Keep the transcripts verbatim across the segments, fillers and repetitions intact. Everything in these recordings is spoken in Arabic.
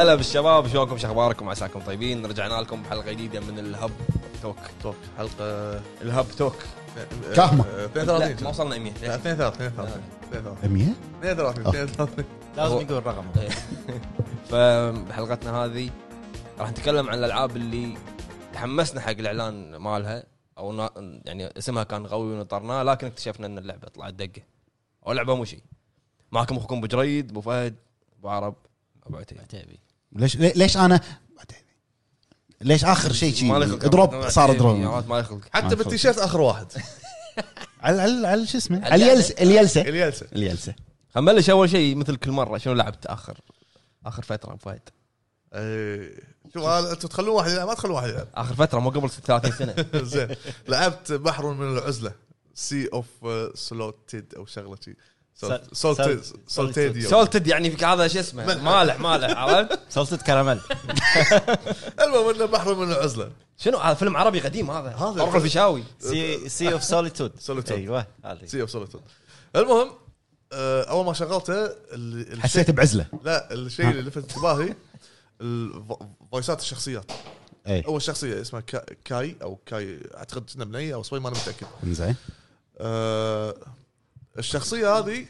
هلا بالشباب، شلونكم؟ شخباركم؟ عساكم طيبين. رجعنا لكم بحلقه جديده من الهب توك. توك حلقه الهب توك كامة اثنين وثلاثين. ما وصلنا مية. لا اثنين وثلاثين مية اثنين وثلاثين لازم يقول رقم. فبحلقتنا هذه راح نتكلم عن الالعاب اللي تحمسنا حق الاعلان مالها، او نا... يعني اسمها كان قوي ونطرناه، لكن اكتشفنا ان اللعبه طلعت دقه او لعبه مو شيء. معكم اخوكم ابو جريد، ابو فهد، ابو عرب، ابو عتيبي. ليش ليش انا ليش اخر شيء شيء اضرب صار درون ما يخلق حتى بالتيشيرت اخر واحد على على على شو اسمه على اليلسه اليلسه اليلسه اليلسه. خلينا نبلش اول شيء مثل كل مره، شنو لعبت اخر اخر فتره ابو فهد؟ ايه شوف انتوا تخلون واحد يلعب، ما تخلون واحد يلعب. اخر فتره مو قبل ثلاثين سنه. زين لعبت بحر من العزله، سي اوف سولوتيد او شغله شيء سولتيد سولتيد سولتد، يعني في هذا شو اسمه مالح مالح عرفت سولتد كراميل. المهم انه بحر من العزله. شنو هذا؟ فيلم عربي قديم هذا، هذا عرف الفيشاوي. سي سي اوف سوليتود. ايوه هذه سي اوف سوليتود. المهم اول ما شغلته حسيت بعزله. لا الشيء اللي لفت انتباهي الفويسات الشخصيات. اي اول شخصيه اسمها كاي او كاي، اعتقد انها بنيه او صبي، ما انا متاكد. زين أه الشخصيه هذه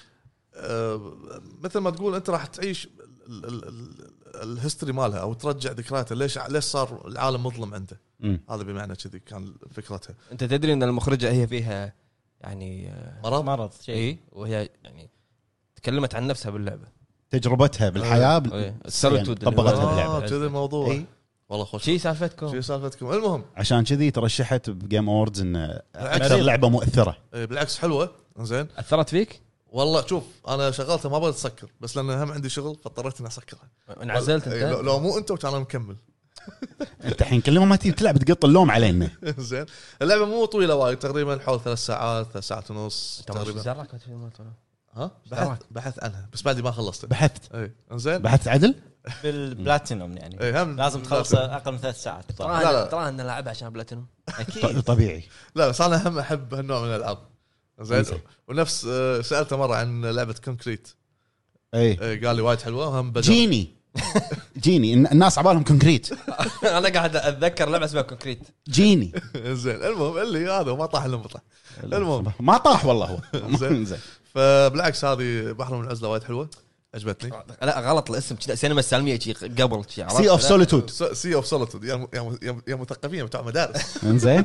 أه مثل ما تقول انت راح تعيش الهيستوري مالها او ترجع ذكرياتها، ليش ليش صار العالم مظلم عنده. م. هذا بمعنى كذي كان فكرتها. انت تدري ان المخرجه هي فيها يعني مرض مرض شيء اي، وهي يعني تكلمت عن نفسها باللعبه، تجربتها بالحياه السوليتود طبقتها باللعبه. اه كذا الموضوع. إيه؟ والله خوش. شي سالفتكم شي سالفتكم. المهم عشان كذي ترشحت بجيم اووردز ان اكثر لعبه مؤثره. بالعكس حلوه. زين اثرت فيك والله. شوف انا شغلتها ما بغيت اسكر، بس لان هم عندي شغل فاضطريت اني اسكرها. انعزلت انت؟ لو, لو مو انت وكان انا مكمل. انت الحين كل ما تيجي تلعب تقط اللوم علينا. زين اللعبه مو طويله وايد، تقريبا حول ثلاث ساعات ثلاث ساعات ونص تقريبا. ها بحث بحث عنها بس بعد ما خلصت. بحثت اي زين بحثت عدل بالبلاتينوم يعني. اي هم لازم تخلص اقل من ثلاث ساعات. ترى ترى ان العبها عشان بلاتينوم اكيد طبيعي. لا بس انا هم احب هالنوع من الالعاب. زين ونفس سالته مره عن لعبه كونكريت. اي قال لي وايد حلوه. هم جيني جيني الناس عبالهم كونكريت. انا قاعد اتذكر لعبه اسمها كونكريت جيني. زين المهم اللي هذا ما طاح الا مطلع. المهم ما طاح والله هو. زين فبالعكس هذه بحر من العزله وايد حلوه، عجبتني. لا غلط الاسم كذا، سينما السالميه شيء قبل شيء. سي اوف سوليتود. سي اوف سوليتود يا يا مثقفين بتوع مدارس. انزين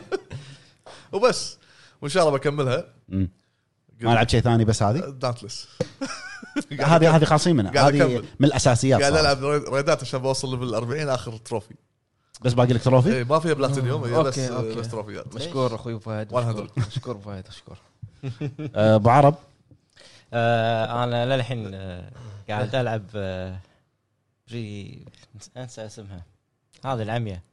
وبس وان شاء الله بكملها. ما لعبت شيء ثاني بس هذه دانتلس. هذه هذه خاصين منها، هذه من الاساسيات. قاعد العب ريدات عشان بوصل ليفل أربعين اخر تروفي، بس باقي لك تروفي. اي ما فيها بلاتينيوم هي بس أوكي. بس تروفيات. مشكور اخوي فهد، مشكور مشكور فهد مشكور. ابو عرب آه انا للحين آه قاعد العب آه بري انسى اسمها هذه العمية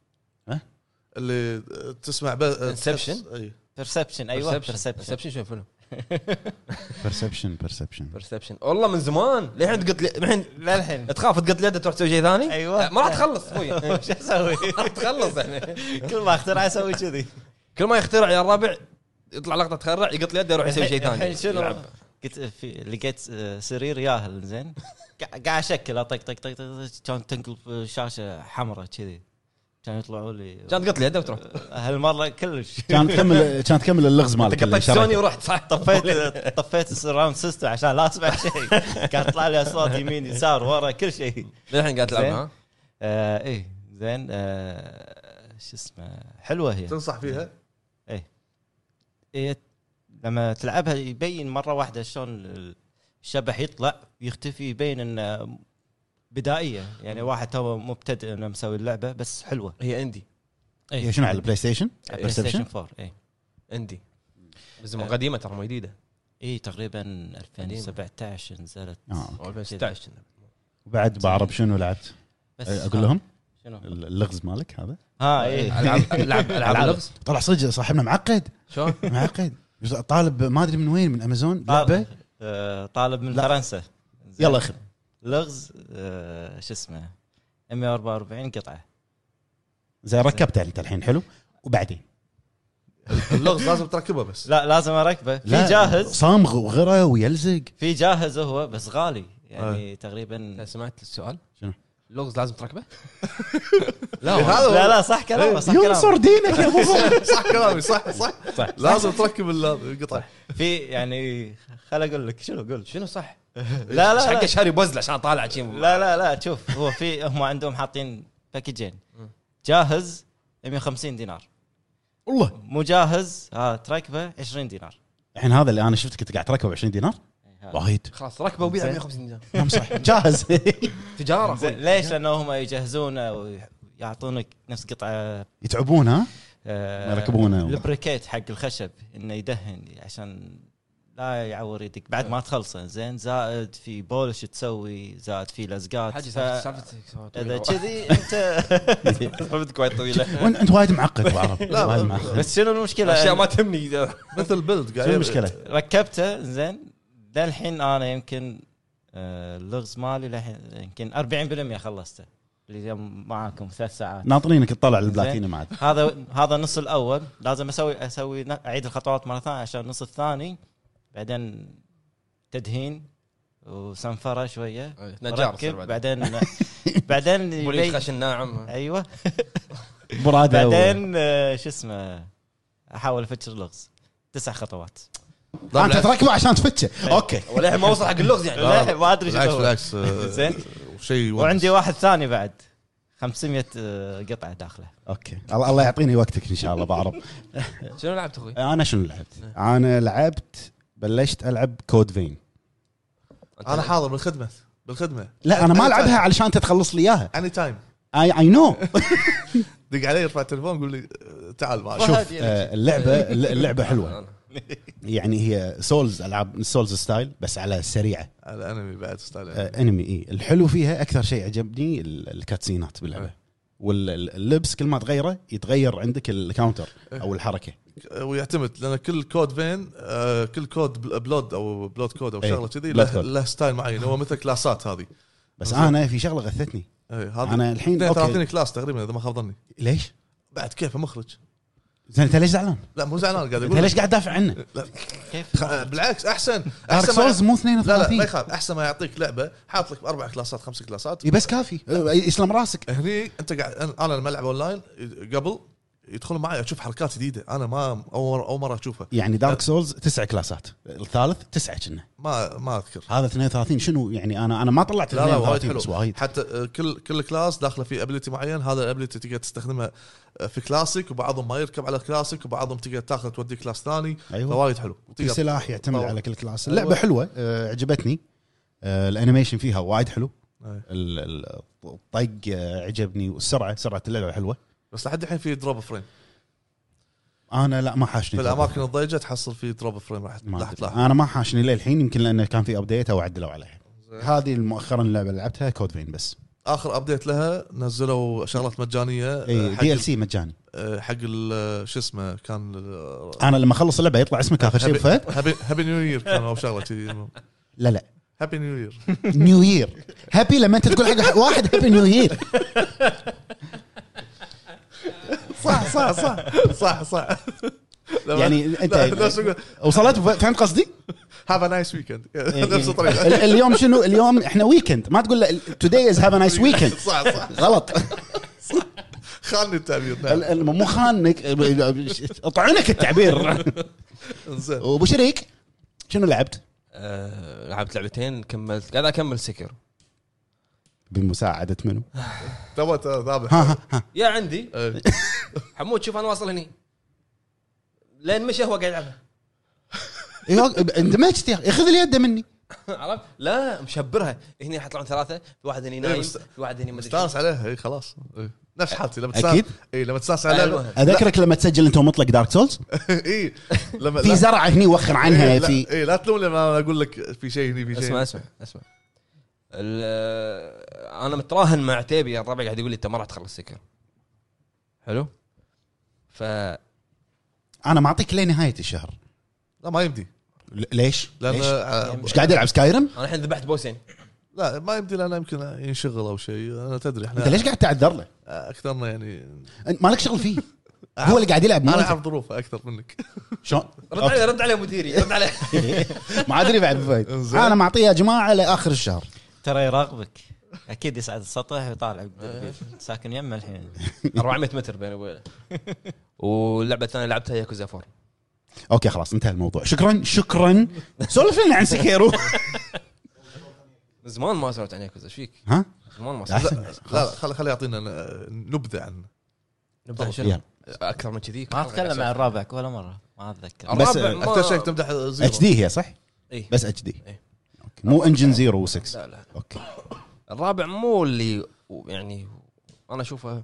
اللي تسمع انسبشن. اي بيرسبشن. ايوه بيرسبشن شو فيلم بيرسبشن بيرسبشن بيرسبشن والله من زمان. للحين قلت لي الحين للحين تخاف تقط اليد تروح تسوي شيء ثاني. ايوه ما راح تخلص اخوي. شو اسوي؟ تخلص يعني كل ما اخترع اسوي كذي. كل ما يخترع يا الربع يطلع لقطه تخرع يقط اليد يروح يسوي شيء ثاني. الحين شنو قلت في لقيت سرير ياهل زين قاعد اشكل طق طق طق كان تنقل شاشه حمراء كذي كان يطلعوا لي كان تقط اليد وتروح. هالمره كلش كان تكمل كان تكمل اللغز مالك. قطيت سوني ورحت صح. طفيت طفيت السراوند سيستم عشان لا اسمع شيء. كان يطلع لي اصوات يمين يسار ورا كل شيء. للحين قاعد تلعبها؟ آه ايه زين. آه شو اسمه حلوه هي. تنصح فيها؟ ايه ايه لما تلعبها يبين مره واحده شلون الشبح يطلع يختفي، يبين انه بدائيه يعني واحد تو مبتدئ انه مسوي اللعبه بس حلوه. هي اندي. هي شنو على البلاي ستيشن؟ بلاي ستيشن أربعة. اي اندي بس مو قديمه ترى، مو جديده. اي تقريبا ألفين وسبعة عشر نزلت اه ألفين وستة عشر. وبعد بعرب شنو لعبت اقول لهم شنو اللغز مالك هذا. ها ايه العاب العاب العاب اللغز. طلع صدق صاحبنا معقد. شلون معقد؟ طالب ما ادري من وين، من امازون لعبه. آه طالب من فرنسا. يلا اخذ لغز. آه شو اسمه مية وأربعة وأربعين قطعه زي ركبته انت الحين. حلو. وبعدين اللغز لازم تركبه بس. لا لازم اركبه في جاهز صامغ وغيره ويلزق في جاهز هو بس غالي يعني. آه. تقريبا سمعت السؤال شنو اللغز لازم تركبه. لا هذا لا لا صح كلامه صح كلامه ينصر دينك يا ابو فهد. صح كلامي صح صح صح. لازم تركب القطع. في يعني خل اقول لك شنو قول شنو صح؟ لا لا حق لا شاري بوزل عشان طالع شيء. لا لا لا شوف هو في هم عندهم حاطين باكيجين جاهز مية وخمسين دينار والله مو جاهز ها تركبه عشرين دينار. الحين هذا اللي انا شفتك انت قاعد تركبه عشرين دينار وايد. خلاص ركبه وبيعه مية وخمسين دينار. نعم صح جاهز. تجاره. زين ليش؟ لانه هم يجهزونه ويعطونك نفس قطعه يتعبون ها آه يركبونه. البريكيت حق الخشب انه يدهن عشان لا يعور يدك بعد ما تخلصه. زين زائد في بولش تسوي زائد في لزقات. حاجه ف... سالفتك اذا كذي انت سالفتك وايد طويله. وانت انت وايد معقد ابو عرب. لا، وايد ب- معقد. بس شنو المشكله؟ اشياء ما تهمني. مثل بيلد شو قاعد المشكله؟ ركبته زين للحين انا يمكن آه، اللغز مالي للحين يمكن أربعين بالمية خلصته اللي يوم معاكم ثلاث ساعات. ناطرينك تطلع البلاتينيوم عاد. هذا هذا النص الاول لازم اسوي اسوي اعيد الخطوات مره ثانيه عشان النص الثاني بعدين تدهين وسنفره شويه نجار ركب بعدين بعدين بوليش يبي- خشن ناعم. ايوه براده بعدين آه، شو اسمه احاول افتش اللغز تسع خطوات. انت تركبه عشان تفتشه. اوكي ولا ما وصل حق اللغز يعني. لا ما ادري بالعكس شو بالعكس آه، زين. شيء وعندي واحد ثاني بعد خمسمية آه، قطعه داخله. اوكي الله الله يعطيني وقتك ان شاء الله بعرب. شنو لعبت اخوي؟ انا شنو لعبت؟ انا لعبت بلشت العب كود فين. انا حاضر بالخدمه بالخدمه لا انا ما العبها علشان انت تخلص لي اياها. اني تايم. اي اي نو. دق علي يرفع التليفون يقول لي آه، تعال معي. شوف آه، اللعبه اللعبه حلوه يعني هي سولز العاب سولز ستايل بس على سريعه. على انمي بعد ستايل آه، انمي اي الحلو فيها اكثر شيء عجبني ال- الكاتسينات باللعبه واللبس كل ما تغيره يتغير عندك الكاونتر او الحركه. ويعتمد لان كل كود فين آه، كل كود بل- بلود او بلود كود او إيه، شغله كذي بلود له, كود. له ستايل معين هو مثل كلاسات هذه. بس زين. انا في شغله غثتني. اي هذا انا الحين اثنين وثلاثين اوكي كلاس تقريبا اذا ما خاب ظني. ليش؟ بعد كيف مخرج؟ زين انت ليش زعلان؟ لا مو زعلان قاعد انت اقول ليش قاعد تدافع عنه؟ كيف؟ خ- بالعكس احسن دارك احسن ما سولز مو لا لا ما اثنين وثلاثين. يخاف احسن ما يعطيك لعبه حاط لك اربع كلاسات خمس كلاسات. اي بس كافي آه، يسلم راسك. هني انت قاعد أنا- انا لما العب اونلاين قبل يدخلون معي اشوف حركات جديده انا ما اول اول مره اشوفها. يعني دارك سولز تسع كلاسات الثالث تسعه كنا ما ما اذكر. هذا اثنين وثلاثين شنو يعني انا انا ما طلعت لا لا وايد اثنين وثلاثين حلو بس وايد. حتى آه، كل كل كلاس داخله في ابيلتي معين. هذا الابيلتي تقدر تستخدمها آه، في كلاسيك وبعضهم ما يركب على كلاسيك وبعضهم تقدر تاخذ تودي كلاس ثاني. ايوه فوايد حلو في وتقدر- سلاح يعتمد طبعاً. على كل كلاس. أيوة. اللعبه حلوه آه، عجبتني آه، الانيميشن فيها وايد حلو. أي. ال- ال- الطق آه، عجبني والسرعه سرعه اللعبه حلوه. بس لحد الحين في دروب فريم انا لا ما حاشني في الاماكن الضيقه تحصل في دروب فريم راح ما راح أدري. تلاحظ. انا ما حاشني للحين يمكن لانه كان في ابديت او عدلوا عليها. هذه مؤخرا اللعبه اللي لعبتها كود فين بس. اخر ابديت لها نزلوا شغلات مجانيه اي حق دي ال سي مجاني. آه، حق ال- شو اسمه كان انا لما اخلص اللعبه يطلع اسمك اخر شيء فهد. هابي هابي نيو يير كان او شغله كذي. لا لا هابي نيو يير نيو يير هابي لما انت تقول حق واحد هابي نيو يير. صح صح صح صح صح يعني انت وصلت فهمت قصدي؟ هاف ا نايس ويكند نفس الطريقه. ال- اليوم شنو اليوم احنا ويكند ما تقول له توداي از هاف ا نايس ويكند. صح صح غلط. خاني التعبير. نعم ال- ال- مو خانك اطعنك التعبير. زين وابو شريك شنو لعبت؟ آه، لعبت لعبتين كملت قاعد اكمل سكر. بمساعده منو؟ تو ذابح ها ها ها يا عندي إيه. حمود شوف انا واصل هني لين مشى هو قاعد يلعبها. إيه، اندمجت يا اخي خذ اليد مني. عرفت؟ لا مشبرها هني حيطلعون ثلاثه في واحد هني نايم بس- في واحد هني ما ادري استانس عليها اي خلاص إيه. نفس حالتي لما تستانس أكيد. اي لما تستانس على أيوة. لعبه اذكرك لما تسجل انت ومطلق دارك سولز اي لما في زرعه هني وخر عنها في اي لا تلوم لما اقول لك في شيء هني في شيء. اسمع اسمع اسمع ال- انا متراهن مع عتيبي الربع قاعد يقول لي انت ما راح تخلص سكر. حلو ف انا معطيك لين نهايه الشهر. لا ما يمدي ل- ليش؟ لان ليش؟ آه، مش قاعد يلعب سكايرم؟ انا الحين ذبحت بوسين. لا ما يمدي لانه يمكن ينشغل او شيء. انا تدري احنا انت ليش قاعد تعذر له؟ اكثرنا يعني انت مالك شغل فيه. هو اللي قاعد يلعب مو انا أنت. اعرف ظروفه اكثر منك. شلون؟ رد عليه رد عليه مديري رد عليه. ما ادري بعد فايد. إنزين. انا معطيه يا جماعه لاخر الشهر. ترى يراقبك. اكيد يصعد السطح ويطالع ساكن يمه الحين. أربعمية متر بيني وبينه. واللعبه الثانيه لعبتها ياكوزا فور. اوكي خلاص انتهى الموضوع. شكرا شكرا. سولف لنا عن سكيرو. زمان ما سولفت عن ياكوزا. ايش فيك؟ ها زمان ما لا سولفت. لا خلي خلي يعطينا نبذه عنه. نبدا شنو اكثر من كذي. ما اتكلم عن الرابع ولا مره ما اتذكر. بس اكثر شيء تمدح زيرو. اتش دي هي صح؟ إيه؟ بس اتش دي إيه؟ مو انجن زيرو و6. لا لا اوكي. الرابع مو اللي يعني انا اشوفه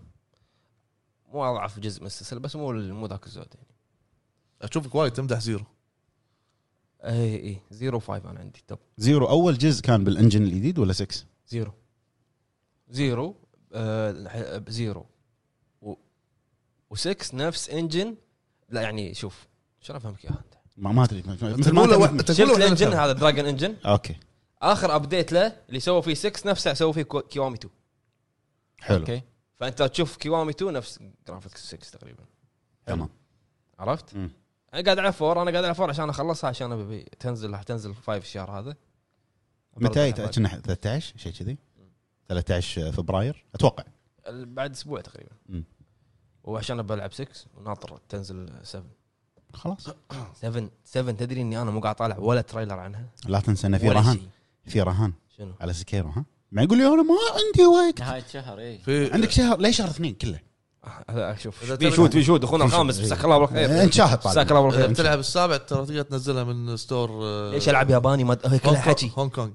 مو اضعف جزء من السلسله بس مو مو ذاك الزود يعني. اشوفك وايد تمدح زيرو. اي اي زيرو فايف انا عندي توب. زيرو اول جزء كان بالانجن الجديد ولا ستة؟ زيرو زيرو آه زيرو و و6 نفس انجن. لا يعني شوف شلون افهمك اياها انت. ما ما ادري مثل تقول له ما شفت الانجن هذا دراجون انجن. اوكي اخر ابديت له اللي سووا فيه ستة نفسه سووا فيه كيوامي تو. حلو اوكي فانت تشوف كيوامي تو نفس جرافيكس ستة تقريبا. تمام. عرفت؟ مم. انا قاعد على فور انا قاعد على فور عشان اخلصها عشان ابي تنزل راح تنزل خمسة الشهر هذا. متى كنا ثلاثة عشر شيء كذي ثلاثة عشر فبراير اتوقع بعد اسبوع تقريبا. مم. وعشان بلعب ستة وناطر تنزل سبعة. خلاص سبعة سبعة تدري اني انا مو قاعد طالع ولا تريلر عنها. لا تنسى انه في ولا رهان شيء. في رهان شنو على سكيرو. ها ما يقول لي انا ما عندي وقت. نهايه شهر اي في عندك شهر ليش شهر اثنين كله هذا شوف إذا في تبي- شوت في شوت اخونا في شوت. الخامس مساك الله بالخير. انت شاهد مساك الله اذا بالخير. بتلعب السابع ترى تقدر تنزلها من ستور آه، ليش العب ياباني ما هي كلها هونغ- حكي. هونغ كونغ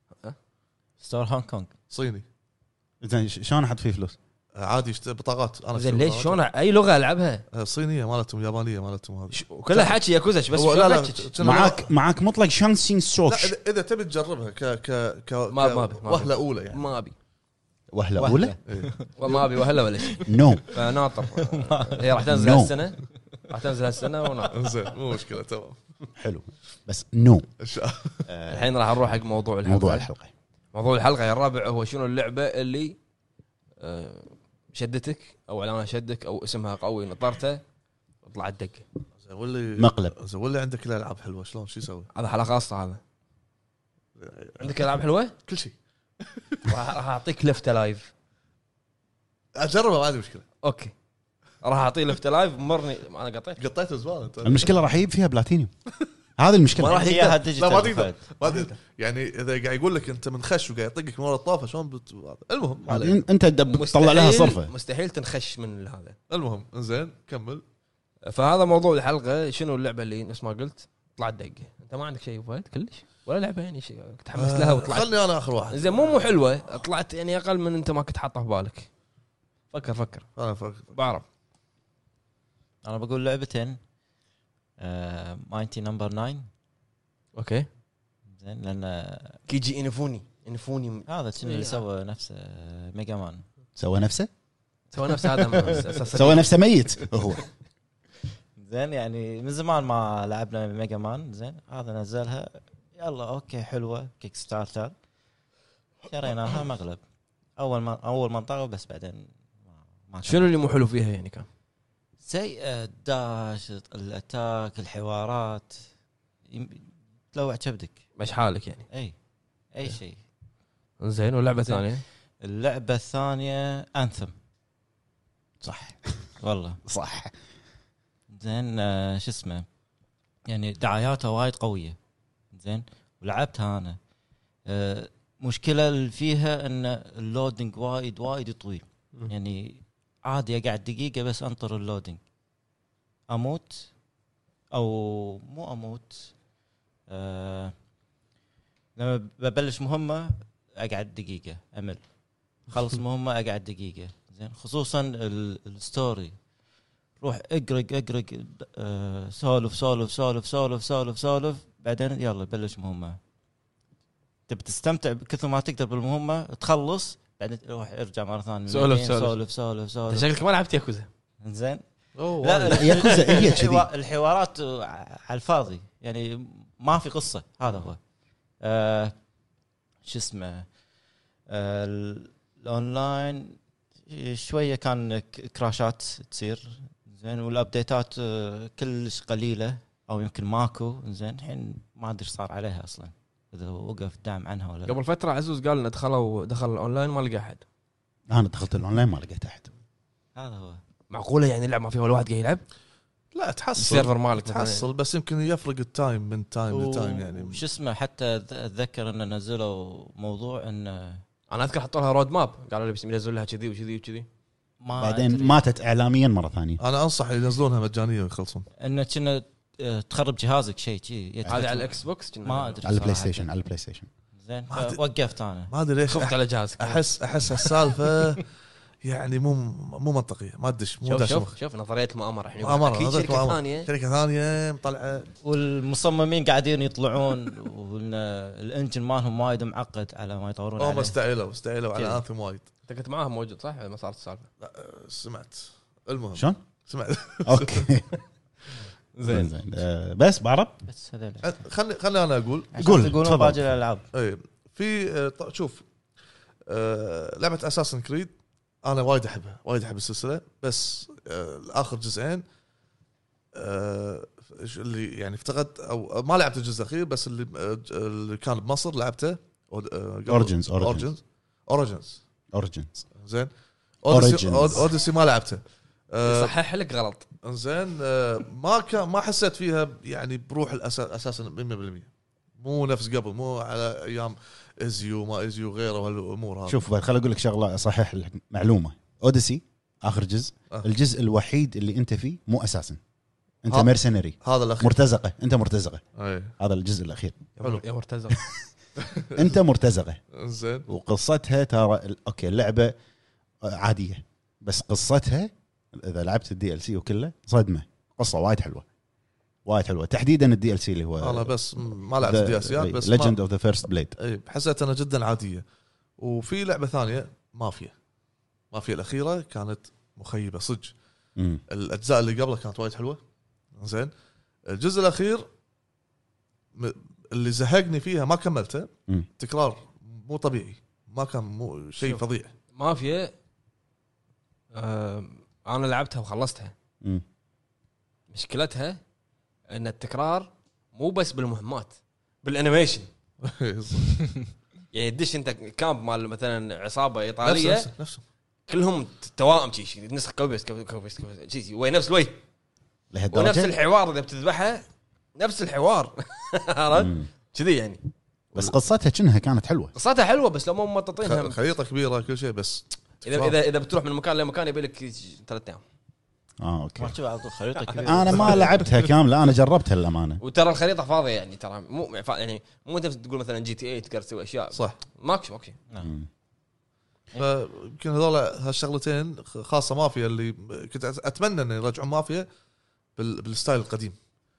ستور هونغ كونغ. صيني زين شلون احط فيه فلوس؟ عادي يشت- بطاقات انا زين أشتري ليش بطاقات. شلون اي لغه العبها آه، صينيه مالتهم يابانيه مالتهم هذه. كلها حكي ياكوزا بس هو- شلون لا لا حكي؟ كنا- معاك معاك مطلق شانسين لا سوكش اذا إذا تبي تجربها ك ك ك ما- ك- ما أبي- ما أبي. وهله اولى يعني ما ابي وهله اولى إيه. ما ابي وهلا ولا شيء. نو فناطر هي راح تنزل No. هالسنه راح تنزل هالسنه وناطر. زين مو مشكله تمام. حلو بس نو إن شاء الله. الحين راح نروح حق موضوع الحلقه. موضوع الحلقه موضوع الحلقه يا الرابع هو شنو اللعبه اللي آه، شدتك او اعلانها شدك او اسمها قوي نطرته وطلعت دقه. زين واللي مقلب. زين واللي عندك الالعاب حلوه شلون شو يسوي؟ هذا حلقه خاصه. هذا عندك العاب حلوه كل شيء راح راح اعطيك لفته لايف. اجربها ما عندي مشكله. اوكي راح اعطيه لفته لايف مرني انا قطيت. قطيته زمان انت المشكله راح يجيب فيها بلاتينيوم. هذه المشكله. ما راح اياها لا ما ديجيتال. تقدر فهد. ما تقدر يعني اذا قاعد يقول لك انت من خش وقاعد يطقك من ورا الطافه شلون بت... المهم ما عليك. انت تدب- تطلع لها صرفه. مستحيل تنخش من هذا. المهم انزين كمل. فهذا موضوع الحلقه. شنو اللعبه اللي نفس ما قلت طلعت دقه؟ انت ما عندك شيء فهد كلش ولا لعبه يعني شيء تحمست لها وطلعت خلني انا اخر واحد. زين مو مو حلوه طلعت يعني اقل من انت ما كنت حاطه في بالك. فكر فكر انا فاكر بعرف. انا بقول لعبتين ماينتي نمبر تسعة. اوكي زين لان كيجي انفوني انفوني هذا شنو اللي سوى نفسه ميجا مان. سوى نفسه سوى نفس هذا سوى نفسه ميت هو. زين يعني من زمان ما لعبنا ميجا مان. زين هذا نزلها يلا اوكي حلوه كيك ستارتر شريناها مغلب اول ما اول منطقه بس بعدين ما, ما شنو اللي مو حلو فيها يعني كان؟ سيء الداش الاتاك الحوارات يم- تلوع كبدك مش حالك يعني. اي اي شيء. زين واللعبه زين. الثانيه اللعبه الثانيه انثم. صح والله صح. زين آه شو اسمه يعني دعاياتها وايد قويه. زين ولعبتها انا. آه مشكله اللي فيها ان اللودنج وايد وايد طويل. يعني عادي اقعد دقيقه بس انطر اللودنج اموت او مو اموت. آه لما ببلش مهمه اقعد دقيقه امل خلص مهمه اقعد دقيقه. زين خصوصا ال- الستوري روح اقرق اقرق آه سولف سولف سولف سولف سولف سولف بعدين يلا بلش مهمه. تبي تستمتع بكثر ما تقدر بالمهمه تخلص بعدين روح ارجع مره ثانيه سولف سولف سولف. سولف سولف, انت سولف. شكلك ما لعبت ياكوزا. زين أوه لا والله. ياكوزا هي كذي. الحوا- الحوارات على الفاضي يعني ما في قصه. هذا هو آه شو اسمه آه الاونلاين شويه كان ك- كراشات تصير. زين والابديتات آه كلش قليله او يمكن ماكو. زين الحين ما ادري ايش صار عليها اصلا. اذا وقف دعم عنها ولا لا. قبل فتره عزوز قال انه دخلوا دخل الاونلاين ما لقى احد. انا دخلت الاونلاين ما لقيت احد. هذا هو. معقوله يعني اللعبه ما فيها ولا واحد قاعد يلعب؟ لا تحصل السيرفر مالك تحصل بس يمكن يفرق التايم من تايم لتايم يعني. وش اسمه حتى أذ- اتذكر ان نزلوا موضوع ان انا اذكر حطوا لها رود ماب قالوا لي بس ينزلوا لها كذي وكذي وكذي. ما بعدين أدري. ماتت اعلاميا مره ثانيه. انا انصح ينزلونها مجانيه ويخلصون. ان كنا آه، تخرب جهازك شيء شيء هذه على الاكس بوكس كنا ما ادري على البلاي صراحة. ستيشن على البلاي ستيشن. زين ما أدري. وقفت انا. ما ادري ليش خفت على جهازك. احس احس هالسالفه يعني مو مو منطقيه ما ادش مو شوف داش شوف مخ. شوف نظريه المؤامره الحين. مؤامرة، اكيد نظرية شركه مؤامرة. ثانيه شركه ثانيه مطلعه. والمصممين قاعدين يطلعون وان الانجن مالهم وايد معقد على ما يطورون هم عليه. استعيلوا استعيلوا على كذا. انثم وايد. انت كنت معاهم موجود صح ما صارت السالفه؟ سمعت المهم شلون؟ سمعت. اوكي زين زين آه، بس بعرب بس هذول خلي خلي انا اقول عشان قول، تقولون تفضل. باقي الالعاب. اي في آه، ط- شوف آه، لعبه اساسن كريد انا وايد احبها وايد احب السلسله بس آه، اخر جزئين آه، اللي يعني افتقدت او ما لعبت الجزء الاخير بس اللي آه، اللي كان بمصر لعبته Origins، اوريجنز اوريجنز اوريجنز. زين اوديسي Origins. اوديسي ما لعبته آه، صحح لك غلط. انزين آه، ما كان ما حسيت فيها يعني بروح الاساس اساسا مية بالمية مو نفس قبل مو على ايام ازيو ما ازيو غيره وهالامور هذه. شوف خل اقول لك شغله اصحح المعلومه. اوديسي اخر جزء آه. الجزء الوحيد اللي انت فيه مو اساسا انت ها. مرسنري هذا الاخير مرتزقه انت مرتزقه. اي هذا الجزء الاخير حلو. يا مرتزق. انت مرتزقه انزين وقصتها ترى ال- اوكي اللعبه عاديه بس قصتها اذا لعبت الدي ال سي وكله صدمه. قصه وايد حلوه وايد حلوه تحديدا الدي ال سي اللي هو انا بس ما لعبت الدي اس بس ليجند اوف ذا فيرست بليد. اي حسيت انا جدا عاديه. وفي لعبه ثانيه مافيا مافيا الاخيره كانت مخيبه صدق. الاجزاء اللي قبلها كانت وايد حلوه. زين الجزء الاخير م- اللي زهقني فيها ما كملته مم. تكرار مو طبيعي ما كان مو شيء شوف. فظيع. مافيا آه انا لعبتها وخلصتها. مشكلتها ان التكرار مو بس بالمهمات بالانيميشن. يعني تدش انت كامب مال مثلا عصابه ايطاليه نفسه نفسه كلهم توائم شيء نسخ كوبيس كوبيس كوبيس شيء وين نفس الوجه ونفس لهالدرجه الحوار اذا بتذبحها نفس الحوار. عرفت مم. كذي يعني. بس قصتها كأنها كانت حلوه. قصتها حلوه بس لو مو ممططينها. خريطه كبيره كل شيء بس اذا اذا اذا بتروح من مكان لمكان يبي لك ثلاث ايام. اه اوكي ما تشوف على طول خريطه كبيره. انا ما لعبتها كامله انا جربتها للامانه. وترى الخريطه فاضيه يعني ترى مو يعني مو انت تقول مثلا جي تي اي تقدر تسوي اشياء صح. ماكو ماكو. مم. فيمكن هذول هالشغلتين خاصه مافيا اللي كنت اتمنى ان يرجعون مافيا بال- بالستايل القديم.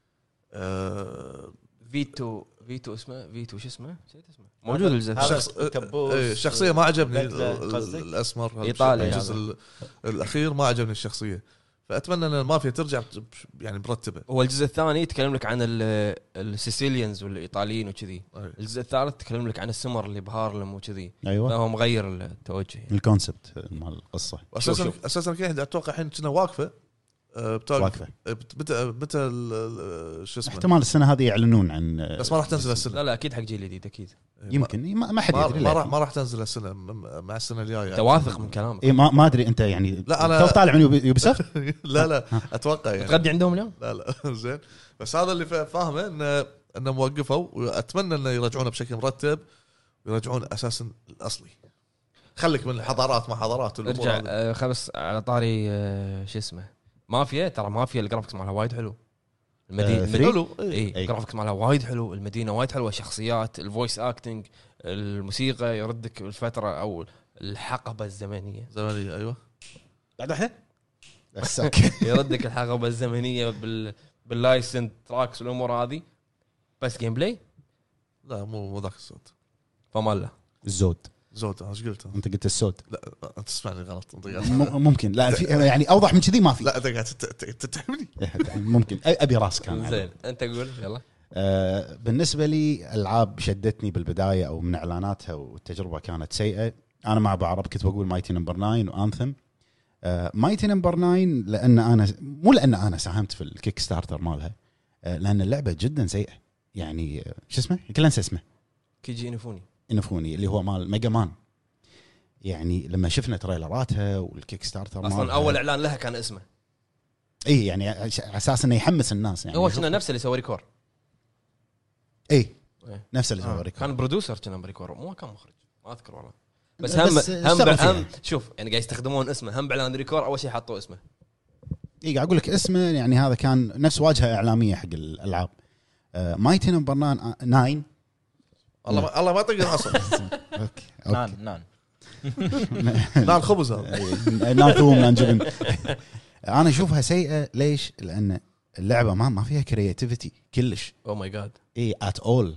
أه فيتو فيتو اسمه فيتو شو اسمه نسيت اسمه موجود الجزء هذا شخص كبوس. إيه، الشخصيه ما عجبني ال- بدلة ال- قصدك؟ الاسمر هذا إيطالي الجزء ال- الاخير ما عجبني الشخصيه. فاتمنى ان المافيا ترجع يعني مرتبه. هو الجزء الثاني يتكلم لك عن ال- السيسيليانز والايطاليين وكذي. أي. الجزء الثالث تكلم لك عن السمر اللي بهارلم وكذي. ايوه فهو مغير التوجه يعني. الكونسبت مال القصه اساسا شوف. اساسا الحين اتوقع الحين كنا واقفه أه، بتوقف واقفه. متى متى ال- ال- شو اسمه احتمال السنه هذه يعلنون عن بس ما راح تنزل السنه. لا لا اكيد حق جيل جديد اكيد. يمكن ما ما حد ما يدري ما راح لكن. ما راح تنزل السنه م- مع السنه الجايه. انت واثق من كلامك. إيه ما ما ادري انت يعني لا، أنا- تو طالع من يوبي يوبي سوفت. لا لا اتوقع يعني تغدي عندهم اليوم؟ لا لا زين بس هذا اللي فا- فاهمه انه انه موقفوا واتمنى انه يرجعونه بشكل مرتب ويرجعون اساسا الاصلي. خليك من الحضارات ما حضارات والأمور ارجع هذه. آه، خمس على طاري آه، شو اسمه مافيا ترى مافيا الجرافكس مالها وايد حلو. المدينه آه، المدينة- حلو إيه. اي إي. الجرافكس مالها وايد حلو. المدينه وايد حلوه الشخصيات الفويس اكتنج الموسيقى يردك الفتره او الحقبه الزمنيه. زمنيه ايوه بعد واحده بس اوكي. يردك الحقبه الزمنيه بال باللايسنت تراكس والامور هذه. بس جيم بلاي لا مو مو ذاك الصوت. فما له. الزود زود انا ايش قلت؟ انت قلت السود لا انت تسمعني غلط انت قاعد م- ممكن لا في يعني اوضح من كذي ما في. لا انت قاعد تت- تت- تتهمني. ممكن أ- ابي راس كان زين انت قول يلا. آه، بالنسبه لي العاب شدتني بالبدايه او من اعلاناتها والتجربه كانت سيئه. انا مع بعرب كنت بقول مايتي نمبر تسعة وانثم. آه، مايتي نمبر تسعة لان انا مو لان انا ساهمت في الكيك ستارتر مالها، آه، لان اللعبه جدا سيئه. يعني آه، شو اسمه كل انسى اسمه كيجي انفوني انفوني اللي هو مال ميجا مان. يعني لما شفنا تريلراتها والكيك ستارتر اصلا اول اعلان لها كان اسمه اي يعني على اساس انه يحمس الناس يعني هو كنا نفسه اللي يسوي ريكور اي إيه. نفس اللي آه. سوى ريكور. كان برودوسر كنا بريكور مو كان مخرج ما اذكر والله بس بس هم هم, اشتغل فيها. هم شوف يعني قاعد يستخدمون اسمه هم باعلان ريكور اول شيء حطوا اسمه اي قاعد اقول لك اسمه يعني هذا كان نفس واجهه اعلاميه حق الالعاب. آه مايتي نمبر ناين ناين الله ما الله ما يطق اصلا. اوكي نان نان نان خبز هذا. نان ثوم نان جبن. انا اشوفها سيئه ليش؟ لان اللعبه ما ما فيها كرياتيفيتي كلش. او ماي جاد اي ات اول.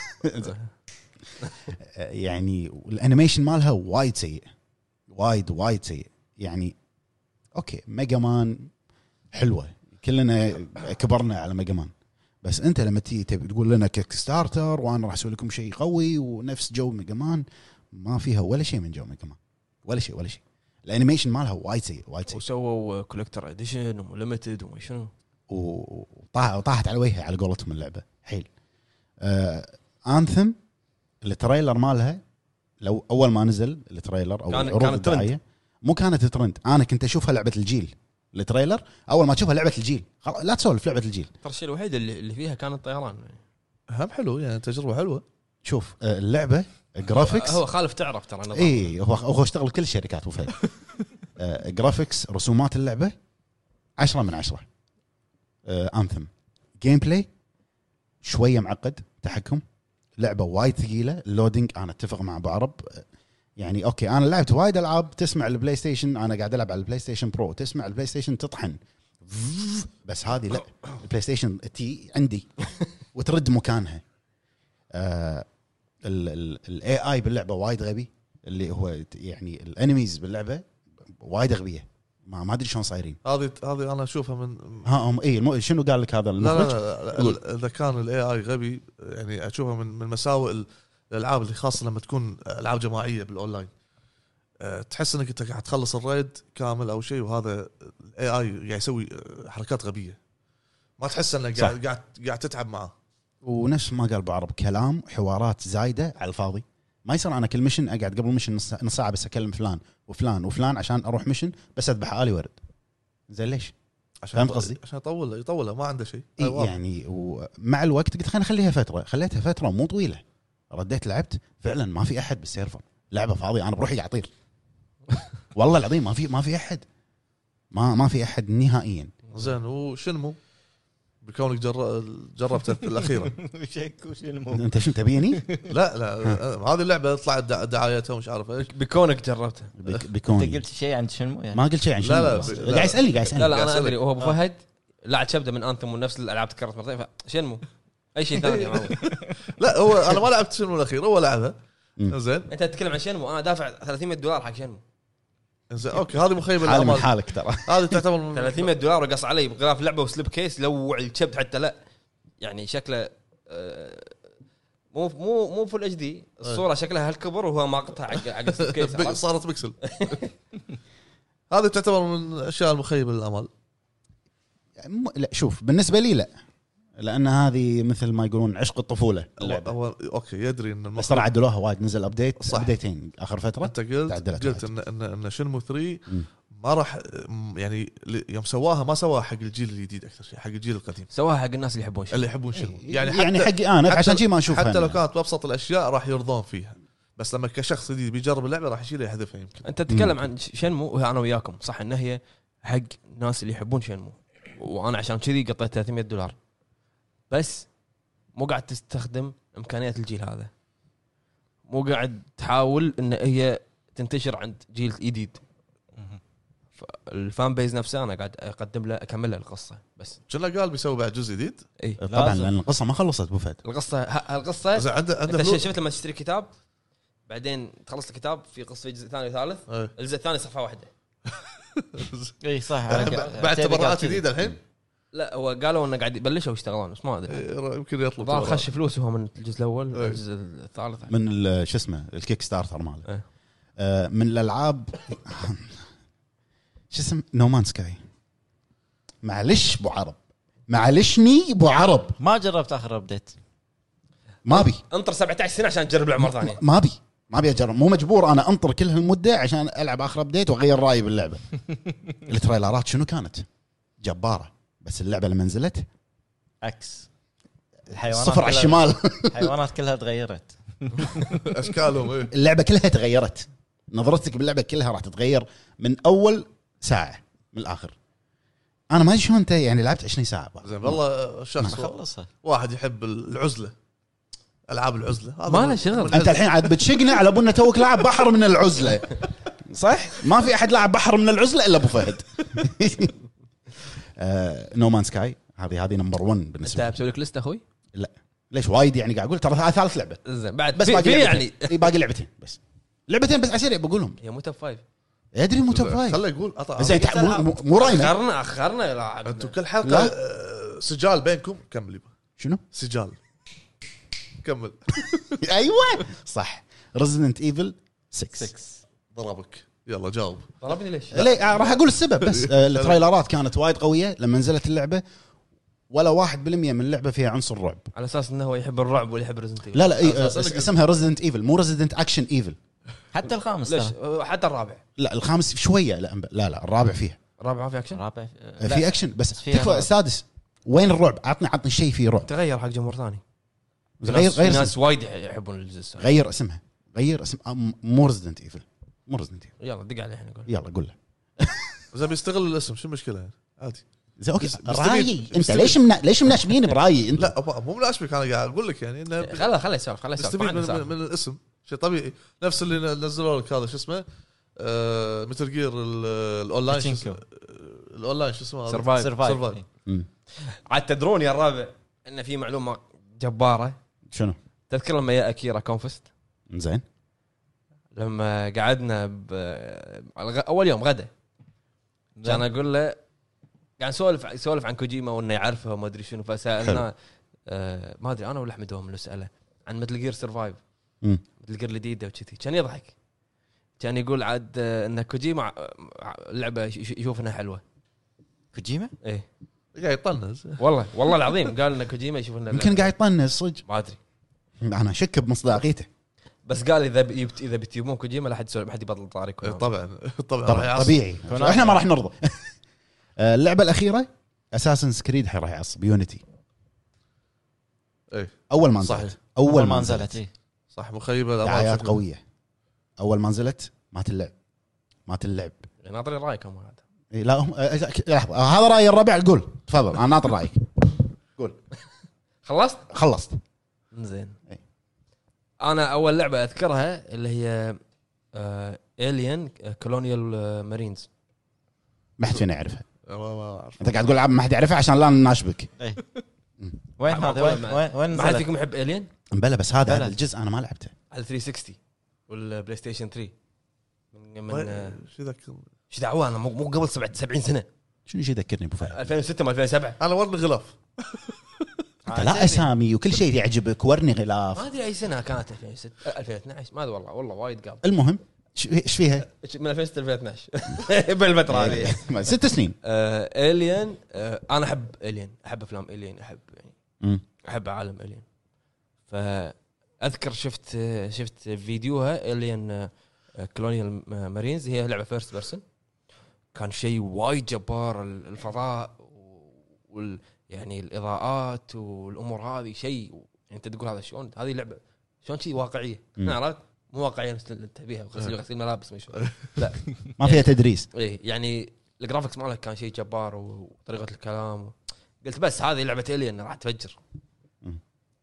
يعني الانيميشن مالها وايد سيء وايد وايد سيء. يعني اوكي ميجا مان حلوه كلنا كبرنا على ميجا مان بس انت لما تيجي تبي تقول لنا كيك ستارتر وانا راح اسوي لكم شيء قوي ونفس جو ميجا مان ما فيها ولا شيء من جو ميجا مان ولا شيء ولا شيء. الانيميشن مالها وايد سيء وايد سيء وسووا كولكتر اديشن وليمتد وما شنو وطاحت على وجهها على قولتهم اللعبه حيل. آه انثم التريلر مالها لو اول ما نزل التريلر او كان العروض كانت الدعائيه ترند. مو كانت ترند. انا كنت اشوفها لعبه الجيل التريلر اول ما تشوفها لعبه الجيل خلاص لا تسولف لعبه الجيل. ترى الشيء الوحيد اللي, اللي فيها كان الطيران هم حلو يعني تجربه حلوه. شوف آه، اللعبه جرافيكس هو خالف تعرف ترى نظام اي هو هو اشتغل بكل الشركات وفاهم. آه، جرافيكس رسومات اللعبه عشرة من عشرة. آه، انثم جيم بلاي شويه معقد تحكم لعبه وايد ثقيله اللودينج. انا اتفق مع ابو عرب يعني اوكي انا لعبت وايد العاب تسمع البلاي ستيشن انا قاعد العب على البلاي ستيشن برو تسمع البلاي ستيشن تطحن بس هذه لا البلاي ستيشن تي عندي وترد مكانها. آه الاي اي باللعبه وايد غبي اللي هو يعني الانميز باللعبه وايد غبيه ما ما ادري شلون صايرين. هذه هذه انا اشوفها من ها هم اي المو... شنو قال لك هذا لا المخرج؟ لا, لا, لا اذا كان الاي اي غبي يعني اشوفها من من مساوئ الالعاب اللي خاصه لما تكون العاب جماعيه بالاونلاين. أه تحس انك انت قاعد تخلص الريد كامل او شيء وهذا الاي اي قاعد يسوي حركات غبيه ما تحس انك قاعد قاعد قاعد تتعب معه. ونفس ما قال بعرب كلام حوارات زايده على الفاضي. ما يصير انا كل مشن اقعد قبل مشن نص ساعه بس اكلم فلان وفلان وفلان عشان اروح مشن بس اذبح آلي ورد. زين ليش؟ عشان فهمت قصدي؟ عشان يطول يطول ما عنده شيء. إيه يعني ومع الوقت قلت خلينا نخليها فتره خليتها فتره مو طويله رديت لعبت فعلا ما في احد بالسيرفر لعبه فاضيه انا بروحي قاعد اطير. والله العظيم ما في ما في احد ما ما في احد نهائيا. زين وشنمو بكونك جر... جربت الاخيره انت شو تبيني؟ لا لا هذه اللعبه طلعت دعايتها ومش عارف ايش بكونك جربتها بكون انت قلت شيء عن شنو يعني ما قلت شيء عن شنو لا لا قاعد يسالني قاعد لا يسالني لا انا ادري وهو ابو فهد لاعب شبده من انثم ونفس الالعاب تكررت مرتين فشنمو اي شيء ثاني معود. لا هو انا ما لعبت شنمو الاخير هو لعبها مم. زين انت تتكلم عن شنمو انا دافع ثلاثمية دولار حق شنمو زين اوكي هذه مخيبه حالي من الامال حالك ترى. هذه تعتبر من- ثلاثمية دولار وقص علي بغلاف لعبه وسليب كيس لوع الشبد حتى لا يعني شكله آه، مو مو مو فول اتش دي الصوره شكلها هالكبر وهو ماقطها حق حق السليب كيس بي- صارت بيكسل. هذه تعتبر من الاشياء المخيبه للامال. م- لا شوف بالنسبه لي لا لان هذه مثل ما يقولون عشق الطفوله هو اللعبة. هو اوكي يدري ان بس المخرج ترى عدلوها وايد نزل ابديت صح. ابديتين اخر فتره انت قلت تعدلت قلت وايد. ان ان, إن شنمو ثري مم. ما راح م- يعني ل- يوم سواها ما سواها حق الجيل الجديد اكثر شيء حق الجيل القديم سواها حق الناس اللي يحبون شيء اللي يحبون شنمو يعني يعني يعني حتى حقي انا حتى عشان شي ما اشوفها حتى لو أنا. كانت بابسط الاشياء راح يرضون فيها بس لما كشخص جديد بيجرب اللعبه راح يشيلها يحذفها يمكن. انت تتكلم عن شنمو وهي انا وياكم صح ان هي حق الناس اللي يحبون شنمو وانا عشان كذي قطيت ثلاثمية دولار بس مو قاعد تستخدم امكانيات الجيل هذا مو قاعد تحاول ان هي تنتشر عند جيل جديد. الفان بيز نفسه انا قاعد اقدم له اكمل له القصه بس كنا قال بيسوي بعد جزء جديد اي طبعا لازم. لان القصه ما خلصت ابو فهد. القصه ه- القصه زين عنده عنده انت فلوس؟ شفت لما تشتري كتاب بعدين تخلص الكتاب في قصه جزء ثاني وثالث إيه. الجزء الثاني صفحه واحده اي صح بعد تبرعات جديده الحين لا هو قالوا انه قاعد يبلشوا يشتغلون بس ما ادري إيه، يمكن يطلب ضاع تبرعات. خش فلوس هو من الجزء الاول إيه. الجزء الثالث من ال- شو اسمه الكيك ستارتر ماله. إيه. آه من الالعاب شو اسم نومان سكاي. معلش ابو عرب معلشني ابو عرب ما جربت اخر ابديت ما ابي انطر سبعة عشر سنه عشان تجرب لعبه مره ثانيه. ما ابي ما ابي اجرب، مو مجبور انا انطر كل هالمده عشان العب اخر ابديت واغير رايي باللعبه. التريلرات شنو كانت جباره، بس اللعبه لما نزلت عكس الحيوانات صفر على كلها- الشمال. الحيوانات كلها تغيرت. اشكالهم إيه. اللعبه كلها تغيرت، نظرتك باللعبه كلها راح تتغير من اول ساعه من الاخر. انا ما ادري شلون انت يعني لعبت عشرين ساعه بقى. زين والله شخص خلصها. واحد يحب العزله، العاب العزله هذا ما له من- شغل. من انت الحين عاد بتشقنا على ابونا توك لاعب بحر من العزله، صح؟ ما في احد لاعب بحر من العزله الا ابو فهد. نو مان سكاي هذه هذه نمبر واحد انت بالنسبه لي. بسوي لك ليست اخوي. ليش وايد يعني قاعد اقول ترى هذه ثالث لعبه زين بعد بس في, باقي في لعبتين. يعني إي باقي لعبتين بس لعبتين بس على السريع بقولهم. هي مو توب فايف. ادري مو توب فايف خله يقول أطع- زين تع- مو- مو- مو رايمه. اخرنا اخرنا لا انتم كل حلقه لا. آه، سجال بينكم. كمل يبا شنو؟ سجال كمل. ايوه صح. ريزيدنت ايفل ستة. ستة. ضربك يلا جاوب. ضربني ليش؟ ليه آه، راح اقول السبب بس آه، التريلرات كانت وايد قويه لما نزلت اللعبه، ولا واحد بالمية من اللعبه فيها عنصر رعب. على اساس انه هو يحب الرعب ولا يحب ريزنت لا لا إيه، أساساً اس- قلت- اسمها ريزيدنت ايفل مو ريزيدنت اكشن ايفل. حتى الخامس ليش ترى. حتى الرابع. لا الخامس شويه لا لا لا الرابع فيه الرابع ما في اكشن. رابع آه، في اكشن بس فيها تكفى رعب. السادس وين الرعب؟ عطني عطني شيء فيه رعب. تغير حق جمهور ثاني. غير ناس- غير ناس اسم. وايد يحبون الجزء الثاني. غير اسمها غير اسم آه، م- مو ريزيدنت ايفل مو ريزيدنت ايفل. يلا دق عليه احنا نقول. يلا قول له. اذا بيستغل الاسم شو المشكله يعني عادي. زين اوكي بس- بس رايي تبي- انت بس تبي- ليش منا... ليش مناشبين برايي انت؟ لا أبا- مو مناشبك انا قاعد اقول لك يعني انه خله خله يسولف خله يسولف. يستفيد ما عنده من, من, سالفة. من الاسم شيء طبيعي. نفس اللي نزلوا لك هذا شو اسمه آه متل جير ال- الاونلاين شو اسمه باتشينكو. الاونلاين شو اسمه هذا؟ سرفايف. سرفايف. سرفايف. مم. عاد تدرون يا الرابع ان في معلومه جباره. شنو؟ تذكر لما يا اكيرا كونفست زين لما قعدنا ب... على غ- اول يوم غدا كان اقول له قاعد نسولف يسولف عن كوجيما وانه يعرفه وما ادري شنو فسالنا آه ما ادري انا ولا احمد هم اللي ساله عن مثل جير سرفايف مم. مثل جير الجديده وكذي كان يضحك كان يقول عاد آه، ان كوجيما ع- اللعبه يش- يشوف انها حلوه. كوجيما ايه قاعد يطنز. والله والله العظيم قال ان كوجيما يشوف انها يمكن قاعد يطنز صدق. ما ادري انا اشك بمصداقيته. بس قال اذا ب- يبت- اذا بتجيبون كوجيما لا حد يسولف ما حد يبطل طاري إيه، كونامي. طبعا طبعا راح طبعا يعصب. طبيعي كونامي. احنا ما راح نرضى. آه، اللعبه الاخيره اساسن سكريد راح يعصب يونيتي. ايه اول ما صح نزلت اول ما نزلت نزلت إيه. صح مخيبه الأمال دعايات شكله. قويه. اول ما نزلت مات اللعب مات اللعب. ناطري رايكم هذا. إيه، لا هم آه، لحظه آه، هذا راي الربع قول تفضل انا ناطر رايك. قول خلصت خلصت. زين. إيه. انا اول لعبه اذكرها اللي هي الين كولونيال مارينز. ما حد فينا يعرفها. ما ما اعرف. انت قاعد تقول العاب ما حد يعرفها عشان لا نناشبك. إيه. وين ما هذا أقول وين ما- وين وين ما حد نزلت؟ فيكم يحب الين مبلى بس هذا بلى. هذا الجزء انا ما لعبته. على ثلاثمية وستين والبلاي ستيشن ثري من من وين- آه، شو ذاك ايش دعوه انا مو مو قبل سبعة- سبعين سنه شنو شيء يذكرني ابو فهد؟ ألفين وستة ما ألفين وسبعة انا ورني غلاف. انت لا اسامي وكل شيء يعجبك ورني ما غلاف. ادري اي سنه كانت ألفين وستة ألفين واثناشر ما ادري والله والله وايد قبل المهم ش- ايش فيها؟ من ألفين وستة ألفين واثناشر بالفتره هذه. ست سنين. الين انا احب الين احب افلام الين احب يعني مم. احب عالم الين. فاذكر شفت شفت فيديوها الين كولونيال مارينز هي لعبه فيرست بيرسون كان شيء وايد جبار الفضاء وال يعني الاضاءات والامور هذه شيء يعني انت تقول هذا شلون هذه لعبه شلون شيء واقعيه مم. عرفت مو واقعيه مثل اللي تبيها غسيل غسيل ملابس مش لا ما فيها تدريس. ايه يعني الجرافكس ماله كان شيء جبار وطريقه الكلام قلت بس هذه لعبه الين راح تفجر. مم.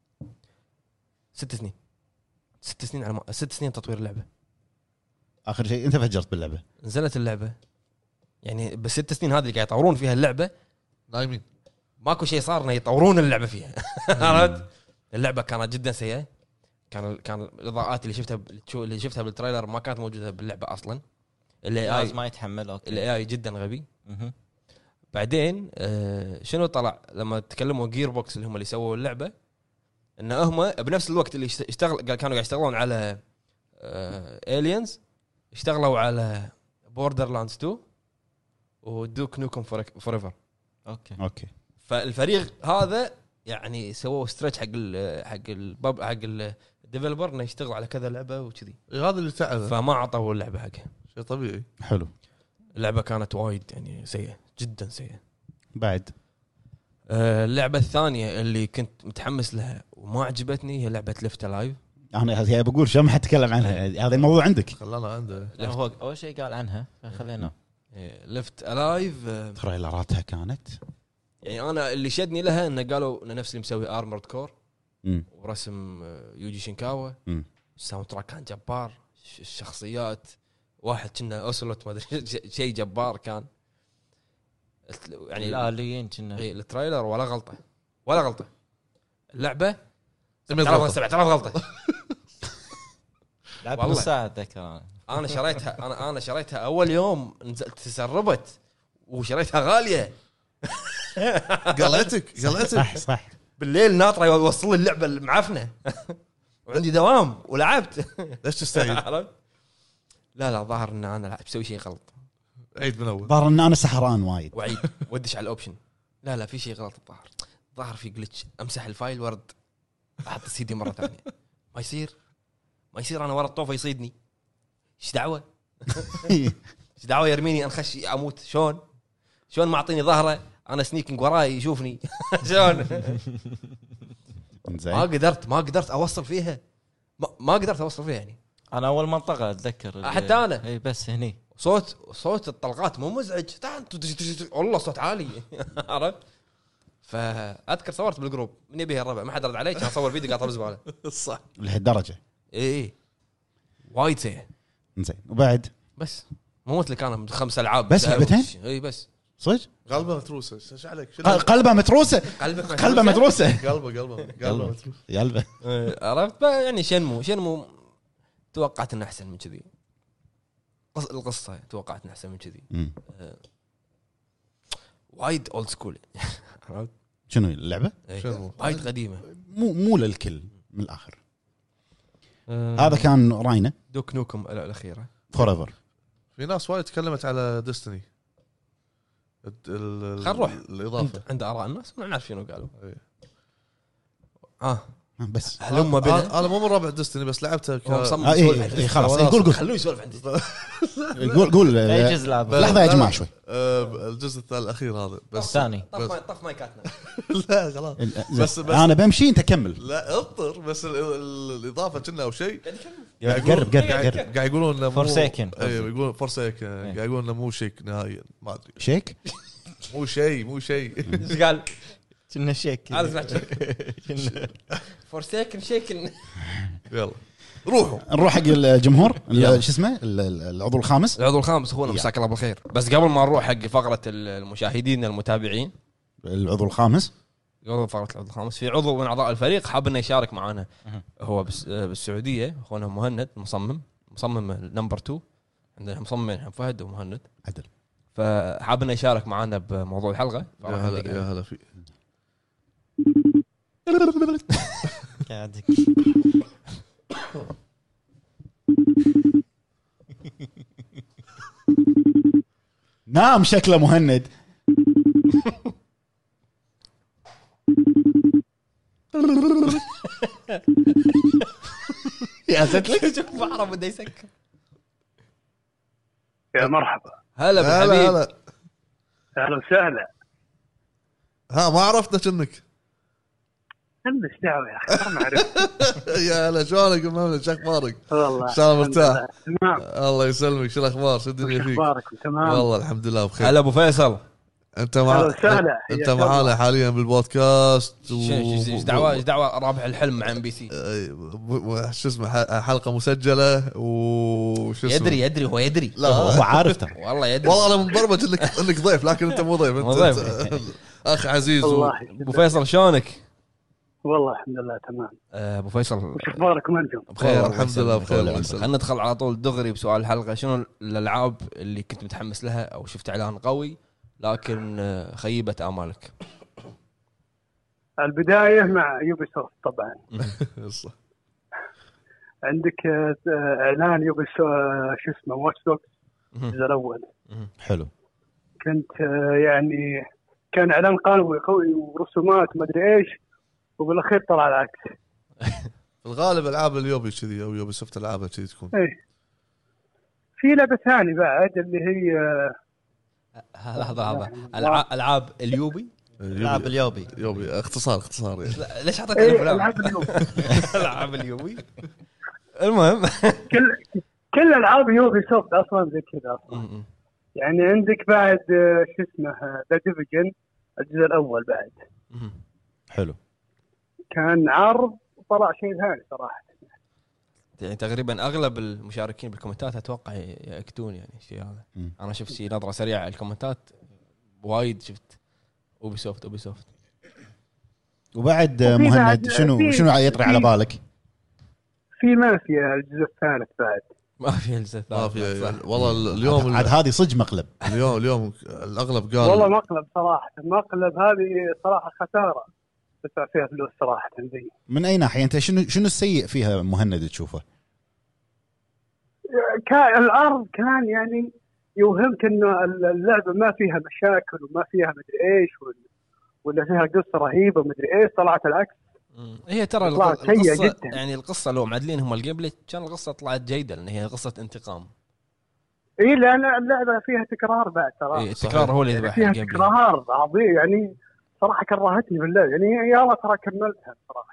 ست سنين ست سنين على ما... ست سنين تطوير اللعبه اخر شيء انت فجرت باللعبه. نزلت اللعبه يعني بالست سنين هذه اللي قاعد يطورون فيها اللعبه نايمين. ماكو شيء صار انه يطورون اللعبه فيها. عرفت اللعبه كانت جدا سيئه كان كان الاضاءات اللي شفتها اللي شفتها بالتريلر ما كانت موجوده باللعبه اصلا. الاي لازم اي ما يتحمل اوكي الاي اي جدا غبي. مهم. بعدين آه شنو طلع لما تكلموا جير بوكس اللي هم اللي سووا اللعبه ان هم بنفس الوقت اللي اشتغل كانوا قاعد يشتغلون على الينز اشتغلوا على بوردرلاندز تو ودوك نوكم فور ايفر. اوكي اوكي. فالفريق هذا يعني سووا ستريتش حق ال حق الباب حق الديفلوبر انه يشتغل على كذا لعبه وكذي، هذا اللي تعب فما عطوا اللعبه حقها. شيء طبيعي. حلو. اللعبه كانت وايد يعني سيئه جدا سيئه. بعد آه، اللعبه الثانيه اللي كنت متحمس لها وما عجبتني هي لعبه ليفت لايف. انا هذه بقول شو ما حتكلم عنها، هذا الموضوع عندك. خلانا عنده هو اول شيء قال عنها خلينا ليفت لايف تريلراتها كانت يعني انا اللي شدني لها انه قالوا انه نفس اللي مسوي ارمورد كور امم ورسم آه، يوجي شينكاوا. امم الساوند تراك كان جبار، الشخصيات واحد كنا اوسلوت ما ادري شيء جبار كان يعني الاليين كنا اي التريلر ولا غلطه ولا غلطه. اللعبه سبعة سبعة آلاف. آلاف غلطه. لعبت والله. نص ساعه اتذكر انا انا شريتها انا انا شريتها اول يوم نزلت تسربت وشريتها غاليه. قلتك قلتك صح صح. بالليل ناطره يوصل لي اللعبه المعفنه وعندي دوام ولعبت. ليش تستعيد؟ عرفت؟ لا لا ظاهر ان انا لا بسوي شيء غلط عيد من اول. ظهر ان انا سحران وايد. وعيد ودش على الاوبشن. لا لا في شيء غلط الظاهر ظاهر في جلتش. امسح الفايل ورد احط السي دي مره ثانيه ما يصير ما يصير انا ورا الطوفه يصيدني. ايش دعوه ايش دعوه يرميني انخش اموت شلون شلون ما اعطيني ظهره انا سنيكينج وراي يشوفني شلون. زين. ما قدرت ما قدرت اوصل فيها ما, ما قدرت اوصل فيها يعني. انا اول منطقه اتذكر حتى أنا. اي بس هني صوت صوت الطلقات مو مزعج والله صوت عالي. عرفت؟ فاذكر صورت بالجروب من يبيها الربع ما حد رد علي كان اصور فيديو قاطر زباله. صح لهالدرجه. اي اي وايد سيء. زين وبعد بس مو مثل كان خمس العاب بس لعبتين؟ اي بس صدق قلبه متروسه ايش عليك شنو؟ قلبه متروسه قلبك قلبه متروسه قلبه قلبه قلبه متروس. قلبه. عرفت يعني شنمو شنمو توقعت انه احسن من كذي. قص- القصه توقعت انه احسن من كذي. مم. وايد اولد سكول. عرفت؟ شنو اللعبه؟ إيه. شنو؟ وايد قديمه. مو مو للكل من الاخر. هذا كان راينا دوك نوكم الاخيره. فور ايفر. في ناس وايد تكلمت على ديستني. خل نروح. الاضافه عند اراء الناس ما نعرف شنو قالوا. إيه. اه بس هلم بنا. انا انا مو من ربع ديستني بس لعبتها ك... هو مصمم آه، يسولف إيه، عندي. إيه، خلاص خلاص. قول قول خلوه يسولف عندي. قول قول اي جزء لعبه لحظه يا جماعه شوي. آه، الجزء الاخير هذا بس الثاني طف ماي- طف مايكاتنا. لا خلاص بس, بس- بس- انا بمشي انت كمل. لا اضطر بس ال- ال- الاضافه كنا او شيء قرب قرب قاعد قرب. قاعد يقولون انه مو- Forsaken. ايوه يقولون فورسيكن قاعد يقولون انه مو شيك نهائيا ما ادري شيك مو شيء مو شيء ايش قال؟ كنا شيك هذا سمعت فور سيكن شيكن. يلا روحوا نروح حق الجمهور يلا. ال- شو اسمه ال- ال- العضو الخامس. العضو الخامس اخونا يلا. مساك الله بالخير. بس قبل ما نروح حق فقره المشاهدين المتابعين العضو الخامس قبل فقره العضو الخامس في عضو من اعضاء الفريق حاب انه يشارك معنا. أها. هو بس بالسعوديه اخونا مهند مصمم مصمم نمبر اثنين عندنا مصممين فهد ومهند عدل. فحاب انه يشارك معنا بموضوع الحلقه. يا هلا يا هلا في قاعد نام شكله مهند. يا ستلك شوف بعرف بده يسكر. يا مرحبا هلا هلا بالحبيب. هلا اهلا وسهلا. ها ما عرفنا شنك انا ايش دعوه يا اخي ما اعرف. يا هلا شلونك يا مهند شو اخبارك؟ والله إن شاء الله الحمد مرتاح. لله. تمام. الله يسلمك شو الاخبار شو الدنيا وش فيك؟ اخبارك؟ تمام. والله الحمد لله بخير. هلا ابو فيصل. انت مع أهلا وسهلا. انت حياك معانا الله. حاليا بالبودكاست و... ايش دعوه ايش دعوه رابح الحلم مع ام بي سي. و- شو اسمه ح- حلقه مسجله وش اسمه يدري يدري هو يدري لا هو عارف ترى. والله يدري. والله انا مبرمج انك انك ضيف لكن انت مو ضيف انت, مو ضيف. انت اخ عزيز و... الله ابو فيصل شلونك؟ والله الحمد لله تمام. آه، ابو فيصل وش اخباركم انتم؟ بخير. والله الحمد لله بخير، الله الله يسلمك. خلينا ندخل على طول دغري بسؤال الحلقه. شنو الالعاب اللي كنت متحمس لها او شفت اعلان قوي لكن آه، خيبت امالك؟ البدايه مع يوبي سوفت طبعا. صح. عندك آه، اعلان يوبي سوفت شو اسمه واتش دوجز الجزء الاول. حلو. كنت آه، يعني كان اعلان قوي قوي ورسومات ما ادري ايش وبالاخير طلع العكس. في الغالب العاب اليوبي كذي او يوبي سوفت العابها كذي تكون. ايه في لعبه ثانيه بعد اللي هي لحظه هذا العاب العاب اليوبي العاب اليوبي يوبي اختصار اختصار يعني. ليش حطيت ايه العاب اليوبي. العاب اليوبي المهم كل كل العاب يوبي سوفت اصلا زي كذا اصلا. يعني عندك بعد شو اسمه ذا ديفيجن الجزء الاول بعد حلو كان عرض وطلع شيء ثاني صراحه. يعني تقريبا اغلب المشاركين بالكومنتات اتوقع ياكدون يعني الشيء هذا. م. انا شفت شيء نظره سريعه على الكومنتات وايد شفت اوبي سوفت اوبي سوفت. وبعد مهند شنو شنو يطري على بالك؟ في مافيا الجزء الثالث بعد. ما في الجزء ما الثالث في والله اليوم عاد هذه صج مقلب. اليوم اليوم الاغلب قال والله مقلب صراحه مقلب هذه صراحه خساره تدفع فيها فلوس صراحه ذي. من اي ناحيه انت شنو شنو السيء فيها مهند تشوفه؟ كان العرض كان يعني يوهمك انه اللعبه ما فيها مشاكل وما فيها مدري ايش ولا فيها قصه رهيبه مدري ايش. طلعت العكس. هي ترى القصه يعني القصه لو معدلين هم الجيم بلاي كان القصه طلعت جيده لان هي قصه انتقام. اي لا لا اللعبه فيها تكرار بعد ترى. إيه التكرار هو اللي يذبح فيها تكرار عظيم يعني صراحه كرهتني بالله يعني يا الله ترى كملتها صراحه.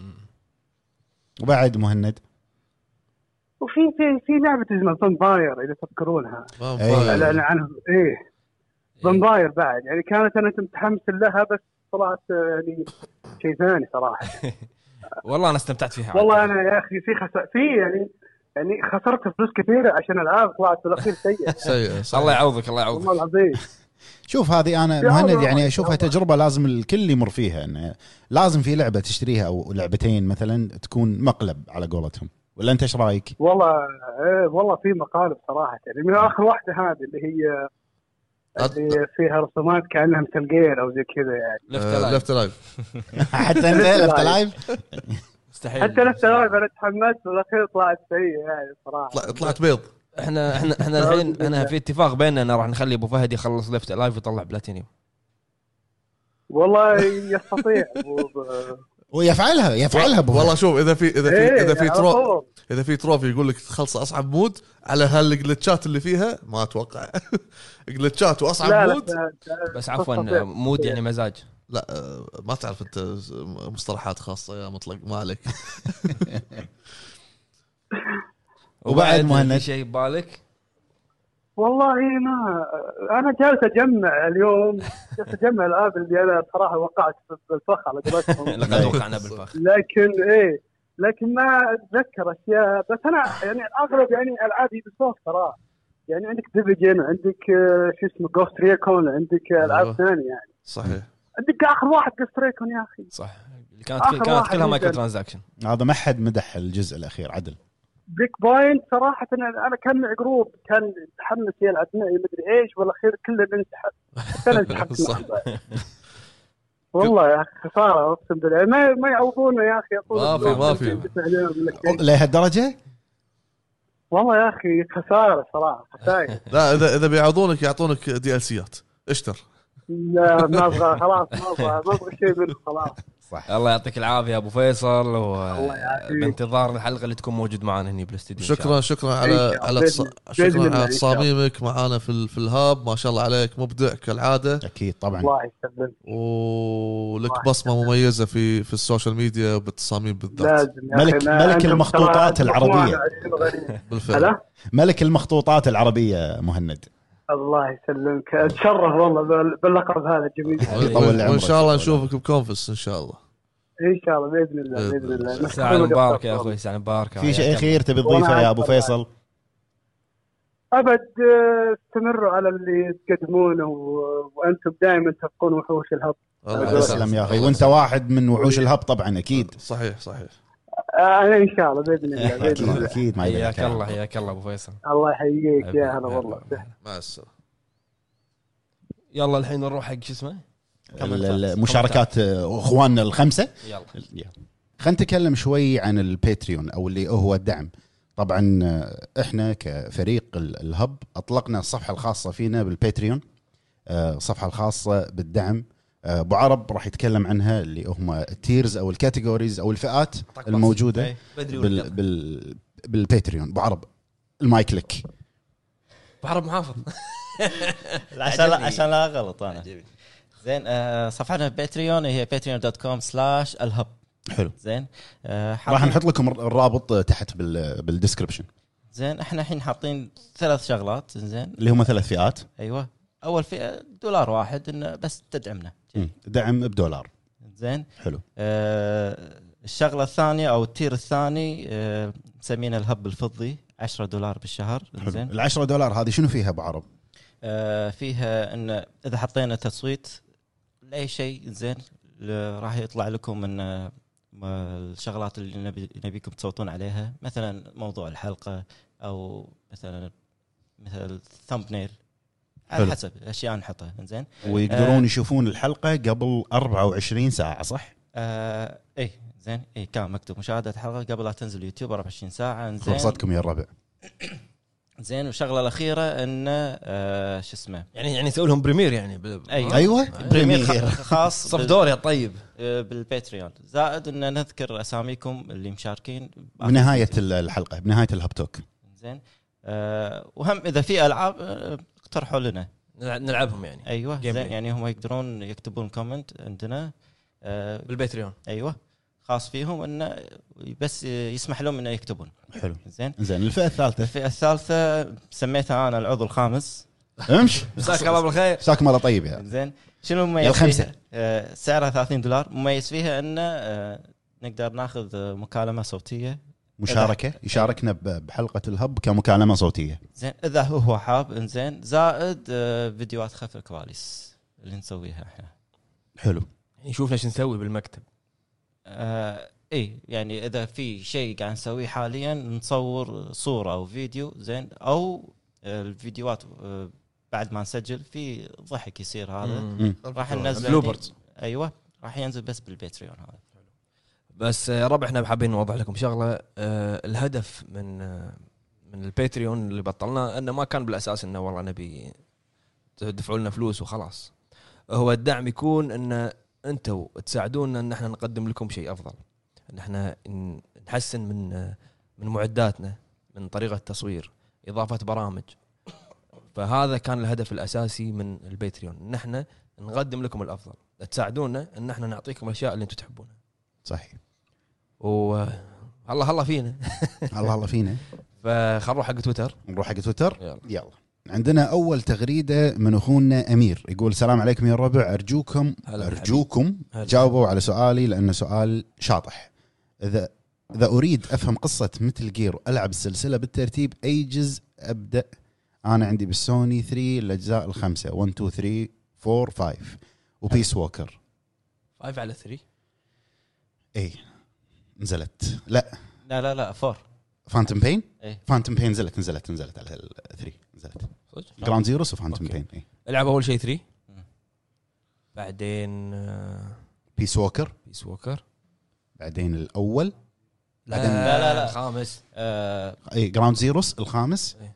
وبعد مهند وفي في في لعبه اسمها فامباير اذا تذكرونها. فامباير عنه ايه فامباير بعد يعني كانت انا متحمس لها بس طلعت يعني شيء ثاني صراحه. والله انا استمتعت فيها. والله انا يا اخي في خس... في يعني يعني خسرت فلوس كثيره عشان العاب طلعت بالاخير سيئه. سيئه الله يعوضك الله يعوضك والله العظيم. شوف هذه انا مهند يعني اشوفها تجربه لازم الكل يمر فيها انه لازم في لعبه تشتريها او لعبتين مثلا تكون مقلب على قولتهم ولا انت ايش رايك؟ والله ايه والله في مقالب صراحه يعني من اخر واحده هذه اللي هي اللي فيها رسومات كانها مثلجين او زي كذا يعني. لفت لايف حتى انت لفت لايف مستحيل. حتى لفت لايف انا تحمست والاخير طلعت سيئه يعني صراحه. طلعت بيض. احنا احنا احنا الحين احنا في اتفاق بيننا ان راح نخلي ابو فهد يخلص لفت لايف ويطلع بلاتينيوم. والله يستطيع ويفعلها يفعلها ب... والله شوف اذا في اذا في إيه اذا في ترو اذا في تروفي يقول لك تخلص اصعب مود على هالجلتشات اللي فيها ما اتوقع. جلتشات واصعب مود بس عفوا مود يعني مزاج. لا ما تعرف انت مصطلحات خاصه يا مطلق ما عليك. وبعد مهند شيء ببالك؟ والله ما انا جالس اجمع اليوم جالس اجمع الالعاب اللي انا صراحه وقعت في الفخ على قولتهم. لقد وقعنا بالفخ لكن ايه لكن ما اتذكر اشياء بس انا يعني اغلب يعني العاب يوبيسوفت صراحه يعني عندك ديفيجن عندك شو اسمه جوست ريكون عندك العاب ثانيه يعني صحيح عندك اخر واحد جوست ريكون يا اخي صح كانت كانت كلها مايكرو ترانزاكشن. هذا ما حد مدح الجزء الاخير عدل. بريك بوينت صراحة أنا أنا كان معي جروب كان متحمس يلعب معي مدري إيش والأخير كله انسحب. أنا انسحبت والله يا أخي خسارة أقسم بالله ما ما يعوضونه يا أخي. ما في ما في لهالدرجة والله يا أخي خسارة صراحة خسائر. لا إذا إذا بيعوضونك يعطونك دي إل سيات اشتر. لا ما أبغى خلاص ما أبغى ما أبغى شيء منه خلاص. صح. الله يعطيك العافيه ابو فيصل وبانتظار الحلقه اللي تكون موجود معنا هنا بالاستديو. شكرا شكرا على على شكرا على تصاميمك معنا في في الهاب ما شاء الله عليك مبدع كالعاده. اكيد طبعا الله يسلمك. ولك بصمه مميزه في في السوشيال ميديا وبالتصاميم بالذات. ملك ملك المخطوطات العربيه بالفعل ملك المخطوطات العربيه مهند. الله يسلمك اتشرف والله باللقب هذا الجميل. وان شاء الله نشوفك بكونفس ان شاء الله. ان شاء الله باذن الله باذن الله. ساعه مبارك يا اخوي ساعه مباركه. في شيء اخير تبي تضيفه يا ابو فيصل؟ ابد استمروا على اللي تقدمونه وانتم دائما تبقون وحوش الهب. الله يسلم يا اخي وانت واحد من وحوش الهب طبعا اكيد. صحيح صحيح انا ان شاء الله باذن الله باذن الله اكيد. ما حياك الله حياك الله ابو فيصل. الله يحييك يا هلا والله. مع السلامه. يلا الحين نروح حق شو اسمه المشاركات اخواننا الخمسه. يلا خلينا نتكلم شوي عن الباتريون او اللي هو الدعم. طبعا احنا كفريق الهب اطلقنا الصفحه الخاصه فينا بالباتريون، الصفحه الخاصه بالدعم. ابو عرب راح يتكلم عنها اللي هم التيرز او الكاتيجوريز او الفئات أعطاك الموجوده أي. بدري بال بال... بال بالباتريون. ابو عرب المايك لك. بعرب محافظ. عشان لا عجبني. عشان لا غلط انا. عجبني. زين آه صفحتنا باتريون هي باتريون دوت كوم سلاش الهب. حلو. زين آه راح حاطين- نحط لكم الرابط تحت بال بالديسكربشن زين احنا الحين حاطين ثلاث شغلات. زين اللي هم ثلاث فئات. ايوه اول فئه دولار واحد انه بس تدعمنا. مم. دعم بدولار. زين حلو. آه الشغله الثانيه او التير الثاني آه مسمينه الهب الفضي عشرة دولار بالشهر. حلو. زين العشرة دولار هذه شنو فيها ابو عرب؟ آه فيها ان اذا حطينا تصويت لاي شيء زين ل- راح يطلع لكم من آه، ما الشغلات اللي نبي نبيكم تصوتون عليها، مثلا موضوع الحلقه او مثلا مثل ثامبنيل على حلو. حسب الاشياء نحطها. زين ويقدرون آه. يشوفون الحلقه قبل أربعة وعشرين ساعه صح؟ آه اي زين اي كان مكتوب مشاهده الحلقه قبل لا تنزل يوتيوب أربعة وعشرين ساعه. زين فرصتكم يا الربع. زين والشغله الاخيره انه آه شو اسمه يعني يعني يسوي لهم بريمير يعني بال... أيوة. ايوه بريمير بريمير. خاص صف بال- دور يا طيب. آه، بالباتريون. زائد ان نذكر اساميكم اللي مشاركين بنهايه الحلقه بنهايه الهبتوك. زين آه وهم اذا في العاب آه، اقترحوا لنا. نلع- نلعبهم يعني ايوه Gameplay. زين يعني هم يقدرون يكتبون كومنت عندنا آه بالباتريون. ايوه خاص فيهم انه بس يسمح لهم انه يكتبون. حلو. زين زين الفئه الثالثه الفئه الثالثه سميتها انا العضو الخامس. امش مساك الله بالخير. مساكم الله طيب يا زين شنو يا مميز الخمسة. فيها؟ آه سعرها ثلاثين دولار. مميز فيها انه آه نقدر ناخذ آه، مكالمه صوتيه. مشاركه يشاركنا ب- بحلقه الهب كمكالمه صوتيه. زين اذا هو حاب انزين زائد آه فيديوهات خلف الكواليس اللي نسويها احنا. حلو. يعني شوف ايش نسوي بالمكتب. آه اي يعني اذا في شيء قاعد نسويه حاليا نصور صوره او فيديو زين او آه الفيديوهات آه بعد ما نسجل في ضحك يصير هذا مم. راح ننزله. بلوبرز. ايوه راح ينزل بس بالباتريون هذا. بس يا رب احنا حابين نوضح لكم شغله. آه الهدف من آه من الباتريون اللي بطلناه انه ما كان بالاساس انه والله نبي تدفعوا لنا فلوس وخلاص. هو الدعم يكون ان انتم تساعدونا ان احنا نقدم لكم شيء افضل، ان احنا ن- نحسن من آه من معداتنا، من طريقه تصوير، اضافه برامج. فهذا كان الهدف الاساسي من الباتريون، ان احنا نقدم لكم الافضل، تساعدونا ان احنا نعطيكم الاشياء اللي انتم تحبونها. صحيح. و الله الله فينا. الله الله فينا. فخل نروح حق تويتر. نروح حق تويتر. يلا. يلا. عندنا اول تغريده من اخونا امير يقول السلام عليكم يا الربع ارجوكم هلا ارجوكم هلا. جاوبوا على سؤالي لانه سؤال شاطح. اذا اذا اريد افهم قصه مثل جير والعب السلسله بالترتيب اي جزء ابدا؟ انا عندي بالسوني ثلاثة الاجزاء الخمسه واحد اثنين ثلاثة أربعة خمسة وبيس ووكر. فايف على ثري. اي نزلت. لا لا لا لا فور. فانتوم بين. إيه. فانتوم بين نزلت نزلت نزلت على ثلاثة نزلت. صدق؟ جراند زيروس وفانتوم أوكي. بين. اي العب اول شيء ثري. مم. بعدين آه، بيس ووكر. بيس ووكر. بعدين الاول. لا بعدين- لا لا لا. الخامس. آه اي جراند زيروس الخامس. إيه.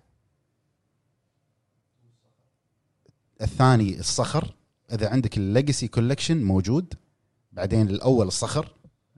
الثاني الصخر اذا عندك الليجاسي كولكشن موجود. بعدين الاول الصخر.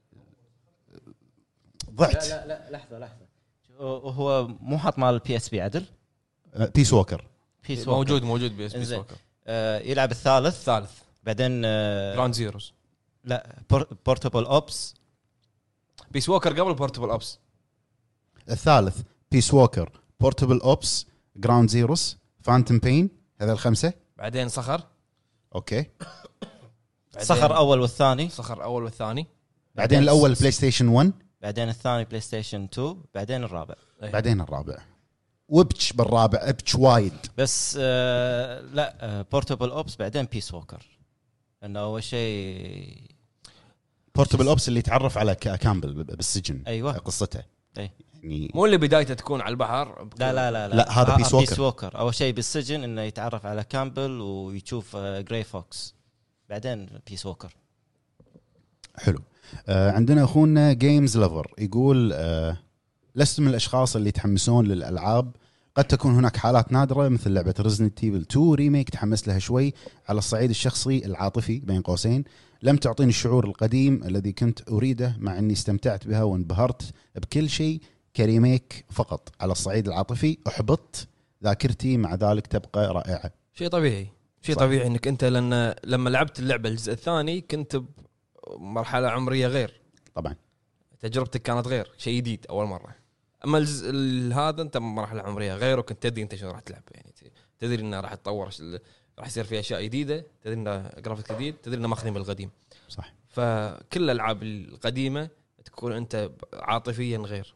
ضعت. لا لا لا لحظه لحظه هو مو حاط مال البي اس بي عدل. بيس ووكر. بيس ووكر. موجود موجود بيس بيس إنزين. ووكر. آه يلعب الثالث. الثالث بعدين آه جراند زيروز. لا بورتبل اوبس. بيس ووكر قبل بورتبل ابس. الثالث بيس ووكر بورتبل اوبس جراوند زيروس فانتوم بين. هذا الخمسه. بعدين صخر. اوكي. بعدين صخر اول والثاني. صخر اول والثاني. بعدين الاول بلاي ستيشن واحد. بعدين الثاني بلاي ستيشن اثنين. بعدين الرابع. إيه. بعدين الرابع. وبتش بالرابع ابتش وايد. بس آه لا آه بورتبل اوبس بعدين بيس ووكر. انه اول شيء بورتبل اوبس اللي يتعرف على كا- كامبل بالسجن. أيوة. قصته. أي. يعني مو اللي بدايته تكون على البحر. لا لا لا لا، هذا آه، بيس ووكر. بيس ووكر اول شيء بالسجن انه يتعرف على كامبل ويشوف آه جراي فوكس. بعدين بيس ووكر. حلو. آه عندنا اخونا جيمز لافر يقول آه لست من الاشخاص اللي يتحمسون للالعاب قد تكون هناك حالات نادرة مثل لعبة ريزنت ايفل تو ريميك تحمس لها شوي. على الصعيد الشخصي العاطفي بين قوسين لم تعطيني الشعور القديم الذي كنت أريده، مع أني استمتعت بها وانبهرت بكل شيء كريميك فقط. على الصعيد العاطفي أحبطت ذاكرتي، مع ذلك تبقى رائعة. شيء طبيعي شيء صح. طبيعي انك انت لان لما لعبت اللعبه الجزء الثاني كنت بمرحله عمريه غير، طبعا تجربتك كانت غير، شيء جديد اول مره. اما الجزء ال- هذا انت مرحله عمريه غير، وكنت تدري انت شنو راح تلعب، يعني تدري انه راح تطور، راح يصير في اشياء جديده، تدري انه جرافيك جديد، تدري انه ماخذين بالقديم. صح. فكل الالعاب القديمه تكون انت عاطفيا غير،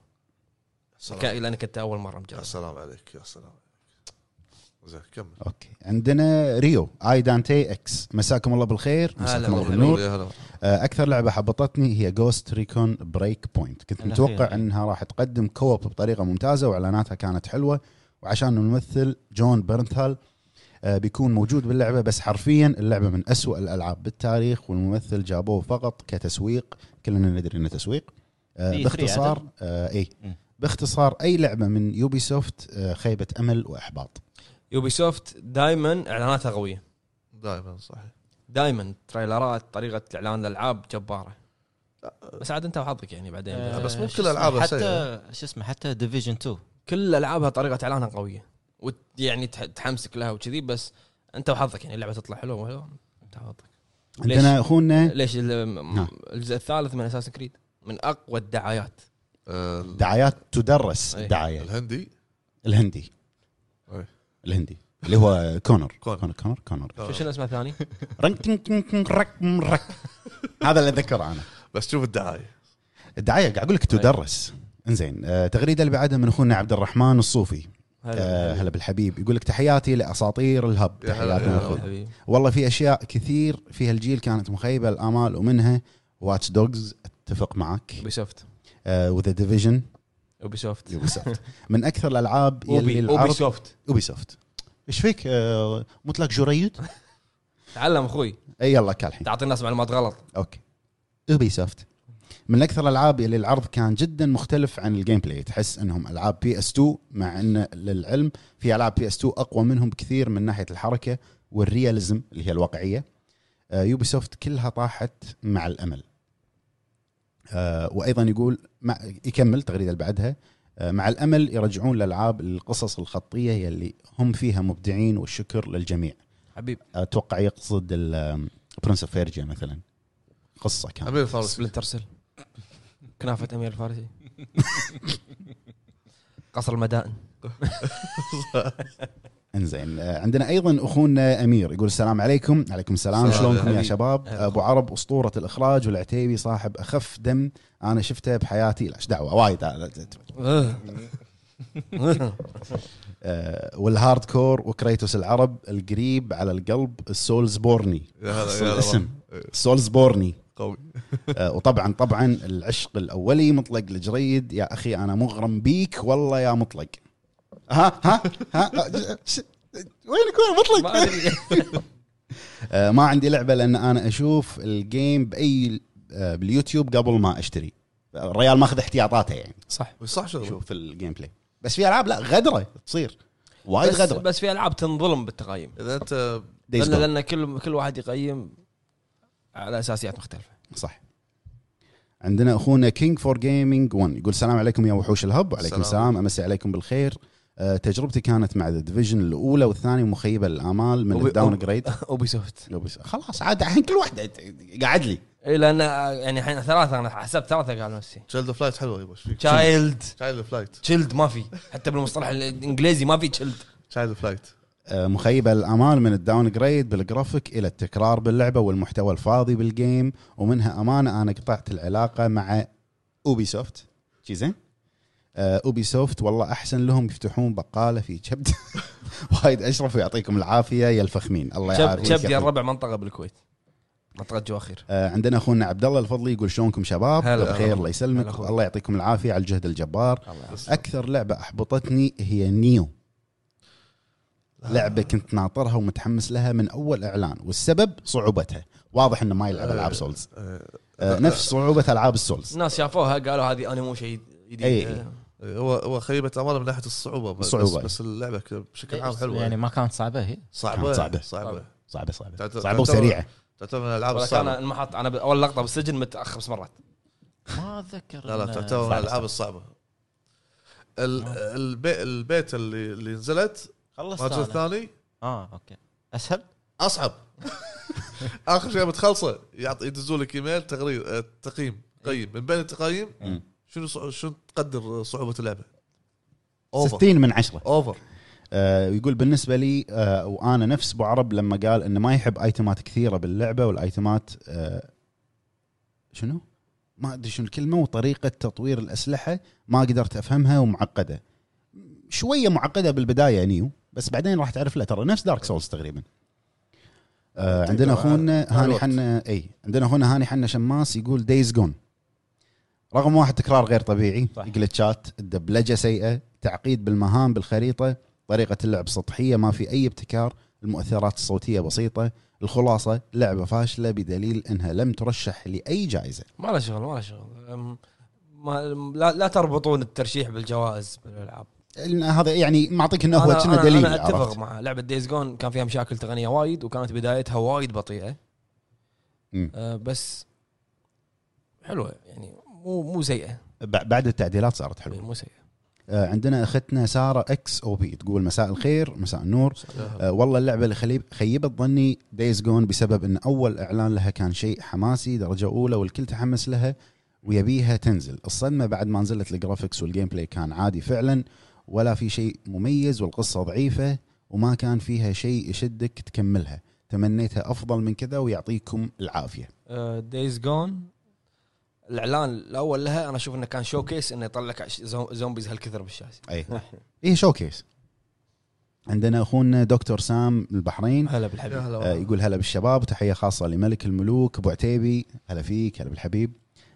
كا- لانك انت اول مره يا مجرب. سلام عليك يا سلام عليك. زين كمل. اوكي، عندنا ريو اي دانتي اكس. مساكم الله بالخير، مساكم الله هلا بالنور. يا هلا. اكثر لعبه حبطتني هي جوست ريكون بريك بوينت. كنت الأخيرة. متوقع انها راح تقدم كوب بطريقه ممتازه واعلاناتها كانت حلوه، وعشان الممثل جون بيرنثال آه، بيكون موجود باللعبه، بس حرفيا اللعبه من أسوأ الالعاب بالتاريخ، والممثل جابوه فقط كتسويق. كلنا ندري انه تسويق. آه، في باختصار آه، اي مم. باختصار اي لعبه من يوبي سوفت آه، خيبه امل واحباط. يوبي سوفت دائما اعلاناتها قويه، دائما صحيح. دائما تريلرات، طريقه اعلان الالعاب جباره. بس عاد انت وحظك يعني بعدين. آه، بس مو شو كل اسمه، ألعابها حتى سيئة. شو اسمه حتى ديفيجن تو كل العابها طريقه اعلانها قويه، ويعني تحمسك لها وكذي، بس انت وحظك يعني اللعبه تطلع حلوه وحلوه، انت وحظك. عندنا اخونا ليش ال- نعم. الجزء الثالث من اساس كريد من اقوى الدعايات. آه، دعايات تدرس أي. الدعايه الهندي. الهندي أي. الهندي اللي هو كونر كونر. كونر كونر كونر شو شنو اسمه الثاني؟ رنك تنك تنك تنك رك مرك. هذا اللي اتذكره انا. بس شوف الدعاية. الدعايه قاعد اقول لك تدرس. انزين، آه تغريده اللي بعدها من اخونا عبد الرحمن الصوفي. آه هلا بالحبيب. يقول لك تحياتي لاساطير الهب. يا هلا، تحياتنا يا يا هلا. اخوي. حبيبي. والله في اشياء كثير فيها الجيل كانت مخيبه الامال، ومنها واتش دوجز. اتفق معك. اوبي سوفت آه وذا ديفيجن. اوبي سوفت يوبي سوفت من اكثر الالعاب يلي اوبي اوبي العرض. سوفت. يوبي سوفت. ايش فيك؟ آه مطلق جريد. تعلم اخوي، اي يلا كالحين. تعطي الناس معلومات غلط. اوكي. اوبي سوفت من اكثر الالعاب اللي العرض كان جدا مختلف عن الجيم بلاي. تحس انهم العاب بي اس تو، مع ان للعلم في العاب بي اس تو اقوى منهم بكثير من ناحيه الحركه والرياليزم اللي هي الواقعيه. آه يوبي سوفت كلها طاحت مع الامل. آه وايضا يقول مع يكمل تغريده اللي بعدها. آه مع الامل يرجعون الالعاب القصص الخطيه يلي هم فيها مبدعين، والشكر للجميع. حبيب اتوقع يقصد برنس اوف فيرجيا مثلا، قصه كانت. أمير فارس. سبلنتر سيل، كنافه امير الفارسي، قصر المدائن. انزين، آه، عندنا ايضا اخونا امير يقول السلام عليكم. عليكم السلام. السلام شلونكم يا عليكم. شباب؟ هلا. ابو عرب اسطوره الاخراج والعتيبي صاحب اخف دم انا شفته بحياتي. لا ايش دعوه وايد. آه، والهارد كور وكريتوس العرب القريب على القلب السولز بورني. يا هلا أصل يا هلا. الاسم سولز بورني. قوي. آه، وطبعا طبعا العشق الاولي مطلق الجريد. يا اخي انا مغرم بيك والله يا مطلق. ها ها ها ش- وينك وين مطلق؟ ما أدري. آه، ما عندي لعبه لان انا اشوف الجيم باي آه، باليوتيوب قبل ما اشتري. الريال ماخذ احتياطاته يعني صح. صح شو شوف الجيم بلاي. بس في العاب لا غدره تصير وايد بس, غدره. بس في العاب تنظلم بالتقييم، اذا انت Days لان Gone. لان كل كل واحد يقيم على اساسيات مختلفه. صح. عندنا اخونا كينج فور جيمنج واحد يقول السلام عليكم يا وحوش الهب. وعليكم السلام. السلام. امسي عليكم بالخير. أه تجربتي كانت مع ذا ديفيجن الاولى والثانيه مخيبه للامال من وبي- الداون جريد. اوبي سوفت. خلاص عاد الحين كل واحده قاعد لي. اي لان يعني الحين ثلاثه، انا حسبت ثلاثه قال نفسي تشيلد فلايت حلوه يبا. ايش فيك؟ تشايلد تشايلد فلايت. تشيلد ما في، حتى بالمصطلح الانجليزي ما في تشيلد. تشايلد فلايت. أه مخيبه للامال من الداون جريد بالجرافيك الى التكرار باللعبه والمحتوى الفاضي بالجيم. ومنها امانه انا قطعت العلاقه مع اوبي سوفت. شي زين. آه، اوبي سوفت والله احسن لهم يفتحون بقاله في كبد. وايد اشرف ويعطيكم العافيه يا الفخمين. الله شب يعافيك شب يا يا أخوي. الربع منطقه بالكويت، منطقه جواخير. آه، عندنا اخونا عبد الله الفضلي يقول شلونكم شباب؟ هلا بخير هلا. الله هلا يسلمك. أخوي. الله يعطيكم العافيه على الجهد الجبار. الله يعافيك. اكثر لعبه احبطتني هي نيو. لعبه كنت ناطرها ومتحمس لها من اول اعلان، والسبب صعوبتها. واضح انه ما يلعب العاب سولز. آه، آه، نفس صعوبه العاب السولز. الناس شافوها قالوا هذه انا مو شيء جديد. أي. هو هو خيبه امانه من ناحيه الصعوبه بس الصعوبة. بس اللعبه بشكل عام حلوه يعني ما كانت صعبه هي صعبه كانت صعبة. صعبه صعبة صعبة تعتبر- صعبة وسريعة. تعتبر من الالعاب ولكن انا الصعبه انمحط انا اول لقطه بالسجن متاخر خمس مرات. ما اتذكر لا لا إن- تعتبر من صعبة، الالعاب صعبة. الصعبه ال- البي البيت اللي اللي نزلت خلصت الجزء أنا. الثاني اه اوكي اسهل. اصعب اخر شيء بتخلصه يعطي يدزوا لك ايميل تقرير آه، تقييم قيم من بين التقييم مم. شنو صع- شنو تقدر صعوبه اللعبه اوفر ستين من عشرة. اوفر آه يقول بالنسبة لي آه وأنا نفس أبو عرب لما قال إنه ما يحب أيتمات كثيرة باللعبة والأيتمات آه شنو؟ ما أدري شنو الكلمة وطريقة تطوير الأسلحة ما قدرت أفهمها ومعقدة شوية معقدة بالبداية نيو بس بعدين راح تعرف له ترى نفس دارك سولز تقريبا. آه عندنا أخونا هاني حنا أي عندنا أخونا هاني حنا شماس يقول دايز جون رقم واحد تكرار غير طبيعي جلتشات الدبلجة سيئة تعقيد بالمهام بالخريطة طريقة اللعب سطحية ما في أي ابتكار المؤثرات الصوتية بسيطة الخلاصة لعبة فاشلة بدليل أنها لم ترشح لأي جائزة. ما له شغل ما له شغل أم- ما لا, لا تربطون الترشيح بالجوائز بالالعاب. هذا يعني معطيك انه هو كنا أنا, دليل. انا اتفق عرفت؟ مع لعبه دايز جون كان فيها مشاكل تقنيه وايد وكانت بدايتها وايد بطيئه مم. أه بس حلوه يعني مو مو سيئه ب- بعد التعديلات صارت حلوة. مو سيئه. آه، عندنا اختنا ساره اكس او بي تقول مساء الخير مساء النور. آه، والله اللعبه اللي خليب خيبت ظني دايز جون بسبب ان اول اعلان لها كان شيء حماسي درجه اولى والكل تحمس لها ويبيها تنزل. الصدمه بعد ما نزلت الجرافيكس والجيم بلاي كان عادي فعلا ولا في شيء مميز والقصه ضعيفه وما كان فيها شيء يشدك تكملها. تمنيتها افضل من كذا ويعطيكم العافيه. دايز جون الاعلان الاول لها انا اشوف انه كان شوكيس انه يطلع لك زو- زومبيز هالكثر بالشاشه. اي ايه شوكيس. عندنا اخونا دكتور سام من البحرين هلا بالحبيب. آه، يقول هلا بالشباب وتحيه خاصه لملك الملوك ابو عتيبي. هلا فيك هلا بالحبيب.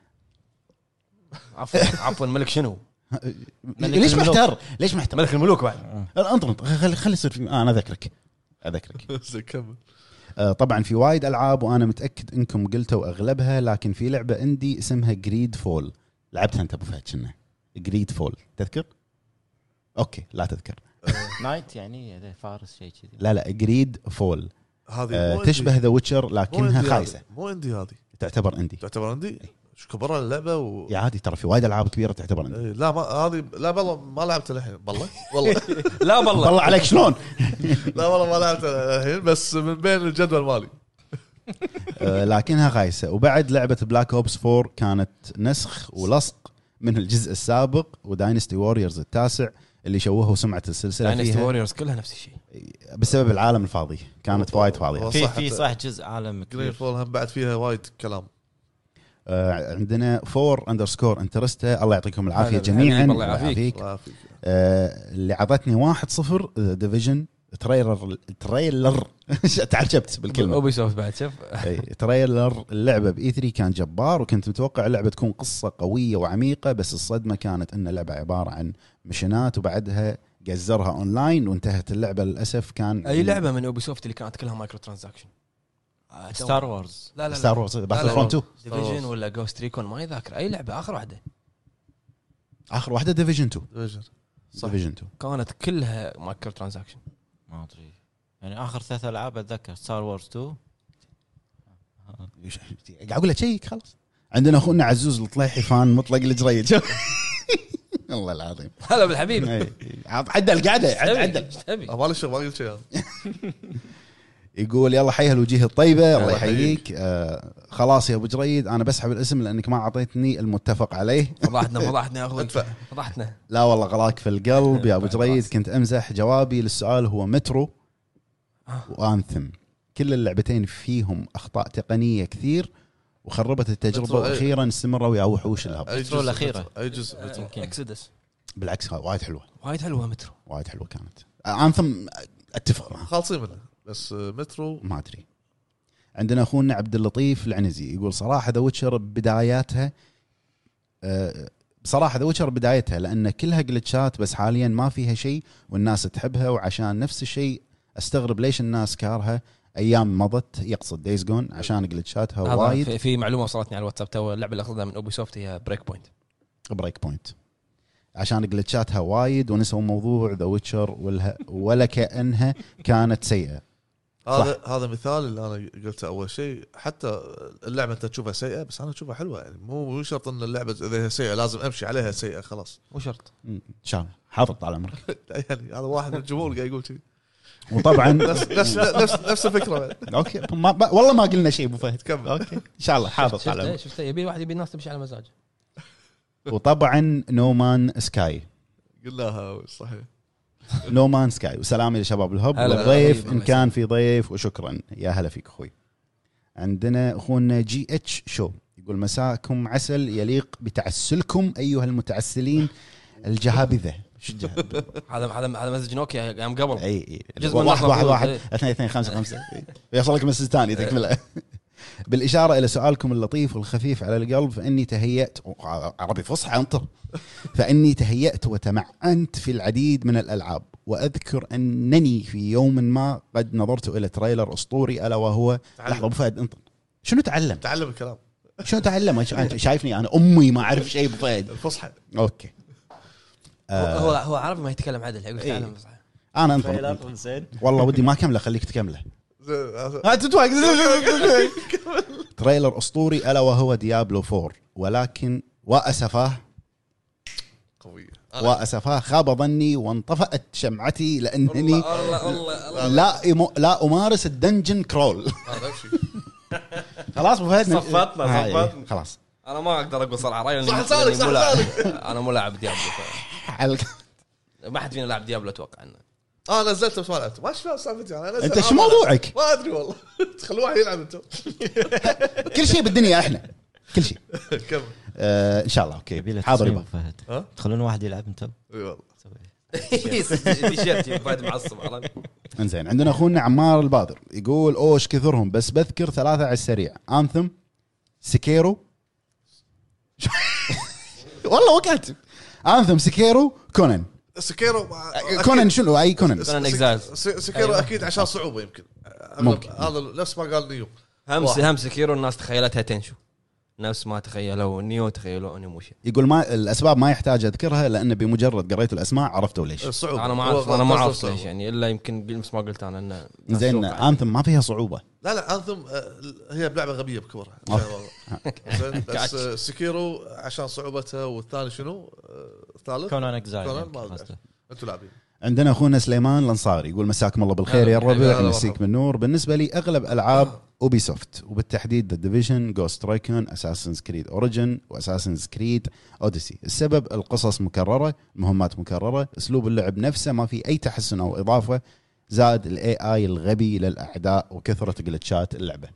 عفوا عفوا ملك شنو؟ ليش الملوك. محتار ليش محتار ملك الملوك بعد. انطر خلي خلي يصير في آه انا اذكرك اذكرك زين كمل آه، طبعا في وايد العاب وانا متاكد انكم قلتوا اغلبها لكن في لعبه عندي اسمها جريد فول لعبتها انت ابو فهد كنا جريد فول تذكر؟ اوكي لا تذكر. نايت يعني فارس شيء كذي. لا لا جريد فول هذه آه مو تشبه عندي. ذا ويتشر مو لكنها عندي خايسه هذه. مو عندي هذه تعتبر عندي. تعتبر عندي شو كبرها اللعبه و... يا عادي ترى في وايد العاب كبيره تعتبر عندي. إيه، لا ما هذه لا والله ما لعبتها الحين والله والله لا والله والله عليك شلون. لا والله ما لعبتها الحين بس من بين الجدول مالي آه، لكنها خايسه. وبعد لعبه بلاك اوبس فور كانت نسخ ولصق من الجزء السابق وداينستي ووريرز التاسع اللي شوهوا سمعه السلسله داينستي فيها ووريرز كلها نفس الشيء. بسبب العالم الفاضي كانت وايد فاضيه. في صح في حتى- صح جزء عالم جرين كبير. فول هم بعد فيها وايد كلام آه، عندنا فور اندرسكور انترستا الله يعطيكم العافيه هلا جميعا. بالحبيب، الله يعافيك. الله يعافيك. آه، اللي عطتني واحد صفر ديفيجن تريلر تريلر تعجبت بالكلمه. اوبي سوفت بعد شوف. أي، تريلر اللعبه باي ثري كان جبار وكنت متوقع اللعبه تكون قصه قويه وعميقه بس الصدمه كانت ان اللعبه عباره عن مشنات وبعدها جزرها اونلاين وانتهت اللعبه للاسف. كان اي لعبه من اوبي سوفت اللي كانت كلها مايكرو ترانزاكشن. ستار وورز. لا لا ستار وورز باتل لا. فرونت تو ديفيجن ولا جوست ريكون ما يذكر اي لعبه اخر واحده اخر واحده ديفيجن تو. ديفيجن. صح. ديفيجن تو كانت كلها مايكرو ترانزاكشن. ما ادري يعني اخر ثلاث العاب اتذكر ستار وورز تو. قاعد اقول لك شيك خلاص. عندنا اخونا عزوز الطليحي فان مطلق الجريد. والله العظيم هلا بالحبيب. إي. عدل قاعده عدل عدل. تبي آه، ما لي شغل ما قلت شيء أنا. يقول يلا حيها الوجيه الطيبه الله الله يحييك. آه خلاص يا ابو جريد انا بسحب الاسم لانك ما اعطيتني المتفق عليه. فضحتنا فضحتنا يا اخوي ادفع. فضحتنا. لا والله غلاك في القلب يا ابو خلاص. جريد كنت امزح. جوابي للسؤال هو مترو آه. وانثم. كل اللعبتين فيهم اخطاء تقنيه كثير وخربت التجربه مترو، إيه. واخيرا استمروا ويعوحوش الهب. أي مترو جزء الأخيرة. مترو. اي جزء مترو. يمكن. اكسدس بالعكس وايد حلوه وايد حلوه مترو. وايد حلوه كانت. انثم اتفق معه خالصين منه بس آه، مترو ما ادري. عندنا اخونا عبد اللطيف العنزي يقول صراحه ذا ويتشر بداياتها أه بصراحه ذا ويتشر بدايتها لان كلها جلتشات بس حاليا ما فيها شيء والناس تحبها وعشان نفس الشيء استغرب ليش الناس كارها ايام مضت يقصد دايز جون عشان جلتشاتها هذا وايد. في, في معلومه وصلتني على الواتساب تو اللعبه اللي اخذها من اوبي سوفت هي بريك بوينت. بريك بوينت. عشان جلتشاتها وايد ونسوا موضوع ذا ويتشر ولا كأنها كانت سيئة. هذا هذا مثال اللي انا قلته اول شيء. حتى اللعبه انت تشوفها سيئه بس انا اشوفها حلوه يعني. مو مو شرط ان اللعبه اذا هي سيئه لازم امشي عليها سيئه خلاص. مو شرط ان شاء الله حافظ على عمرك. يعني هذا واحد من الجمهور قاعد يقول شيء. وطبعا نفس نفس نفس, نفس الفكره. اوكي ما ب... والله ما قلنا شيء ابو فهد. كمل. اوكي ان شاء الله حافظ على شفت عمرك. شفت يبي واحد يبي الناس تمشي على مزاجه. وطبعا نومان سكاي قلناها صحيح. نومان سكاي وسلامي لشباب الهب هلا والضيف هلا. ان كان في ضيف وشكرا يا هلا فيك اخوي. عندنا اخونا جي اتش شو يقول مساكم عسل يليق بتعسلكم ايها المتعسلين الجهابذه. شو الجهابذة؟ هذا هذا هذا مسج نوكيا قام قبل. اي اي جزء من واحد واحد المفروض. واحد إيه. اثنين اثنين خمسة خمسة يوصل لك مسج ثاني تكمله. بالإشارة إلى سؤالكم اللطيف والخفيف على القلب فإني تهيأت عربي فصحى أنطر فإني تهيأت وتمعنت في العديد من الألعاب وأذكر أنني في يوم ما قد نظرت إلى تريلر أسطوري ألا وهو تعلم. لحظة أبو فهد أنطر شنو تعلم تعلم الكلام شنو تعلم شايفني أنا أمي ما أعرف شيء أبو فهد. الفصحى. أوكي هو هو هو عربي ما يتكلم عدل يقول إيه. تعلم صح. أنا أنطر تريلر زين. والله ودي ما كمله خليك تكمله. تريلر أسطوري ألا وهو ديابلو فور ولكن وأسفاه قويه. وأسفاه خاب ظني وانطفأت شمعتي لأنني الله الله لا إمو لا أمارس الدنجن كرول. هذا شيء. خلاص أبو فهد صفطنا، هاي، صفطنا. خلاص انا ما اقدر اقول صراحه رايي صح لأني صالح، مو صح لاعب. صالح. انا مو لاعب ديابلو. حلقة. ما حد فينا لاعب ديابلو اتوقع عنه. اه نزلته بس ما لعبته. ما شفت سالفتي انا. أنت شو موضوعك؟ ما ادري والله. خلوا واحد يلعب انتم. كل شيء بالدنيا إحنا كل شيء. كمل. آه إن شاء الله يبي أوكي له حاضر تصميم يبا. فهد. ها؟ تخلون واحد يلعب انتم. اي والله. تيشيرت فهد معصب عرفت. إنزين عندنا أخونا عمار البادر يقول أوش كثرهم بس بذكر ثلاثة على السريع أنثم سكيرو والله وقعت أنثم سكيرو كونان سكيرو كونان شنو أي كونان كونان إكزايلز. سكيرو أيوة. اكيد عشان صعوبه يمكن. ممكن. هذا نفس ما قال نيو. همس واحد. همس كيرو الناس تخيلتها تنشو نفس ما تخيلوا نيو تخيلوا انيموشن. يقول ما الاسباب ما يحتاج اذكرها لان بمجرد قريت الاسماء عرفتوا ليش. الصعوبه. انا ما هو اعرف انا ما قصده اعرف الصعوبة. ليش يعني الا يمكن مثل ما قلت انا انه زين انثم ما فيها صعوبه. لا لا انثم هي بلعبه غبيه بكبرها. زين بس آه، سكيرو عشان صعوبتها والثاني شنو؟ آه، الثالث كونان اكزايل. كونان ما أدري. انتوا لاعبين. عندنا اخونا سليمان الانصاري يقول مساكم الله بالخير يا هلا الربع هلا مسيك بالنور. بالنسبه لي اغلب العاب اوبي سوفت وبالتحديد ذا ديفيجن جوست رايكون اساسنز كريد اوريجن واساسنز كريد اوديسي. السبب القصص مكرره المهمات مكرره اسلوب اللعب نفسه ما في اي تحسن او اضافه زاد الاي اي الغبي للاعداء وكثره جلتشات اللعبه.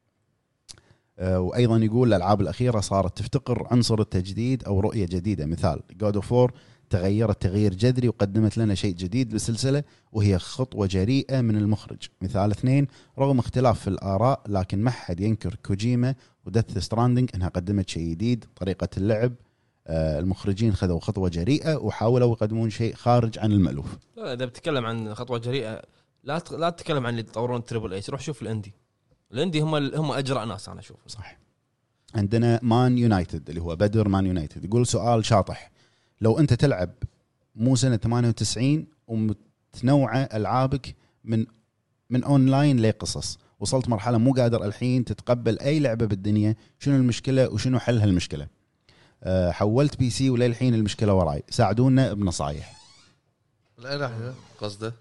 أه وايضا يقول الالعاب الاخيره صارت تفتقر عنصر التجديد او رؤيه جديده. مثال جود اوف وور تغيرت تغيير جذري وقدمت لنا شيء جديد بالسلسلة وهي خطوة جريئة من المخرج. مثال اثنين رغم اختلاف في الآراء لكن ما حد ينكر كوجيما ودث ستراندنج انها قدمت شيء جديد طريقة اللعب. آه المخرجين خذوا خطوة جريئة وحاولوا يقدمون شيء خارج عن المألوف. لا اذا بتتكلم عن خطوه جريئه لا ت- لا تتكلم عن اللي يطورون تريبل ايش روح شوف الاندي. الاندي هم ال- هم اجرأ ناس انا اشوف. صح. عندنا مان يونايتد اللي هو بدر مان يونايتد يقول سؤال شاطح. لو انت تلعب مو سنة ثمانية وتسعين ومتنوعة ألعابك من من أونلاين لقصص وصلت مرحلة مو قادر الحين تتقبل أي لعبة بالدنيا شنو المشكلة وشنو حل هالمشكلة؟ أه حولت بي سي وللحين المشكلة وراي ساعدونا بنصايح. من اي ناحيه قصده؟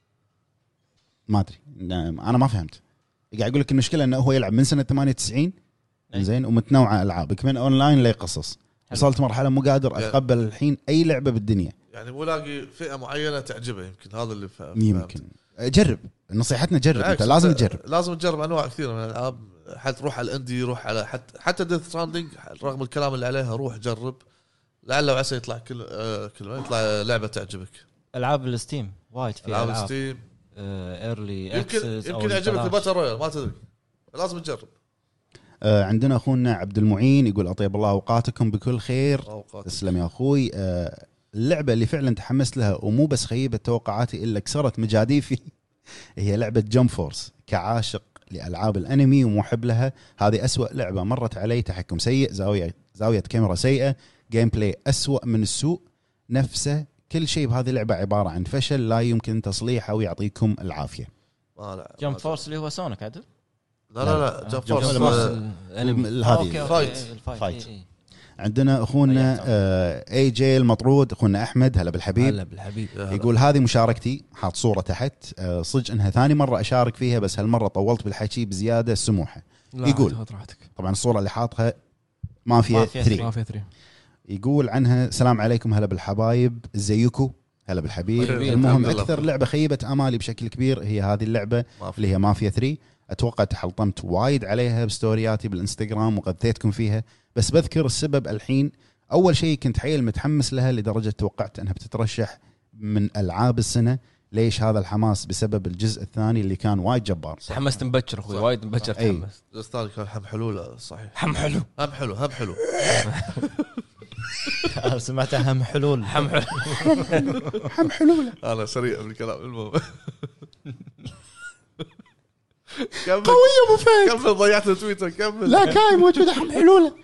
ما أدري أنا ما فهمت. قاعد أقول لك المشكلة إنه هو يلعب من سنة ثمانية وتسعين زين ومتنوعة ألعابك من أونلاين لقصص وصلت مرحلة مو قادر أتقبل الحين أي لعبة بالدنيا. يعني مو لاقي فئه معينه تعجبه يمكن هذا اللي فهم. يمكن جرب نصيحتنا جرب انت لازم تجرب لازم تجرب انواع كثيره من الالعاب. حتى روح على الاندي روح على حتى حتى ديث ستراندنج رغم الكلام اللي عليها روح جرب لعل وعسى يطلع كل آه كلمه يطلع لعبه تعجبك. العاب الستيم وايد في العاب العاب ستيم ايرلي يمكن يمكن يعجبك الباتل رويال ما تدري لازم تجرب. آه عندنا اخونا عبد المعين يقول اطيب الله اوقاتكم بكل خير. أوقات. تسلم يا اخوي. آه اللعبه اللي فعلا تحمست لها ومو بس خيبت توقعاتي الا كسرت مجاديفي هي لعبه جمب فورس. كعاشق لالعاب الانمي ومحب لها هذه أسوأ لعبه مرت علي. تحكم سيء زاويه زاويه كاميرا سيئه جيم بلاي أسوأ من السوء. نفسه كل شيء بهذه اللعبه عباره عن فشل لا يمكن تصليحه ويعطيكم العافيه. ما لا جمب فورس اللي هو سونيك عدل لا لا لا جمب جمب فورس فورس. آه، هذه فايت. فايت. عندنا اخونا اي جي المطرود، اخونا احمد هلا بالحبيب، هلا بالحبيب. يقول هذه مشاركتي، حاط صوره تحت. آه، صدق انها ثاني مره اشارك فيها بس هالمره طولت بالحكي بزياده سموحه. يقول راحتك طبعا الصوره اللي حاطها مافيا مافيا ثري. ما في ثري. يقول عنها السلام عليكم هلا بالحبايب ازيكم هلا بالحبيب. حبيبي، المهم الحمد لله. اكثر لعبه خيبت امالي بشكل كبير هي هذه اللعبه مافيا. اللي هي مافيا ثري. اتوقع تحلطمت وايد عليها بستورياتي بالانستغرام وغثيتكم فيها، بس بذكر السبب الحين. اول شيء كنت حيل متحمس لها لدرجه توقعت انها بتترشح من العاب السنه. ليش هذا الحماس؟ بسبب الجزء الثاني اللي كان وايد جبار. تحمست مبكر اخوي، صح. وايد مبكر أي. تحمست. الستار كان هم حلو لا صحيح حم حلو هم حلو هم حلو سمعتها هم حلول حم حلو. حم حلوله انا سريع بالكلام. المهم كمل قوي ابو فهد. كمل ضيعت تويتر كمل. لا كاي موجوده حم حلوله.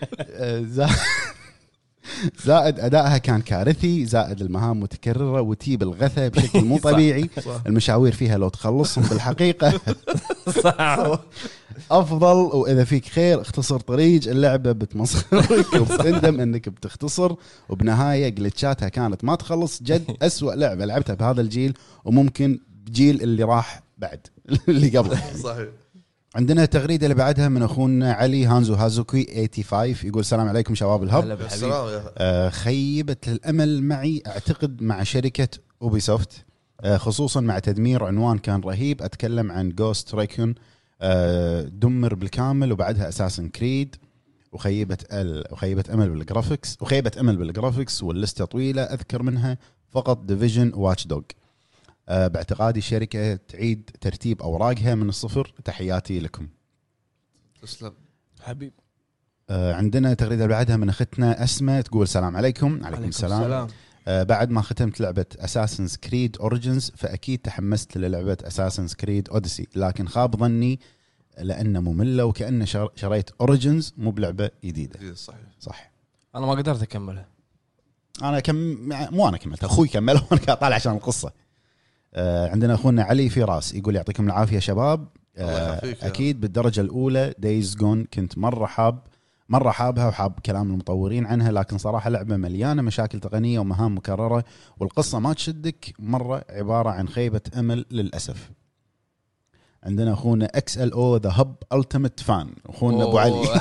زائد ادائها كان كارثي، زائد المهام متكرره وتجيب الغثى بشكل مو طبيعي. صح. المشاوير فيها لو تخلصهم بالحقيقه صح. افضل، واذا فيك خير اختصر طريق اللعبه بتمصرك وبتندم انك بتختصر. وبنهايه جلتشاتها كانت ما تخلص. جد أسوأ لعبه لعبتها بهذا الجيل، وممكن بجيل اللي راح بعد اللي قبله. صحيح. عندنا التغريده اللي بعدها من اخونا علي هانزو هازوكي خمسة وثمانين. يقول السلام عليكم شباب الهب. هلا بالحبيب. السلام يا آه، خيبة الأمل معي أعتقد مع شركة أوبيسوفت، آه، خصوصا مع تدمير عنوان كان رهيب. أتكلم عن جوست ريكون، دمر بالكامل، وبعدها أساسن كريد، وخيبة ال وخيبة أمل بالجرافيكس وخيبة أمل بالجرافيكس واللستة طويلة. أذكر منها فقط ديفيجن واتش دوغ. آه، باعتقادي الشركة تعيد ترتيب أوراقها من الصفر. تحياتي لكم. تسلم حبيب. آه، عندنا تغريدة اللي بعدها من أختنا أسماء تقول السلام عليكم. عليكم السلام, السلام. آه، بعد ما ختمت لعبة أساسنز كريد أوريجينز فأكيد تحمست للعبة أساسنز كريد أوديسي، لكن خاب ظني لأنه مملة وكأنه شر- شريت أوريجينز مو بلعبة جديدة. صحيح. صح. انا ما قدرت اكملها. أنا كم مو أنا كملت، أخوي كمل وأنا قاعد طالع عشان القصة. آه، عندنا أخونا علي فراس يقول يعطيكم العافية شباب. الله آه، يعافيك يا أكيد بالدرجة الأولى دايز جون كنت مرة حاب مرة حابها وحاب كلام المطورين عنها، لكن صراحة لعبة مليانة مشاكل تقنية ومهام مكررة، والقصة ما تشدك مرة، عبارة عن خيبة أمل للأسف. عندنا أخونا إكس إل أو ذا هب ألتيميت فان، أخونا أبو علي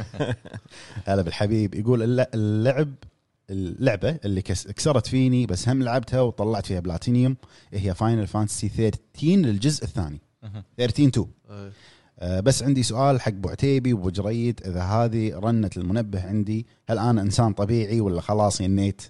هلا بالحبيب. يقول الل- اللعب اللعبة اللي كس- كسرت فيني بس هم لعبتها وطلعت فيها بلاتينيوم هي فاينل فانتسي ثيرتين الجزء الثاني ثيرتين تو. إيه. آه، بس عندي سؤال حق بو عتيبي وبو جريد، اذا هذه رنت المنبه عندي هل انا انسان طبيعي ولا خلاص ينيت؟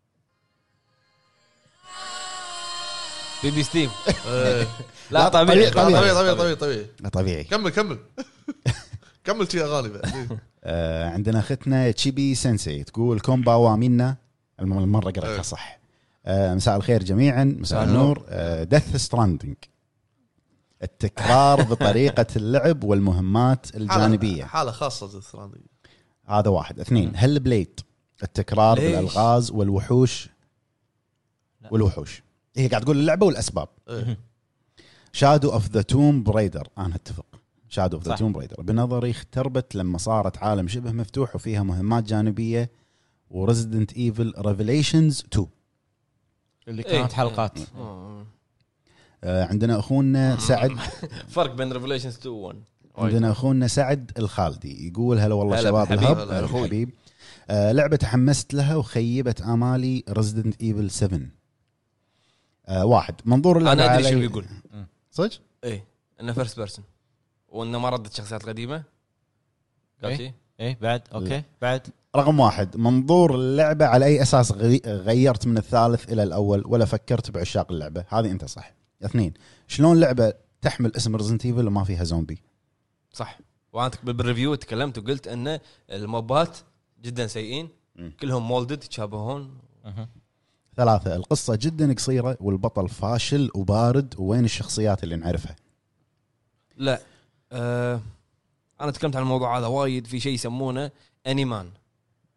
بيبي ستيم. إيه. لا طبيعي طبيعي. طبيعي طبيعي طبيعي طبيعي. طبيعي. كمل كمل كمل شي اغاني بعد. آه، عندنا اختنا تشيبي سensei تقول كومباوا منا، الم- المره قرأتها صح. آه، مساء الخير جميعا. مساء النور. دث ستراندنج، التكرار بطريقه اللعب والمهمات الجانبيه، حاله خاصه الثراني. هذا واحد. اثنين هل بليد، التكرار ليش؟ بالالغاز والوحوش والوحوش هي قاعد تقول اللعبه والاسباب. إيه. شادو اوف ذا توم برايدر، انا اتفق. شادو اوف ذا صح. توم برايدر بنظري اختربت لما صارت عالم شبه مفتوح وفيها مهمات جانبيه. وريزيدنت ايفل ريفيليشنز تو اللي إيه. كانت حلقات. آه. آه، عندنا اخونا سعد فرق بين ريفليشنز تو واحد. عندنا اخونا سعد الخالدي يقول هلا والله هلا شباب بالحبيب. الهب. هلا هلا أخوي. بالحبيب. آه، لعبه تحمست لها وخيبت امالي ريزيدنت ايفل سفن. آه، واحد منظور اللعبه انا ادري علي- شو بيقول. صدق ايه انه فيرست بيرسون وانه ما ردت شخصيات قديمه. قال إيه. شي ايه بعد اوكي بعد رقم واحد منظور اللعبة على أي أساس غي- غيرت من الثالث إلى الأول ولا فكرت بعشاق اللعبة؟ هذه أنت صح. اثنين شلون لعبة تحمل اسم ريزنت ايفل وما فيها زومبي؟ صح. وانت بالريفيو تكلمت وقلت ان الموبات جدا سيئين، مم. كلهم مولدد يتشابهون. ثلاثة القصة جدا قصيرة والبطل فاشل وبارد، وين الشخصيات اللي نعرفها؟ لا أه انا تكلمت عن الموضوع هذا وايد. في شيء يسمونه انيمان،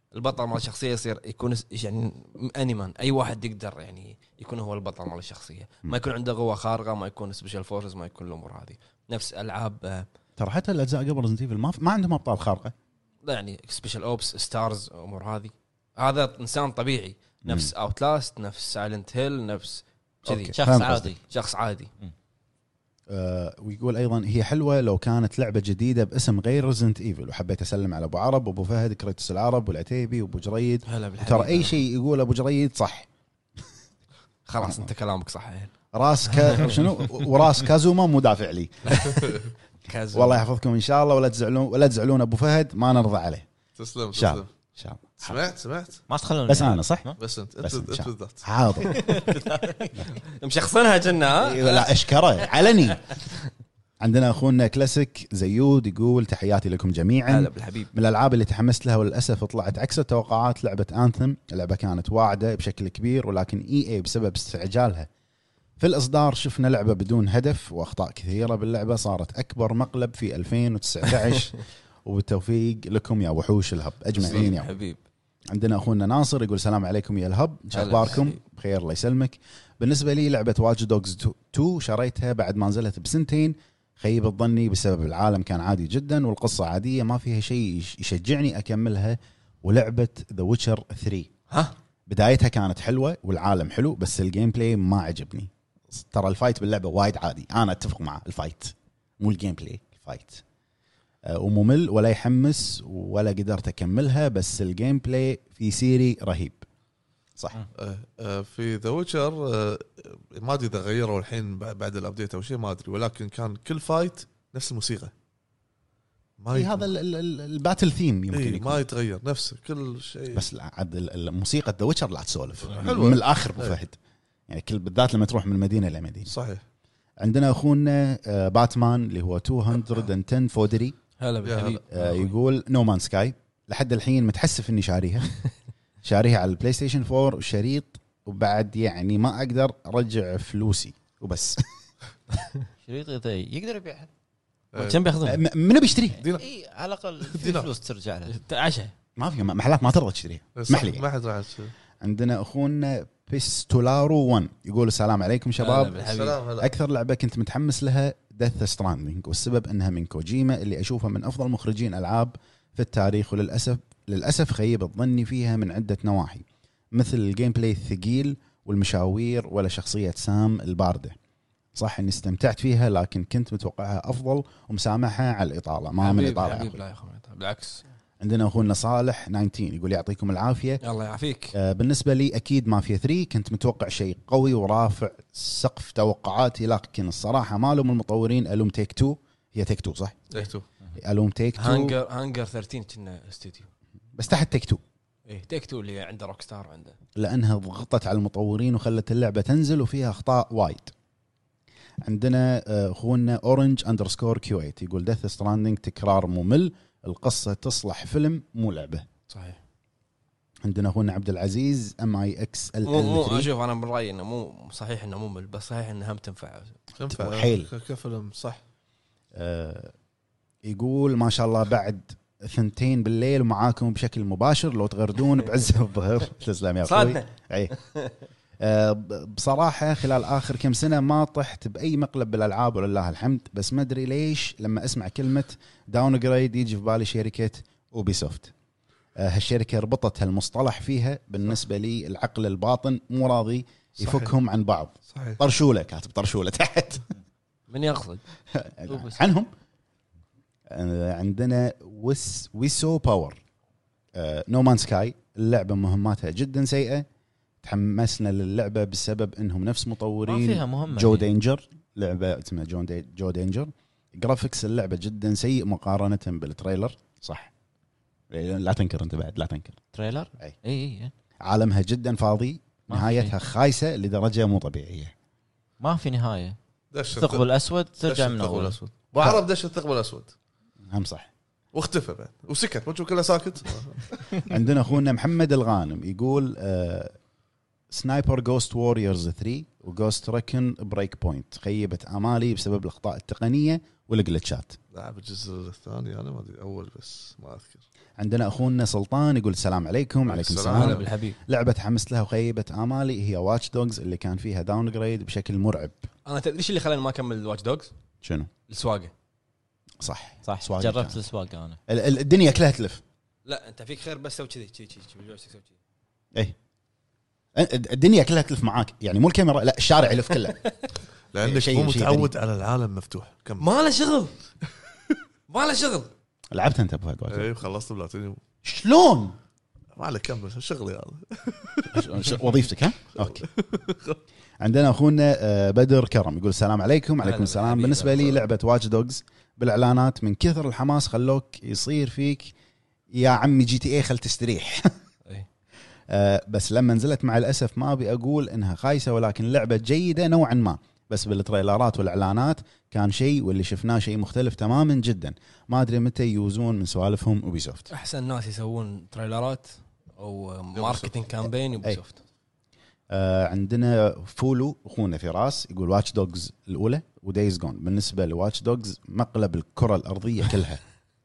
البطل مال الشخصيه يصير يكون يعني انيمان، اي واحد يقدر يعني يكون هو البطل مال الشخصيه، ما يكون عنده قوه خارقه، ما يكون سبيشال فورسز، ما يكون الامور هذه. نفس العاب ترى حتى الاجزاء قبل ريزنت ايفل ما ما عندهم ابطال خارقه، يعني سبيشال اوبس ستارز امور هذه. هذا انسان طبيعي نفس اوتلاست، نفس سايلنت هيل، نفس كذي شخص عادي شخص عادي. آه ويقول ايضا هي حلوه لو كانت لعبه جديده باسم غير ريزنت ايفل. وحبيت اسلم على ابو عرب وابو فهد كريتوس العرب والعتيبي وابو جريد. ترى اي شيء يقول ابو جريد صح. خلاص انت كلامك صح يعني. راس ك... شنو وراس كازوما مدافع لي. والله يحفظكم ان شاء الله، ولا تزعلون ولا تزعلون ابو فهد، ما نرضى عليه. تسلم تسلم تسلم. ان شاء الله. سمعت سمعت ما تخلون بس انا صح بس انت بس انت إن شاء انت بالذات. حاضر. مشخصنها كنا. لا اشكره علني. عندنا اخونا كلاسيك زيود يقول تحياتي لكم جميعا. هلا بالحبيب. من الالعاب اللي تحمست لها وللاسف طلعت عكس التوقعات لعبه انثم. اللعبه كانت واعده بشكل كبير، ولكن اي اي بسبب استعجالها في الاصدار شفنا لعبه بدون هدف واخطاء كثيره باللعبه، صارت اكبر مقلب في ألفين وتسعة عشر. وبالتوفيق لكم يا وحوش الهب اجمعين يا حبيب. عندنا اخونا ناصر يقول السلام عليكم يا الهب، شو اخباركم؟ بخير الله يسلمك. بالنسبه لي لعبه واج دوجز تو شريتها بعد ما نزلت بسنتين، خيب الظني بسبب العالم كان عادي جدا والقصه عاديه ما فيها شيء يشجعني اكملها. ولعبه ذا ويتشر ثري ها بدايتها كانت حلوه والعالم حلو، بس الجيم بلاي ما عجبني. ترى الفايت باللعبه وايد عادي، انا اتفق مع الفايت مو الجيم بلاي، الفايت وممل ولا يحمس ولا قدرت اكملها، بس الجيم بلاي في سيري رهيب. صح. في ذا ويتشر ما ادري اذا غيروا الحين بعد الابديت او شيء ما ادري، ولكن كان كل فايت نفس الموسيقى. ما إيه هذا الباتل ثيم يمكن إيه يكون ما يتغير نفس كل شيء، بس عاد الموسيقى ذا ويتشر لا تسولف حلوة. من الاخر ابو فهد يعني كل بالذات لما تروح من مدينه لمدينه. صحيح. عندنا اخونا باتمان اللي هو مئتين وعشرة فودري. هلا بالحبيب. يقول نو مان سكاي لحد الحين متحسف اني شاريها. شاريها على البلاي ستيشن فور وشريط، وبعد يعني ما اقدر ارجع فلوسي وبس. شريط اذا يقدر يبيعها أه. كم بياخذون؟ منو بيشتريها؟ اي على الاقل في فلوس ترجع له عشاء. ما في محلات ما ترضى تشتريها. اسمح لي. ما حد راح. عندنا اخونا بيستولارو واحد يقول السلام عليكم شباب. اكثر لعبه كنت متحمس لها ديث ستراندينج، والسبب انها من كوجيما اللي اشوفها من افضل مخرجين العاب في التاريخ، وللاسف للاسف خيب الظني فيها من عده نواحي، مثل الجيم بلاي الثقيل والمشاوير ولا شخصيه سام البارده. صح اني استمتعت فيها لكن كنت متوقعها افضل ومسامحها على الاطاله، ما من الاطاله حبيب. لا يا اخوي بالعكس. عندنا اخونا صالح تسعة عشر يقول يعطيكم العافيه. الله يعافيك. آه بالنسبه لي اكيد مافيا ثري كنت متوقع شيء قوي ورافع سقف توقعاتي، لكن الصراحه ما لوم المطورين، الوم تيك تو. هي تيك تو صح؟ تيك تو. الوم تيك تو. هانجر هانجر ثلاثة عشر كنا استوديو، بس تحت تيك تو. ايه تيك تو اللي عنده روك ستار عنده، لانها ضغطت على المطورين وخلت اللعبه تنزل وفيها اخطاء وايد. عندنا اخونا اورنج اندرسكور كيو ثمانية يقول ديث ستراندينج تكرار ممل، القصه تصلح فيلم مو لعبه. صحيح. عندنا اخونا عبد العزيز ام اي اكس ال مو مو اشوف انا من رايي انه مو صحيح انه ممل، بس صحيح انها هم تنفع تنفع حيل كفيلم. صح. آه يقول ما شاء الله بعد ثنتين بالليل ومعاكم بشكل مباشر، لو تغردون بعز الظهر. تسلم يا اخوي. اي أه بصراحه خلال اخر كم سنه ما طحت باي مقلب بالالعاب ولله الحمد، بس ما ادري ليش لما اسمع كلمه داون جريد يجي في بالي شركه اوبي سوفت. أه هالشركه ربطت هالمصطلح فيها، بالنسبه لي العقل الباطن مو راضي يفكهم عن بعض. صحيح. طرشوله كاتب طرشوله تحت. من يقصد عنهم. أه عندنا ويس ويسو باور. أه نو مان سكاي اللعبه مهماتها جدا سيئه، تحمسنا للعبه بسبب انهم نفس مطورين جو دينجر، لعبه اسمها جو, دي جو دينجر. جرافيكس اللعبه جدا سيء مقارنه بالتريلر. صح لا تنكر انت بعد لا تنكر تريلر. اي اي, أي. عالمها جدا فاضي، نهايتها خايسه لدرجه مو طبيعيه، ما في نهايه. الثقب الاسود ترجع من اول. وعرب دش الثقب الاسود هم صح واختفى بعد وسكت، ما تشوف كله ساكت. عندنا اخونا محمد الغانم يقول آه سنايبر جوست ووريرز ثري وجوست ريكن بريك بوينت خيبت امالي بسبب الاخطاء التقنيه والجلتشات. لعب الجزء الثاني انا ما ادري اول بس ما اذكر. عندنا اخونا سلطان يقول السلام عليكم. عليكم السلام. هلا السلام. بالحبيب. لعبه تحمست لها وخيبت امالي هي واتش دوجز اللي كان فيها داون جريد بشكل مرعب. انا تدري ايش اللي خلاني ما اكمل واتش دوجز؟ شنو؟ السواقه. صح صح سواقة جربت كان. السواق انا. ال- ال- الدنيا كلها تلف. لا انت فيك خير بس سوي كذي كذي كذي بالجويستيك سوي كذي. اي الدنيا كلها تلف معاك يعني مو الكاميرا لا الشارع يلف كله. لانك شيء- مو شيء متعود على العالم مفتوح. كم ما له شغل ما له شغل. لعبت انت ابو فهد واجد. اي خلصت بلاتينيوم. شلون ما عليك كمل شغلي هذا. ش- وظيفتك ها اوكي. عندنا اخونا آه، بدر كرم يقول السلام عليكم. عليكم هلا السلام. بالحبيب. بالنسبه لي لعبه واتش دوجز بالاعلانات من كثر الحماس خلوك يصير فيك يا عمي جي تي اي خل تستريح. إيه. آه، بس لما نزلت مع الاسف ما ابي اقول انها خايسه ولكن لعبه جيده نوعا ما بس بالتريلرات والاعلانات كان شيء واللي شفناه شيء مختلف تماما جدا. ما ادري متى يوزون من سوالفهم اوبيسوفت. احسن ناس يسوون تريلرات او ماركتينج كامبين يوبيسوفت. آه عندنا فولو اخونا فراس يقول واتش دوجز الاولى ودايز جون. بالنسبه لواتش دوجز مقلب الكره الارضيه كلها.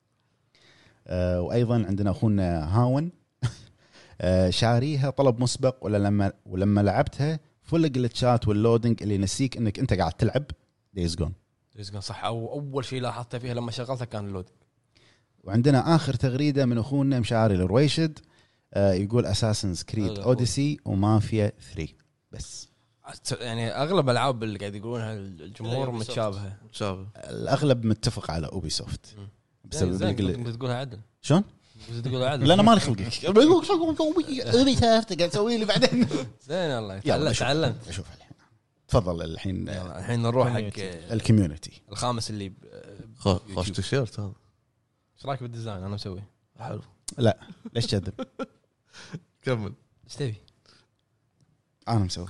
آه وايضا عندنا اخونا هاون آه شاريها طلب مسبق ولا لما ولما لعبتها فل جلتشات واللودنج اللي ينسيك انك انت قاعد تلعب دايز جون. دايز صح. او اول شيء لاحظته فيها لما شغلتها كان اللود. وعندنا اخر تغريده من اخونا مشاري الرويشد آه يقول اساسنز كريد هذا هو. اوديسي ومافيا ثري بس. يعني اغلب الالعاب اللي قاعد يقولونها الجمهور كلها متشابهه. شاب الاغلب متفق على اوبيسوفت مم. بسبب زين الجل- كنت تقولها عدل. شلون؟ كنت تقولها عدل. لا انا مالي خلقك قاعد تسوي لي بعدين. زين والله يلا تعلمت شوف. تعلمت. اشوف الحين تفضل الحين يلا الحين نروح حق Community. الكوميونتي. الخامس اللي ب- خوش تيشيرت هذا ايش رايك بالديزاين انا مسوي؟ حلو. لا ليش كذب؟ كمل. ايش تبي؟ انا مسوي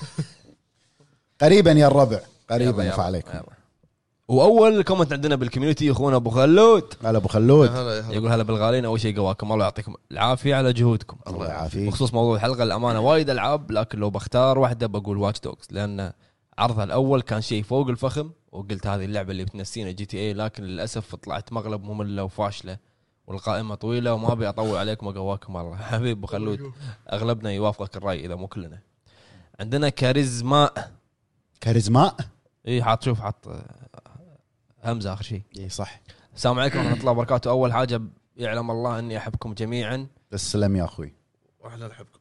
قريبا يا الربع قريبا يلا، ينفع يلا، عليكم. يلا. واول كومنت عندنا بالكوميونتي اخونا ابو خلود هلا ابو خلود هلا هلا. يقول هلا بالغالين. اول شيء قواكم الله يعطيكم العافيه على جهودكم. الله يعافيك. بخصوص موضوع الحلقه الامانه وايد العاب لكن لو بختار واحده بقول واتش دوجز لان عرضها الاول كان شيء فوق الفخم وقلت هذه اللعبه اللي بتنسينا جي تي اي لكن للاسف طلعت مغلب ممله وفاشله والقائمه طويله وما ابي اطول عليكم وقواكم الله. حبيب ابو خلود اغلبنا يوافقك الراي اذا مو كلنا. عندنا كاريزما كاريزما. اي حاط شوف حط همزه اخر شيء. اي صح. السلام عليكم ورحمه الله وبركاته. اول حاجه يعلم الله اني احبكم جميعا. تسلم يا اخوي. واحنا نحبكم.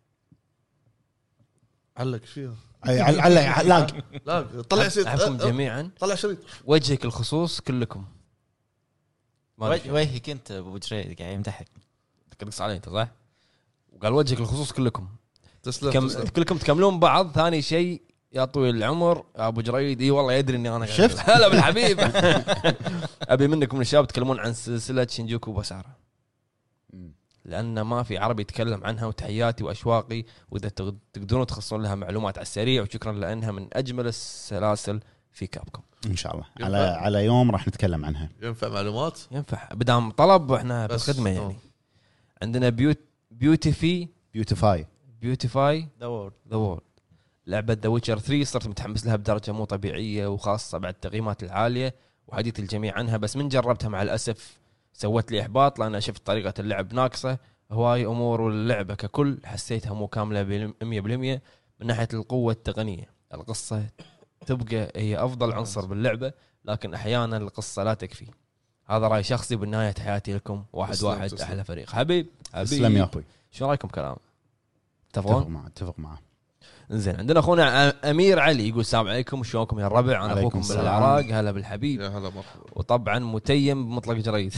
علق فيها. أي، عل عل علاق. لا طلع شريط. احبكم أه، أه، جميعا طلع شريط. وجهك الخصوص كلكم. ما أدري. وجه- وجهك انت ابو جريد قاعد يمدحك. تقص علي انت صح؟ وقال وجهك الخصوص كلكم. تسلم كم تسلم. كلكم تكملون بعض. ثاني شيء يا طويل العمر يا ابو جريد اي والله يدري اني انا قاعد شفت؟ أقول. هلا بالحبيب. ابي منكم من الشباب تتكلمون عن سلسله شينجوكو باسارا لان ما في عربي يتكلم عنها وتحياتي واشواقي واذا تق- تقدرون تخصصون لها معلومات على السريع وشكرا لانها من اجمل السلاسل في كابكم. ان شاء الله ينفع؟ على على يوم راح نتكلم عنها. ينفع معلومات. ينفع بدام طلب واحنا بس. بالخدمه يعني. عندنا بيوت بيوتيفي بيوتيفاي. بيوتيفاي دور ذا وورد. لعبة ذا ويتشر ثري صرت متحمس لها بدرجة مو طبيعية وخاصة بعد التقييمات العالية وحديث الجميع عنها بس من جربتها مع الأسف سوت لي إحباط لأن شفت طريقة اللعب ناقصة. هواي أمور واللعبة ككل حسيتها مو كاملة مية بالمية من ناحية القوة التقنية. القصة تبقى هي أفضل عنصر باللعبة لكن أحيانا القصة لا تكفي. هذا رأي شخصي. بالنهاية تحياتي لكم واحد تسلم، واحد تسلم. أحلى فريق. حبيب تسلم يا اخوي. شو رأيكم كلام؟ اتفق تفضل. معه اتفق معه. زين عندنا اخونا امير علي يقول السلام عليكم شلونكم يا الربع. انا عليكم اخوكم السلام. بالعراق. هلا بالحبيب. يا هلا مرحبا. وطبعا متيم بمطلق جريد.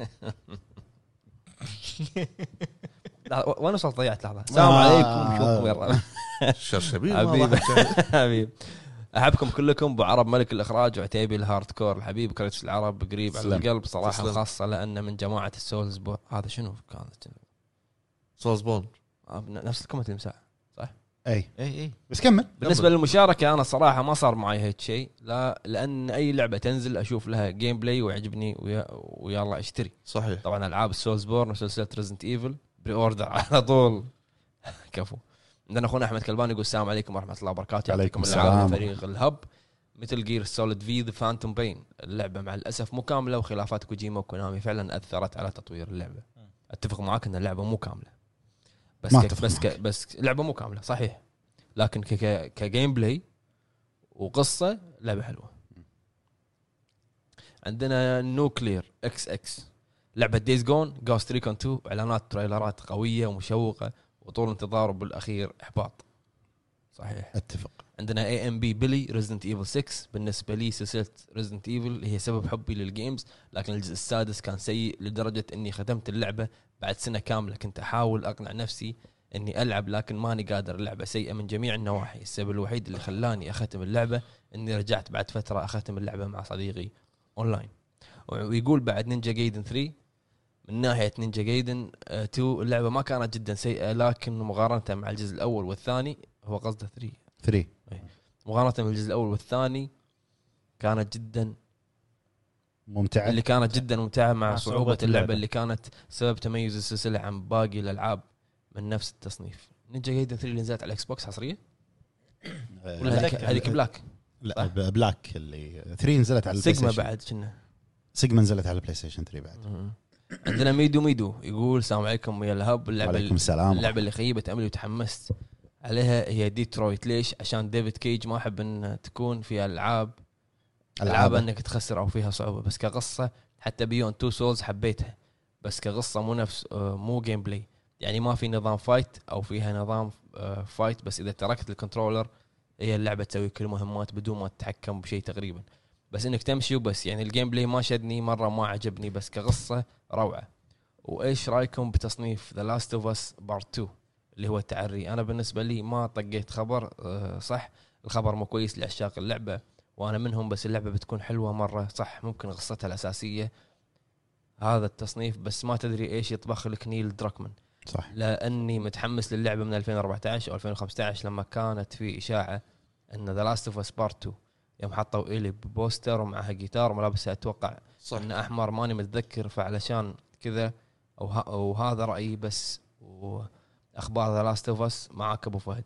لحظة، وين وصلت ضيعت لحظه. السلام آه. عليكم شلونكم يا الربع. الشرشبيل حبيب. ما راح. حبيب احبكم كلكم. ابو عرب ملك الاخراج وعتيبي الهارد كور. الحبيب كريتس العرب قريب على تسلم. القلب صراحه تسلم. خاصه لانه من جماعه السولز بو... هذا شنو كان سولز بون. آه، نفس الكومنت اللي مساع. اي اي اي بس كمل. بالنسبه للمشاركه انا صراحه ما صار معي هيك شيء لا لان اي لعبه تنزل اشوف لها جيم بلاي ويعجبني ويا ويلا اشتري. صحيح. طبعا العاب السولز بورن وسلسله ريزنت ايفل بري اوردر على طول. كفو. عندنا اخونا احمد كلبان يقول السلام عليكم ورحمه الله وبركاته. عليكم يعطيكم العافيه السلام. فريق الهب مثل جير سوليد في ذا فانتوم بين. اللعبه مع الاسف مو كامله، وخلافات كوجيما وكونامي فعلا اثرت على تطوير اللعبه. اتفق معاك ان اللعبه مو كامله، بس ما ك... أتفق بس ك... معك. بس لعبه مو كامله صحيح، لكن ك... ك... كجيم بلاي وقصه لعبه حلوه. عندنا نوكلير اكس اكس، لعبه دايز جون جوست ريكون تو، اعلانات تريلرات قويه ومشوقه وطول انتظار بالاخير احباط. صحيح اتفق. عندنا اي ام بي بيلي ريزدنت ايفل ستة. بالنسبه لي سلسله ريزدنت ايفل هي سبب حبي للجيمز، لكن الجزء السادس كان سيء لدرجه اني ختمت اللعبه بعد سنه كامله. كنت احاول اقنع نفسي اني العب لكن ماني قادر. اللعبه سيئه من جميع النواحي. السبب الوحيد اللي خلاني اختم اللعبه اني رجعت بعد فتره اختم اللعبه مع صديقي اونلاين. ويقول بعد نينجا جايدن ثري، من ناحيه نينجا جايدن تو اللعبه ما كانت جدا سيئه، لكن مقارنه مع الجزء الاول والثاني، هو قصده ثري ثري مقارنة بالجزء الأول والثاني كانت جدا ممتعة. اللي كانت جدا ممتعة مع مع صعوبة صعوبة اللعبة اللعبة. اللي كانت سبب تميز السلسلة عن باقي الألعاب من نفس التصنيف. نينجا جايدن ثري اللي نزلت على الإكس بوكس حصرية ولا هذيك هذيك بلاك لا بلاك اللي ثري نزلت على البلاي سيجما ستيشن. بعد كنا سيجما نزلت على البلاي ستيشن ثري بعد. عندنا ميدو ميدو يقول السلام عليكم يا الهب. اللعبة وعليكم السلام. اللعبة اللي خيبت أملي وتحمست عليها هي ديترويت. ليش؟ عشان ديفيد كيج ما أحب أن تكون في ألعاب ألعاب أنك تخسر أو فيها صعوبة. بس كقصة حتى بيون تو سولز حبيتها، بس كقصة مو نفس مو جيم بلاي. يعني ما في نظام فايت أو فيها نظام فايت، بس إذا تركت الكنترولر هي اللعبة تسوي كل مهمات بدون ما تتحكم بشيء تقريبا، بس إنك تمشي وبس. يعني الجيم بلاي ما شدني مرة، ما عجبني، بس كقصة روعة. وإيش رأيكم بتصنيف The Last of Us Part تو اللي هو التعري؟ أنا بالنسبة لي ما طقيت خبر صح، الخبر مو كويس لعشاق اللعبة وأنا منهم، بس اللعبة بتكون حلوة مرة صح. ممكن قصتها الأساسية هذا التصنيف، بس ما تدري إيش يطبخ لك نيل دراكمان. صح. لأني متحمس للعبة من ألفين وأربعة عشر أو ألفين وخمسة عشر لما كانت في إشاعة أن The Last of Us Part تو، يوم حطوا إلي بوستر ومعها جيتار وملابسها أتوقع صح. أن أحمر، ماني متذكر، فعلشان كذا أو هذا رأيي. بس وأخبار The Last of Us معك أبو فهد.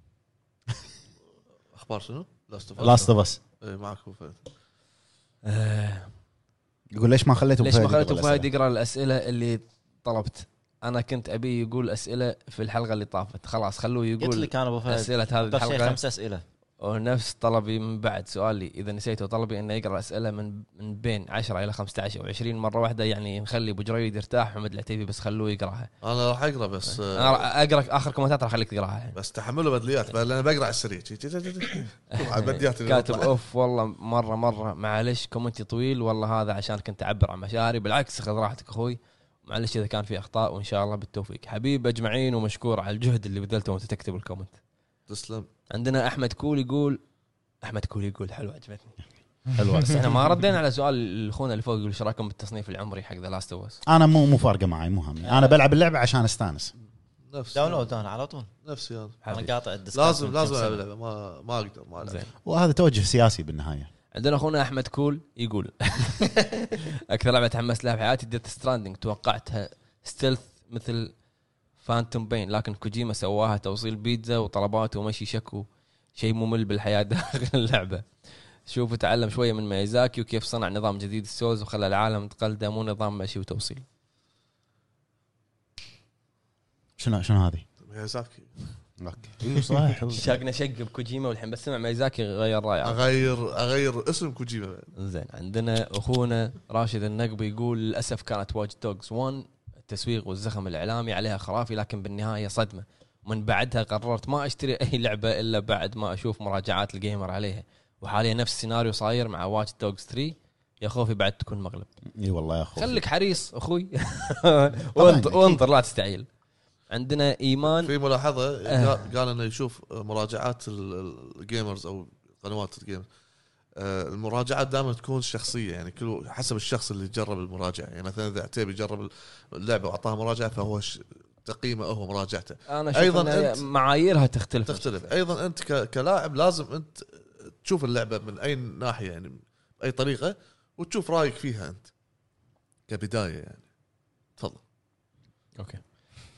اخبار شنو؟ لاست لاست اوف اس. اي معك ابو فهد. آه يقول ليش ما خليته ليش ما خليته فهد يقرأ الأسئلة اللي طلبت؟ أنا كنت أبي يقول أسئلة في الحلقة اللي طافت، خلاص خلوه قلت يقول لك انا ابو فهد أسئلة هذه أكثر شيء الحلقة. خمس اسئله ونفس طلبي من بعد سؤالي إذا نسيته، طلبي إنه يقرأ أسئلة من من بين عشرة إلى خمسة عشر أو عشرين مرة واحدة. يعني نخلي أبو جريد يرتاح محمد العتيبي، بس خلوه يقرأها. انا راح اقرا بس أنا راح أقرأ آخر كومنتات، راح أخليك تقرأها. بس تحملوا بدليات بقى، لان بقرا على السريع بديات اللي كاتب بطلع. أوف والله مرة مرة معلش كومنتي طويل، والله هذا عشان كنت أعبر عن مشاعري. بالعكس خذ راحتك أخوي، معلش إذا كان في أخطاء، وإن شاء الله بالتوفيق. حبيب أجمعين ومشكور على الجهد اللي بذلته وأنت تكتب الكومنت. تسلم. عندنا أحمد كول يقول أحمد كول يقول حلو عجبتني حلوة. بس احنا ما ردينا على سؤال اخونا اللي فوق يقول ايش رايكم بالتصنيف العمري حق ذا لاست اوف اس. انا مو مو فارقه معي، مو هم. انا بلعب اللعبه عشان استانس. نفس داونلود انا على طول نفسي انا انا قاطع الديسكورد لازم من لازم كم العب سنة. اللعبه، ما ما اقدر ما العب. زين. وهذا توجه سياسي بالنهايه. عندنا اخونا احمد كول يقول اكثر لعبه تحمست لها في حياتي ديث ستراندنج. توقعتها ستيلث مثل فانتوم بين، لكن كوجيما سواها توصيل بيتزا وطلبات ومشي شكو، شيء ممل بالحياه داخل اللعبه. شوف تعلم شويه من ميازاكي وكيف صنع نظام جديد السولز وخلى العالم تقلده، مو نظام مشي وتوصيل. شنو شنو هذه؟ ميازاكي اوكي صح. شاقنا شق بكوجيما والحين بس سمع ميازاكي غير رايه. اغير اغير اسم كوجيما. زين. عندنا اخونا راشد النقبي يقول للاسف كانت واج دوجز واحد التسويق والزخم الاعلامي عليها خرافي، لكن بالنهايه صدمه. ومن بعدها قررت ما اشتري اي لعبه الا بعد ما اشوف مراجعات الجيمر عليها، وحاليا نفس السيناريو صاير مع واج دوجز ثري. يا خوفي بعد تكون مغلب. اي والله يا اخوي. خليك حريص اخوي وانظر وانظر لا تستعيل. عندنا ايمان في ملاحظه قال, قال انه يشوف مراجعات الجيمرز او قنوات الجيمرز. المراجعات دائما تكون شخصيه، يعني كل حسب الشخص اللي جرب المراجعه. يعني مثلا اذا عتيبي جرب اللعبه واعطاها مراجعه فهو تقييمه هو مراجعته. انا ايضا معاييرها تختلف تختلف ايضا انت كلاعب لازم انت تشوف اللعبه من اي ناحيه، يعني باي طريقه، وتشوف رايك فيها انت كبدايه. يعني تفضل. اوكي.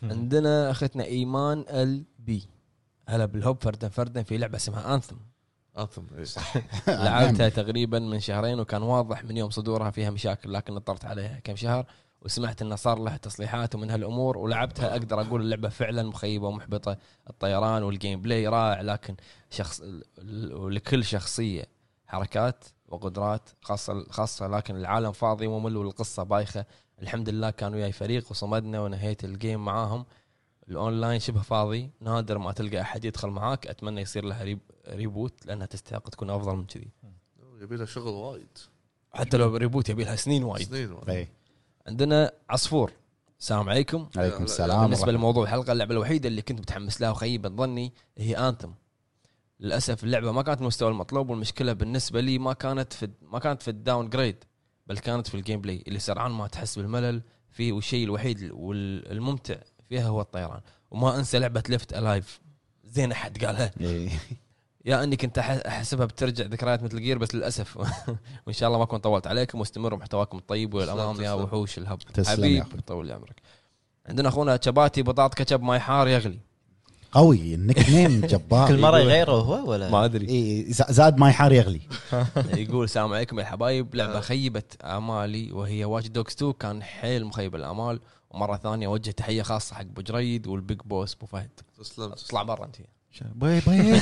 عندنا اختنا ايمان ال بي، هلا بالهوب فردا فردا في لعبه اسمها انثم. انثم إيه. لعبتها تقريبا من شهرين وكان واضح من يوم صدورها فيها مشاكل لكن نطرت عليها كم شهر وسمعت انه صار لها تصليحات ومن هالامور ولعبتها اقدر اقول اللعبه فعلا مخيبه ومحبطه. الطيران والجيم بلاي رائع لكن شخص ولكل شخصيه حركات وقدرات خاصه خاصه لكن العالم فاضي وممل والقصه بايخه. الحمد لله كان وياي فريق وصمدنا ونهيت الجيم معاهم. الاونلاين شبه فاضي نادر ما تلقى احد يدخل معاك. اتمنى يصير لها ريب ريبوت لانها تستحق تكون افضل من كذي. يبي لها شغل وايد حتى لو ريبوت يبي لها سنين وايد. سنين وايد. إيه. عندنا عصفور السلام عليكم. عليكم السلام. بالنسبه لموضوع الحلقه اللعبه الوحيده اللي كنت متحمس لها وخيبت ظني هي انثم. للاسف اللعبه ما كانت المستوى المطلوب والمشكله بالنسبه لي ما كانت في ما كانت في الداون جريد بل كانت في الجيم بلاي اللي سرعان ما تحس بالملل فيه. والشيء الوحيد والممتع فيها هو الطيران. وما انسى لعبه ليفت الايف زين احد قالها إيه. يا اني كنت احسبها بترجع ذكريات مثل جير بس للاسف. وان شاء الله ما كنت طولت عليكم واستمروا محتواكم الطيب والامام يا وحوش الهب. حبيب طول عمرك. عندنا اخونا شباتي بطاط كاتشب ماي حار يغلي. قوي النيك نيم جبار. كل مره يغيره هو ولا ما ادري. إيه زاد ماي حار يغلي. يقول السلام عليكم يا حبايب. لعبه خيبت امالي وهي واتش دوكس تو كان حيل مخيب الامال. ومره ثانيه اوجه تحيه خاصه حق ابو جريد والبيج بوس ابو فهد. تسلم. اطلع برا انت. باي باي.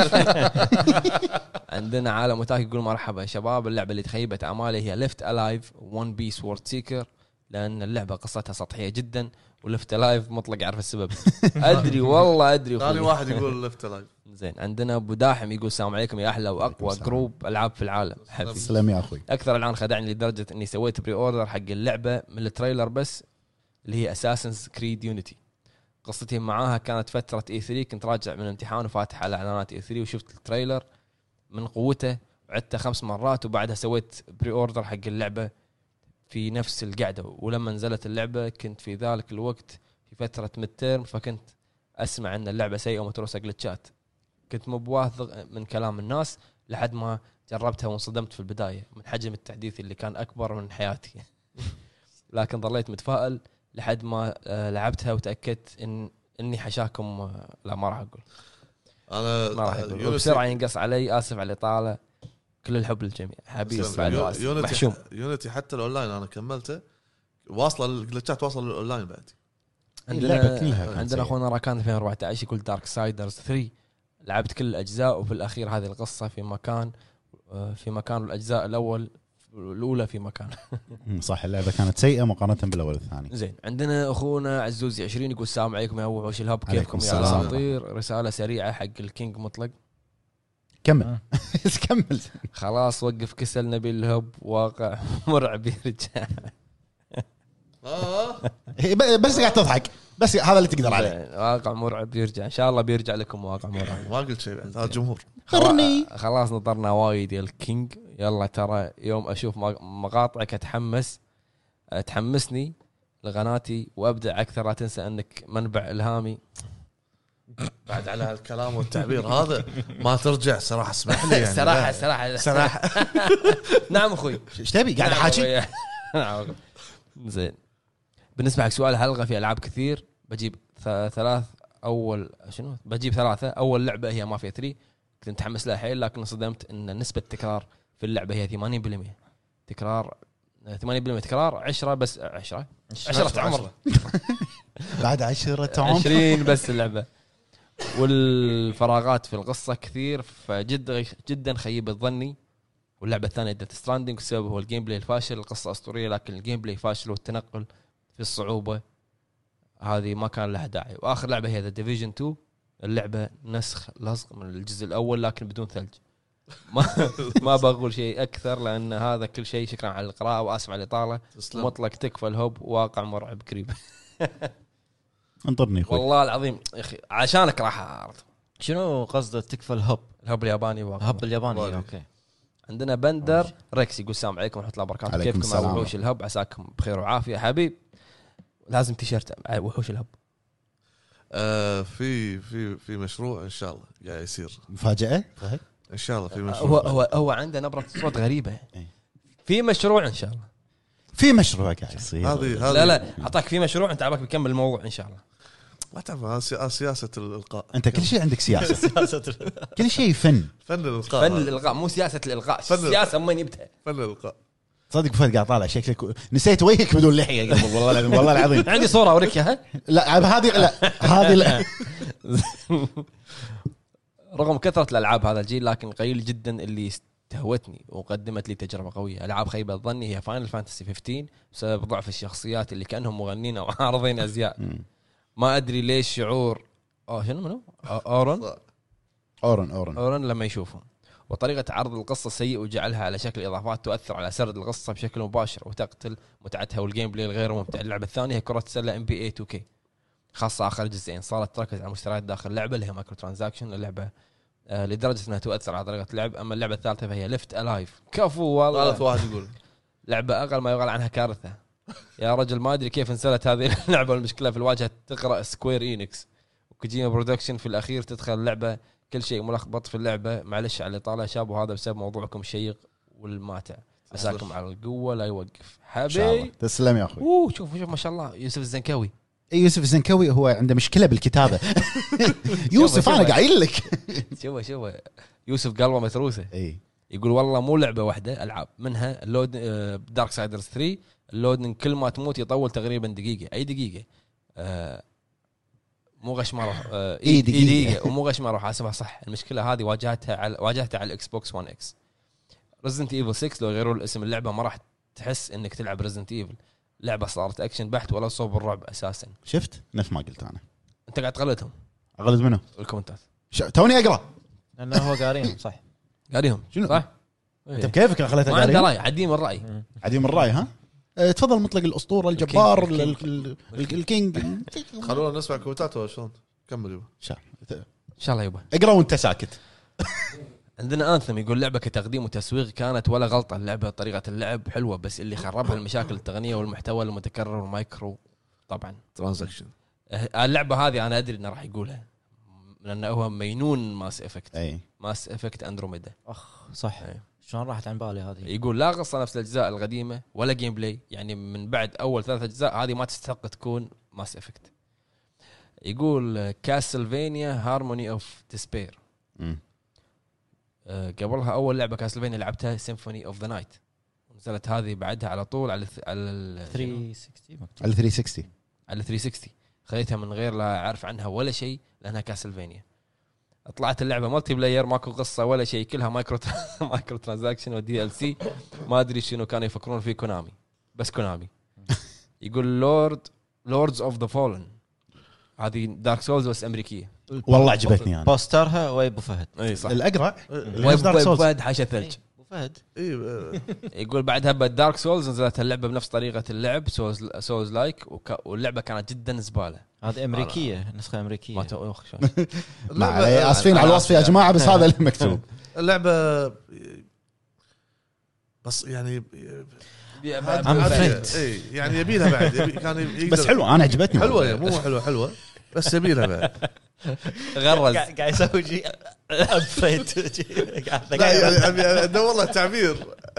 عندنا عالم متاك يقول مرحبا يا شباب. اللعبه اللي تخيبت امالي هي ليفت الايف ون بيس وورد سيكر لان اللعبه قصتها سطحيه جدا وليفت الايف مطلق عارف السبب. ادري والله ادري. ثاني واحد يقول ليفت الايف. زين عندنا ابو داحم يقول السلام عليكم يا احلى واقوى جروب العاب في العالم. حبيبي سلام يا اخوي. اكثر الان خدعني لدرجه اني سويت بري اوردر حق اللعبه من التريلر بس اللي هي اساسنز كريد يونيتي. قصتي معاها كانت فتره اي ثري كنت راجع من امتحان وفاتح على اعلانات اي ثري وشفت التريلر من قوته وعدته خمس مرات وبعدها سويت بري اوردر حق اللعبه في نفس القعده. ولما نزلت اللعبه كنت في ذلك الوقت في فتره ميد فكنت اسمع ان اللعبه سيئه ومتروسه جلتشات. كنت مو بواثق من كلام الناس لحد ما جربتها وانصدمت في البدايه من حجم التحديث اللي كان اكبر من حياتي. لكن ظليت متفائل لحد ما لعبتها وتاكدت ان اني حشاكم. لا ما راح اقول انا ما راح اقول بسرعه ينقص علي. اسف على الاطاله. كل الحب للجميع حبيبي. يونيتي يونيتي حتى الاونلاين انا كملته واصله الجلتشات واصله للاونلاين بعد. عندنا عندنا اخونا راكان ألفين وأربعة عشر يقول دارك سايدرز ثري لعبت كل الاجزاء وفي الاخير هذه القصه في مكان في مكان الاجزاء الاول الاولى في مكان. صح اللعبه كانت سيئه مقارنه بالاول والثاني. زين عندنا اخونا عزوزي عشرين يقول السلام عليكم يا وحوش الهب كيفكم يا اساطير. رساله سريعه حق الكينج مطلق. كمل كمل خلاص وقف كسل نبي الهب واقع مرعب يرجع. بس قاعد تضحك بس هذا اللي تقدر عليه. واقع مرعب يرجع ان شاء الله بيرجع لكم واقع مرعب. ما قلت شيء هذا الجمهور. خلاص نطرنا وايد يا الكينج. يلا ترى يوم اشوف مقاطعك اتحمس تحمسني لقناتي وابدع اكثر. لا تنسى انك منبع الهامي. بعد على الكلام والتعبير هذا ما ترجع صراحه اسمح لي يعني. صراحه صراحه صراحه. نعم اخوي ايش تبي قاعد حاكي. زين بالنسبه حق سؤال الحلقه في العاب كثير بجيب ثلاث اول شنو بجيب ثلاثه. اول لعبه هي مافيا ثري كنت متحمس لها حيل لكن صدمت ان نسبه التكرار في اللعبه هي ثمانين بالمئة تكرار. ثمانين بالمئة تكرار عشرة بس عشرة عشرة عمر بعد عشرة عمر عشرين بس اللعبه. والفراغات في القصه كثير فجد جدا خيبت ظني. واللعبه الثانيه ديث ستراندينج السبب هو الجيم بلاي الفاشل. القصه اسطوريه لكن الجيم بلاي فاشل والتنقل في الصعوبه هذه ما كان لها داعي. واخر لعبه هي ذا ديفيجن تو. اللعبه نسخ لصق من الجزء الاول لكن بدون ثلج. ما ما بقول شيء اكثر لان هذا كل شيء. شكرا على القراءه واسف على الاطاله. مطلق تكفى الهب واقع مرعب قريب. انطرني اخوي والله العظيم يا اخي عشانك راح اعرض. شنو قصده تكفى الهب؟ الهب الياباني واقع. الهب الياباني اوكي. عندنا بندر ريكس يقول السلام عليكم ورحمه الله وبركاته. كيفكم يا وحوش الهب؟ عساكم بخير وعافيه حبيب. لازم تيشيرت وحوش الهب. آه في في في مشروع ان شاء الله قاعد يصير مفاجاه ان شاء الله. في مشروع هو هو هو عنده نبره صوت غريبه. في مشروع ان شاء الله. في مشروع قاعد يصير. هذه لا لا اعطاك في مشروع انت عباك بكمل الموضوع ان شاء الله. ما تعرف أنا سي- سياسه الالقاء. انت كل شيء عندك سياسه كل شيء فن. فن الالقاء. فن الالغاء مو سياسه الالغاء. فن- السياسه من يبتها. فن الالقاء. صدق فهد قاعد طالع شكلك نسيت وجهك بدون لحيه قبل والله العظيم والله العظيم. عندي صوره اوريك اياها. لا هذه لا هذه لا. رغم كثره الالعاب هذا الجيل لكن قليل جدا اللي استهوتني وقدمت لي تجربه قويه. العاب خيبه ظني هي فاينل فانتسي خمسة عشر بسبب ضعف الشخصيات اللي كانهم مغنين او عارضين ازياء. ما ادري ليش شعور اه شنو منو اورن اورن اورن اورن لما يشوفهم، وطريقه عرض القصه سيء وجعلها على شكل اضافات تؤثر على سرد القصه بشكل مباشر وتقتل متعتها والجيم بلاي الغير ممتع. اللعبه الثانيه هي كره السله ام بي اي تو كي، خاصه اخر جزئين صارت تركز على المشتريات داخل اللعبه اللي هي مايكرو ترانزاكشن اللعبه آه لدرجه انها تؤثر على طريقه اللعب. اما اللعبه الثالثه فهي ليفت الايف. كفو والله. غلط واحد يقول لعبه اقل ما يقال عنها كارثه. يا رجل ما ادري كيف انسلت هذه اللعبه. المشكله في الواجهه تقرا سكوير إينكس وكوجيما برودكشن في الاخير تدخل اللعبه كل شيء ملخبط في اللعبه. معلش على اللي طالع شاب وهذا بسبب موضوعكم الشيق والماتع. عساكم على القوه لا يوقف حبيبي. تسلم يا اخوي. اوه شوف شوف ما شاء الله يوسف الزنكاوي. يوسف الزنكوي هو عنده مشكله بالكتابه. يوسف انا قايل لك. شوف شوف يوسف قلبه متروسه. اي يقول والله مو لعبه واحده العاب منها اللود دارك سايدرز ثلاثة اللودنج كل ما تموت يطول تقريبا دقيقه اي دقيقه. آه مو غش ما اروح آه اي دقيقه ومو غش ما اروح حاسبها صح. المشكله هذه واجهتها على واجهتها على الاكس بوكس ون اكس. ريزدنت ايفل ستة لو غيروا الاسم اللعبه ما راح تحس انك تلعب ريزدنت ايفل. لعبه صارت اكشن بحت ولا صوب الرعب اساسا. شفت نفس ما قلت انا. انت قاعد تقلدهم اغلط منه الكومنتات. توني اقرا لانه هو قاريهم صح. قاريهم شنو؟ صح. انت بكيفك انا خليتها ما عنده قاري راي عديم الراي. عديم الراي ها. أه، تفضل مطلق الاسطوره الجبار الكينج. ال- ال- الكينج. خلونا نسمع كومنتات ولا شلون؟ كمل يبا. شا- ان شاء الله يبا. اقرا وانت ساكت. عندنا انثم يقول لعبه كتقديم وتسويق كانت ولا غلطه. اللعبه طريقه اللعب حلوه بس اللي خربها المشاكل التقنيه والمحتوى المتكرر والمايكرو طبعا ترانزاكشن. أه، اللعبه هذه انا ادري انه راح يقولها لانه هو مينون ماس افكت. اي ماس افكت اندروميدا. اخ صح. أي. شلون راحت عن بالي هذه. يقول لا قصه نفس الاجزاء القديمه ولا جيم بلاي يعني من بعد اول ثلاث اجزاء هذه ما تستحق تكون ماس افكت. يقول كاسلفينيا هارموني اوف ديسبير. مم. أه، قبلها اول لعبه كاسلفينيا لعبتها سيمفوني اوف ذا نايت نزلت هذه بعدها على طول على الث- على ال- ثلاثمية وستين مكتوب. على ثلاثمية وستين على ثلاثمية وستين. خليتها من غير لا اعرف عنها ولا شيء لانها كاسلفينيا. طلعت اللعبه مالتي بلاير ماكو قصه ولا شيء كلها مايكرو مايكرو ترانزاكشن ودي ال سي. ما ادري شنو كانوا يفكرون فيه كونامي بس كونامي. يقول لورد لوردز اوف ذا فولن هذه دارك سولز بس امريكيه. والله عجبتني انا. بوسترها وابو فهد. اي صح. الاقرع ويب فهد حاشا ثلج. ابو فهد. اي آه، يقول بعدها بدارك سولز نزلت اللعبه بنفس طريقه اللعب سولز سولز لايك وك... واللعبه كانت جدا زباله. هذه امريكيه نسخه امريكيه. ما توخ شلون. ما اللعبة- علي اسفين على الوصف يا جماعه بس هذا اللي مكتوب. اللعبه بس يعني I'm afraid. اي يعني يبي لها بعد يبي كان يقدر بس حلوه انا عجبتني حلوه يا مو حلوه حلوه بس يبي لها بعد. غرز. قاعد قاعد يسوي جي ابفريت. لا يعني ابي ادور له تعبير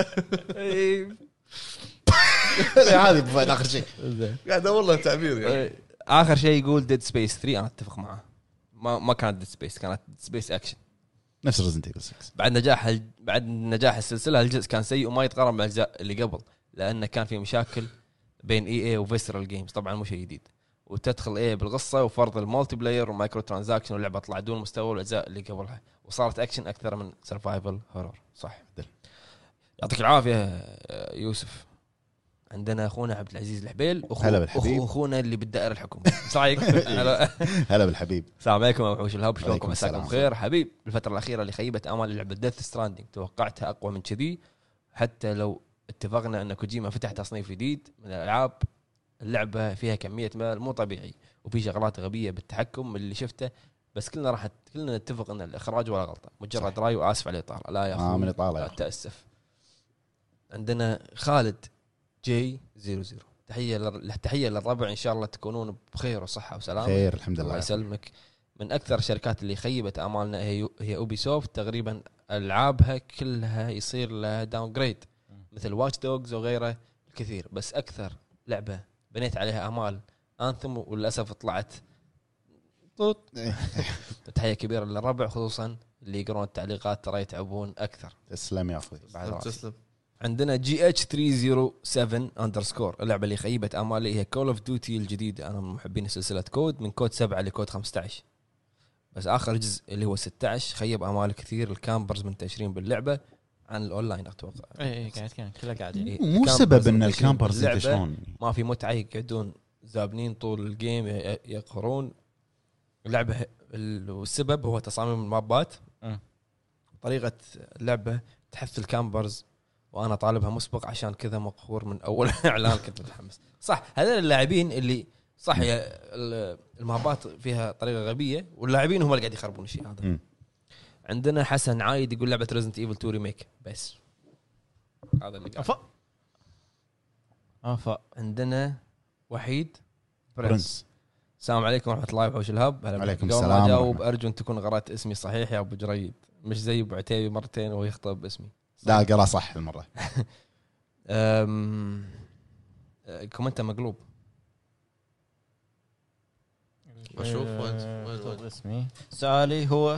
هذه بفايد اخر شيء. قاعد ادور له تعبير يعني. اخر شيء يقول ديد سبيس ثلاثة انا اتفق معه. ما ما كانت ديد سبيس كانت ديد سبيس اكشن. نفس ريزنت ايفل ستة. بعد نجاح ال... بعد نجاح السلسله الجزء كان سيء وما يتقارن بالاجزاء اللي قبل لانه كان في مشاكل بين اي اي وفيسرال جيمز طبعا مو شيء جديد. وتدخل ايه بالقصه وفرض المالتي بلاير ومايكرو ترانزاكشن واللعبه طلع دون مستوى الاجزاء اللي قبلها وصارت اكشن اكثر من سرفايفل هورر. صح. يعطيك العافيه يوسف. عندنا اخونا عبد العزيز الحبيل هلا بالحبيب. اخونا اللي بالدائره الحكوميه. ايش رايك؟ هلا بالحبيب. السلام عليكم يا وحوش الهب. شلونكم؟ وعليكم مساكم السلام. خير حبيب. الفتره الاخيره اللي خيبت امال لعبه ديث ستراندنج توقعتها اقوى من كذي. حتى لو اتفقنا ان كوجيما فتح تصنيف جديد من الالعاب اللعبه فيها كميه مال مو طبيعي وفي شغلات غبيه بالتحكم اللي شفته بس كلنا راح كلنا نتفق ان الاخراج ولا غلطه مجرد راي واسف على الاطاله. لا يا اخوي اه من الاطاله لا يا أخي. تاسف. عندنا خالد جي صفر صفر. تحيه لل... تحيه للربع ان شاء الله تكونون بخير وصحه وسلامه. خير الحمد الله لله. يسلمك. من اكثر الشركات اللي خيبت امالنا هي هي اوبي سوفت. تقريبا العابها كلها يصير لها داون جريد مثل واتش دوجز وغيره الكثير. بس اكثر لعبه بنيت عليها امال انثم وللاسف طلعت طوط. تحيه كبيره للربع خصوصا اللي يقرون التعليقات ترى يتعبون اكثر. تسلم يا اخوي. بعد راسي. تسلم. عندنا جي اتش ثلاثمية وسبعة اندرسكور، اللعبه اللي خيبت امالي هي كول اوف ديوتي الجديده. انا من محبين سلسله كود من كود سبعة لكود خمسة عشر، بس اخر جزء اللي هو ستة عشر خيب امالي كثير. الكامبرز منتشرين باللعبه عن الاونلاين اتوقع. اي قاعد كان كله قاعد إيه، مو الكامبرز سبب ان منتشرين الكامبرز باللعبة، ينتشرون. ما في متعه، يقعدون زابنين طول الجيم ي- يقهرون اللعبه. ال- والسبب هو تصاميم المابات، أه. طريقه اللعبه تحث الكامبرز، وانا طالبها مسبق عشان كذا مقهور من اول اعلان. كنت متحمس صح. هذول اللاعبين اللي صح ال- المابات فيها طريقه غبيه، واللاعبين هم اللي قاعد يخربون الشيء هذا. م. عندنا حسن عايد يقول لعبه ريزنت ايفل تو ريميك بس. هذا اللي قاعد. افا افا عندنا وحيد برنس. برنس. السلام عليكم ورحمه الله وحوش الهب. هلا عليكم بكم. قبل السلام ما اجاوب ورحمة. ارجو ان تكون قرات اسمي صحيح يا ابو جريد، مش زي ابو عتيبي مرتين وهو يخطب باسمي. لا قرا صح المره. أم... كومنت مقلوب. أشوف وين- وين- وين. اسمي سؤالي هو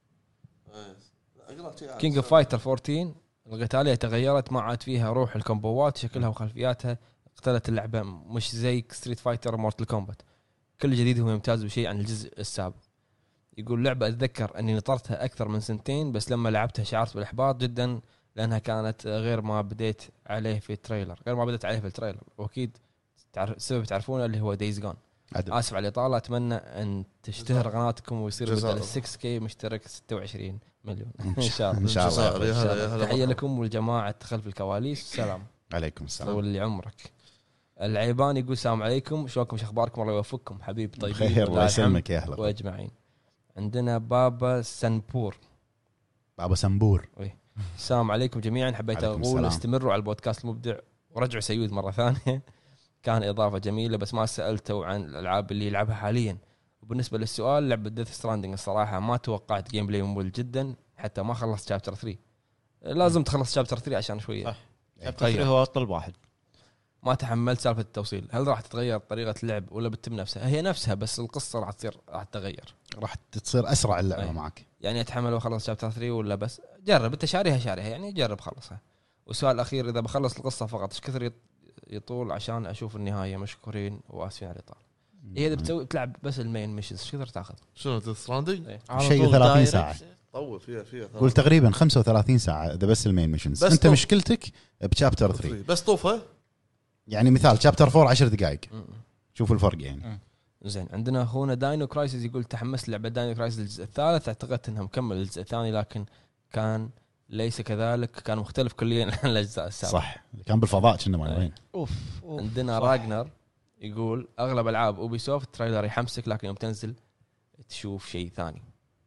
كينج اوف فايتر أربعة عشر القتاليه تغيرت، ما عاد فيها روح الكومبوات، شكلها وخلفياتها اختلت اللعبه، مش زي ستريت فايتر ومورتل كومبات. كل جديد هو يمتاز بشيء عن الجزء السابق. يقول لعبه اتذكر اني نطرتها اكثر من سنتين، بس لما لعبتها شعرت بالاحباط جدا لانها كانت غير ما بديت عليه في التريلر غير ما بديت عليه في التريلر واكيد تعرف السبب تعرفونه اللي هو دايز جون. عدل. اسف على الاطاله، اتمنى ان تشتهر قناتكم ويصير جزاء بدل الله. ستة كي مشترك ستة وعشرين مليون ان شاء الله. ان شاء الله. جزاء. يا هلا يا هلا. تحيه لكم والجماعه خلف الكواليس. سلام. عليكم السلام. طول لي عمرك. العيبان يقول السلام عليكم، شلونكم، شو اخباركم؟ الله يوفقكم حبيب طيبين. خير الله يسلمك يا اهلا. واجمعين. عندنا بابا سنبور. بابا سنبور. السلام عليكم جميعا. حبيت عليكم اقول السلام. استمروا على البودكاست المبدع ورجعوا سيود مره ثانيه. كان اضافه جميله، بس ما سالته عن الالعاب اللي يلعبها حاليا. وبالنسبه للسؤال، لعبه ديث ستراندنج الصراحه ما توقعت جيم بلاي ممل جدا، حتى ما خلصت شابتر ثلاثة. لازم تخلص شابتر ثلاثة عشان شويه صح. طيب. هو اطل واحد. ما تحملت سالفه التوصيل. هل راح تتغير طريقه اللعب ولا بتتم نفسها؟ هي نفسها بس القصه راح تصير راح تتغير. راح تصير اسرع اللعبه أي. معك. يعني اتحمل واخلص شابتر ثلاثة ولا بس جرب انت شاريها شاريها يعني جرب خلصها. والسؤال الاخير، اذا بخلص القصه فقط ايش كثر يطول عشان اشوف النهايه؟ مشكورين واسفين على الاطاله. هي اذا بتسوي بتلعب بس المين ميشنز ايش كثر تاخذ؟ شنو ديث ستراندنج؟ إيه. على شيء طول ثلاثين دايركت. ساعة. طول فيها فيها قول تقريبا خمسة وثلاثين ساعه اذا بس المين ميشنز. بس انت طوف. مشكلتك بشابتر ثلاثة. بس طوفه. يعني مثال شابتر أربعة عشر دقائق. م- م. شوفوا الفرق يعني. زين. عندنا اخونا داينو كرايسيس يقول تحمست لعبه داينو كرايسيس الجزء الثالث، اعتقدت انها مكمل الجزء الثاني لكن كان ليس كذلك، كان مختلف كليا عن الاجزاء السابقه. صح كان بالفضاء كنا ما وين. اوف أوف. عندنا صح. راجنر يقول اغلب العاب اوبي سوفت تريلر يحمسك لكن يوم تنزل تشوف شيء ثاني.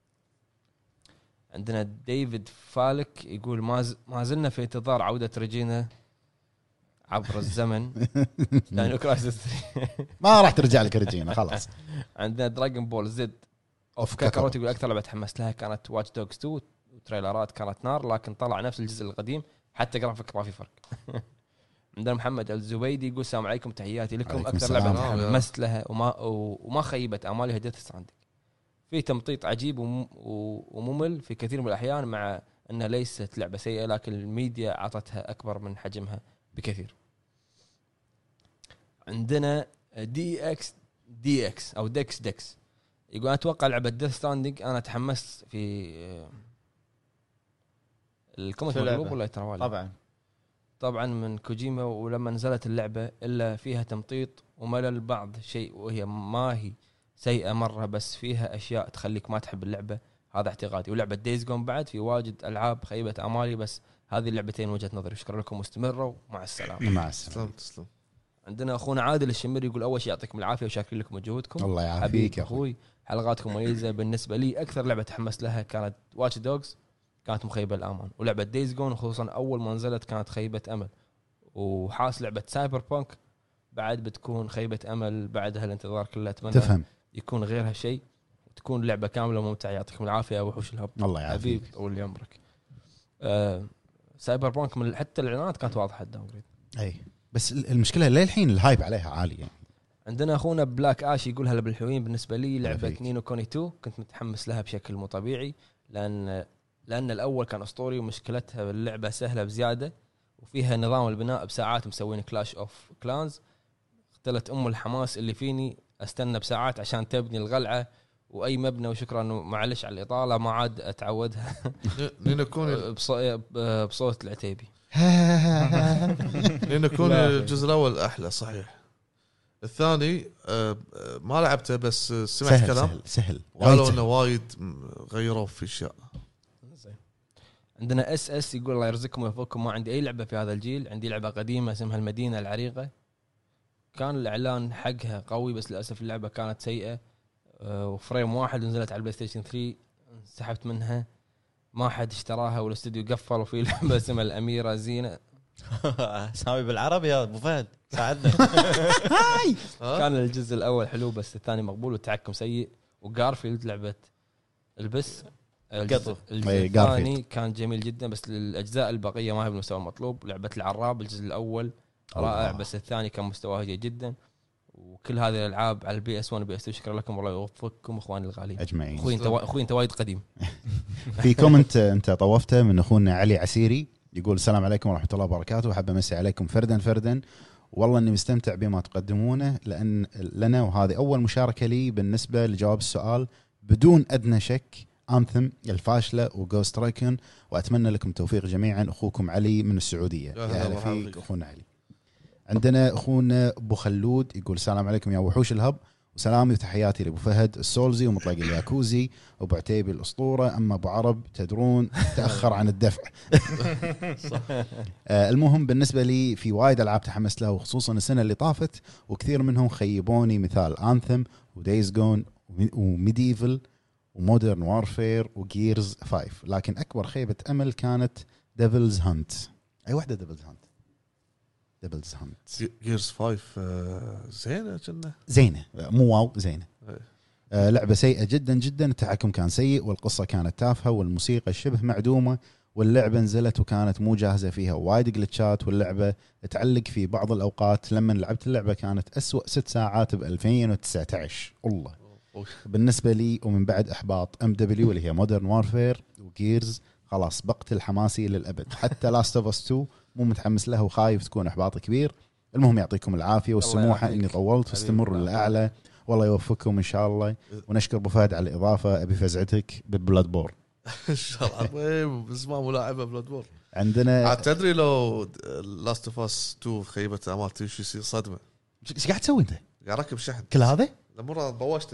عندنا ديفيد فالك يقول ما ز... ما زلنا في انتظار عوده ريجينا عبر الزمن. داينو كرايسيس ما راح ترجع لك رجينا خلاص. عندنا دراغون بول زد اوف كاكاروت. كاكاروت يقول اكثر لعبه تحمست لها كانت واتش دوجز تو، وتريلرات كانت نار لكن طلع نفس الجزء القديم حتى جرافيك ما في فرق. عندنا محمد الزبيدي يقول السلام عليكم، تحياتي لكم. عليكم اكثر السلام. لعبه تحمست لها وما وما خيبت امالي هي ديث ستراندنج. في تمطيط عجيب وم- وممل في كثير من الاحيان، مع انها ليست لعبه سيئه لكن الميديا اعطتها اكبر من حجمها بكثير. عندنا دي اكس دي اكس او ديكس ديكس يقول أنا اتوقع لعبه ديث ستراندنج انا تحمست في الكومنت في اللعبة. مقلوب ولا يتروالي طبعا طبعا من كوجيما. ولما نزلت اللعبه الا فيها تمطيط وملل بعض شيء، وهي ما هي سيئه مره بس فيها اشياء تخليك ما تحب اللعبه، هذا اعتقادي. ولعبه دايز جون بعد في واجد العاب خيبه امالي، بس هذه اللعبتين وجهه نظري. شكرا لكم واستمروا مع السلامه. مع السلامه. تسلم تسلم. عندنا اخونا عادل الشمري يقول اول شيء يعطيكم العافيه وشاكرين لكم مجهودكم. الله يعافيك حبيبي يا اخوي. اخوي، حلقاتكم مميزه. بالنسبه لي اكثر لعبه تحمست لها كانت واتش دوجز، كانت مخيبه الامان. ولعبه دايز جون خصوصا اول ما نزلت كانت خيبه امل. وحاس لعبه سايبر بانك بعد بتكون خيبه امل بعدها الانتظار كله. اتمنى تفهم. يكون غيرها شيء وتكون لعبه كامله وممتعه. يعطيكم العافيه يا وحوش الهب. الله حبيب يعافيك. طول عمرك. آه سايبر بانك من حتى الاعلانات كانت واضحه الداون جريد. اي بس المشكله للحين الهايب عليها عالي يعني. عندنا اخونا بلاك اش يقول هلا بالحلوين. بالنسبه لي لعبه فيك. نينو كوني تو كنت متحمس لها بشكل مو طبيعي، لان لان الاول كان اسطوري ومشكلتها باللعبه سهله بزياده، وفيها نظام البناء بساعات مسوين كلاش اوف كلانز. اختلت ام الحماس اللي فيني استنى بساعات عشان تبني القلعه واي مبنى. وشكرا معلش على الاطاله، ما عاد اتعودها. نينو كوني بصوت العتيبي. نينو كوني الجزء الاول احلى صحيح. الثاني آه، ما لعبته بس سمعت سهل كلام سهل سهل قالوا انه وايد غيروا في اشياء. عندنا اس اس يقول الله يرزقكم ويوفقكم، ما عندي اي لعبه في هذا الجيل، عندي لعبه قديمه اسمها المدينه العريقه، كان الاعلان حقها قوي بس للاسف اللعبه كانت سيئه وفريم واحد، ونزلت على البلاي ستيشن ثري انسحبت منها، ما حد اشتراها والاستوديو قفل. وفي لعبه اسمها الاميره زينه سامي بالعربي يا ابو فهد ساعدنا. كان الجزء الاول حلو بس الثاني مقبول والتحكم سيء. وجارفيلد لعبه البس الجزء الثاني كان جميل جدا بس الاجزاء البقيه ما هي بالمستوى المطلوب. لعبه العراب الجزء الاول رائع بس الثاني كان مستواه جيد جدا. وكل هذه الالعاب على البي اس واحد وبي اس تو. شكرا لكم والله يوفقكم اخواني الغاليين اجمعين. اخوي انت اخوي انت وايد قديم. في كومنت انت طوفته من اخونا علي عسيري يقول السلام عليكم ورحمه الله وبركاته، وحابه امسي عليكم فردا فردا، والله اني مستمتع بما تقدمونه لان لنا، وهذه اول مشاركه لي بالنسبه لجواب السؤال بدون ادنى شك. انثم الفاشله وجوست رايكن، واتمنى لكم التوفيق جميعا. اخوكم علي من السعوديه. يا هلا فيك اخونا علي. عندنا اخونا ابو خلود يقول السلام عليكم يا وحوش الهب، وسلامي وتحياتي لابو فهد السولزي ومطلق الياكوزي وابو عتيبي الاسطوره. اما ابو عرب تدرون تاخر عن الدفع. آه المهم بالنسبه لي في وايد العاب تحمست لها، وخصوصا السنه اللي طافت، وكثير منهم خيبوني، مثال انثم ودايز جون وميديفل ومودرن وارفير وجيرز فايف. لكن اكبر خيبه امل كانت ديفلز هانت. اي واحده ديفلز هانت؟ ديفلز هانت جيرز فايف زينه كنا زينه مو واو زينه. آه لعبه سيئه جدا جدا، التحكم كان سيء والقصه كانت تافهه والموسيقى شبه معدومه، واللعبه نزلت وكانت مو جاهزه، فيها وايد جلتشات، واللعبه تعلق في بعض الاوقات. لما لعبت اللعبه كانت أسوأ ست ساعات ب ألفين وتسعة عشر الله بالنسبه لي. ومن بعد احباط ام دبليو اللي هي مودرن وارفير وجيرز خلاص بقتل حماسي للابد. حتى لاست اوف اس تو مو متحمس له وخايف تكون احباط كبير. المهم يعطيكم العافيه والسموحه اني طولت، واستمروا للاعلى والله يوفقكم ان شاء الله. ونشكر ابو فهد على الاضافه. ابي فزعتك ببلاد بور ان شاء الله. بس ما ملاعبه بلاد بور عندنا. تدري لو لاست اوف اس تو خيبه امالتي شو يصير صدمه. ايش قاعد تسوي انت؟ قاعد اركب شحن كل هذا لمره ضوشته.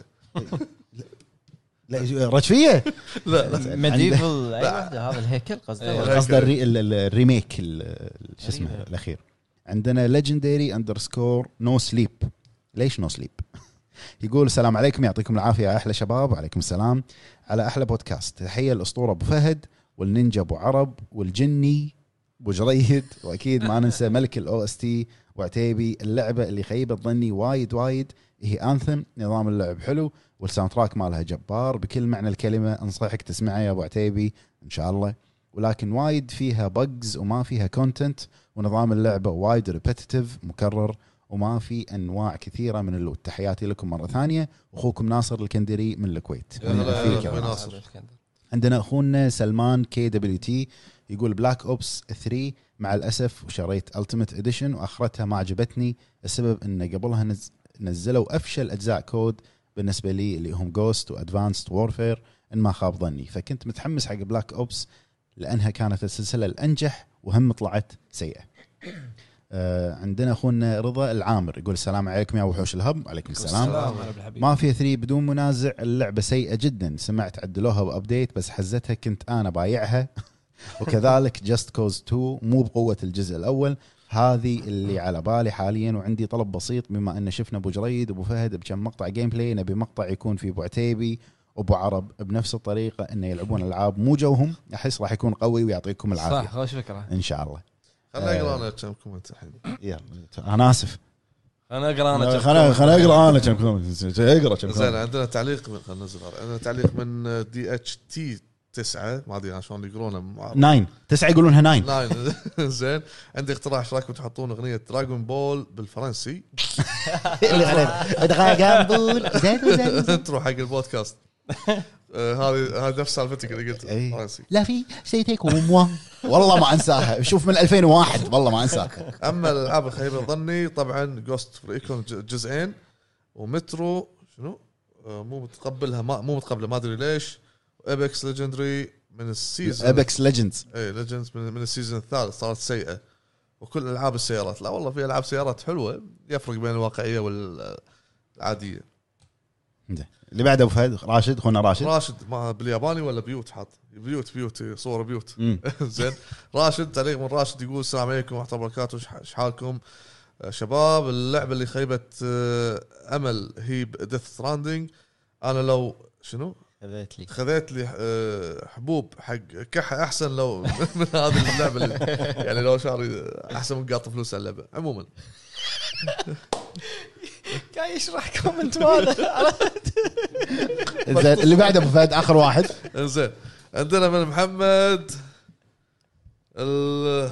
لا رجفيه لا ميديفل اي واحده هذا الهيكل قصده قصده الريميك شو اسمه الاخير. عندنا ليجندري اندرسكور نو سليب. ليش نو سليب؟ يقول السلام عليكم يعطيكم العافيه يا احلى شباب. وعليكم السلام على احلى بودكاست. تحيه الاسطوره ابو فهد والنينجا ابو عرب والجني ابو جريد، واكيد ما ننسى ملك الاو اس تي وعتيبي. اللعبه اللي خيبت ظني وايد وايد هي انثم. نظام اللعب حلو والساوند تراك مالها جبار بكل معنى الكلمه، انصحك تسمعها يا ابو عتيبي ان شاء الله. ولكن وايد فيها بجز وما فيها كونتنت، ونظام اللعبه وايد ريبيتيتيف مكرر، وما في انواع كثيره من اللوت. تحياتي لكم مره ثانيه، اخوكم ناصر الكندري من الكويت. ناصر. عندنا اخونا سلمان كي دبليو تي يقول بلاك اوبس ثري مع الاسف وشريت التيمت اديشن واخرتها ما عجبتني. السبب ان قبلها نز... نزلوا افشل اجزاء كود بالنسبه لي اللي هم جوست وادفانسد وورفير ان ما خاب ظني، فكنت متحمس حق بلاك اوبس لانها كانت السلسله الانجح وهم طلعت سيئه. آه عندنا اخونا رضا العامر يقول السلام عليكم يا وحوش الهب. وعليكم السلام. ما في ثري بدون منازع، اللعبه سيئه جدا، سمعت عدلوها بابديت بس حزتها كنت انا بايعها. وكذلك جاست كوز تو مو بقوه الجزء الاول. هذه اللي على بالي حاليا. وعندي طلب بسيط، بما ان شفنا ابو جريد وابو فهد بكم مقطع جيم بلاي، نبي مقطع يكون في ابو عتيبي وابو عرب بنفس الطريقه انه يلعبون العاب مو جوهم. احس راح يكون قوي ويعطيكم العافيه. صح خوش فكره ان شاء الله. خلنا اقرا انا كم كومنت الحين. يلا انا اسف. انا اقرا انا خلنا خلنا اقرا انا كم كومنت. اقرا كم. زين عندنا تعليق من خلينا ننزل. عندنا تعليق من دي اتش تي تسعة ما ادري شلون يقولونها ناين تسعة يقولونها ناين. ناين زين. عندي اقتراح ايش رايكم تحطون اغنيه دراغون بول بالفرنسي دراغون بول تروح حق البودكاست. هذه هذه نفس سالفتك اللي قلت فرنسي. لا في سيتيكو موا والله ما انساها. شوف من ألفين وواحد والله ما انساها. اما الالعاب الخيبه ظني طبعا جوست ريكون جزئين ومترو شنو مو متقبلها ما مو متقبله ما ادري ليش. ابيكس ليجندري من السيزون ابيكس ليجندز اي ليجندز من, من السيزون الثالث صارت سيئه. وكل العاب السيارات لا والله في العاب سيارات حلوه يفرق بين الواقعيه والعاديه. اللي بعده ابو فهد راشد اخونا راشد راشد ما بالياباني ولا بيوت حاط بيوت بيوت صور بيوت زين. راشد تعليق من راشد يقول السلام عليكم ورحمه الله وبركاته ايش حالكم شباب. اللعبه اللي خيبه امل هي ديث ستراندينج. انا لو شنو خذيت لي خذيت لي حبوب حق كحه احسن لو من هذه اللعبه اللي يعني لو شاري احسن من قاط فلوس على اللعبه. عموما قاعد يشرح كومنت ماله. زين اللي بعده ابو فهد اخر واحد. زين عندنا من محمد ال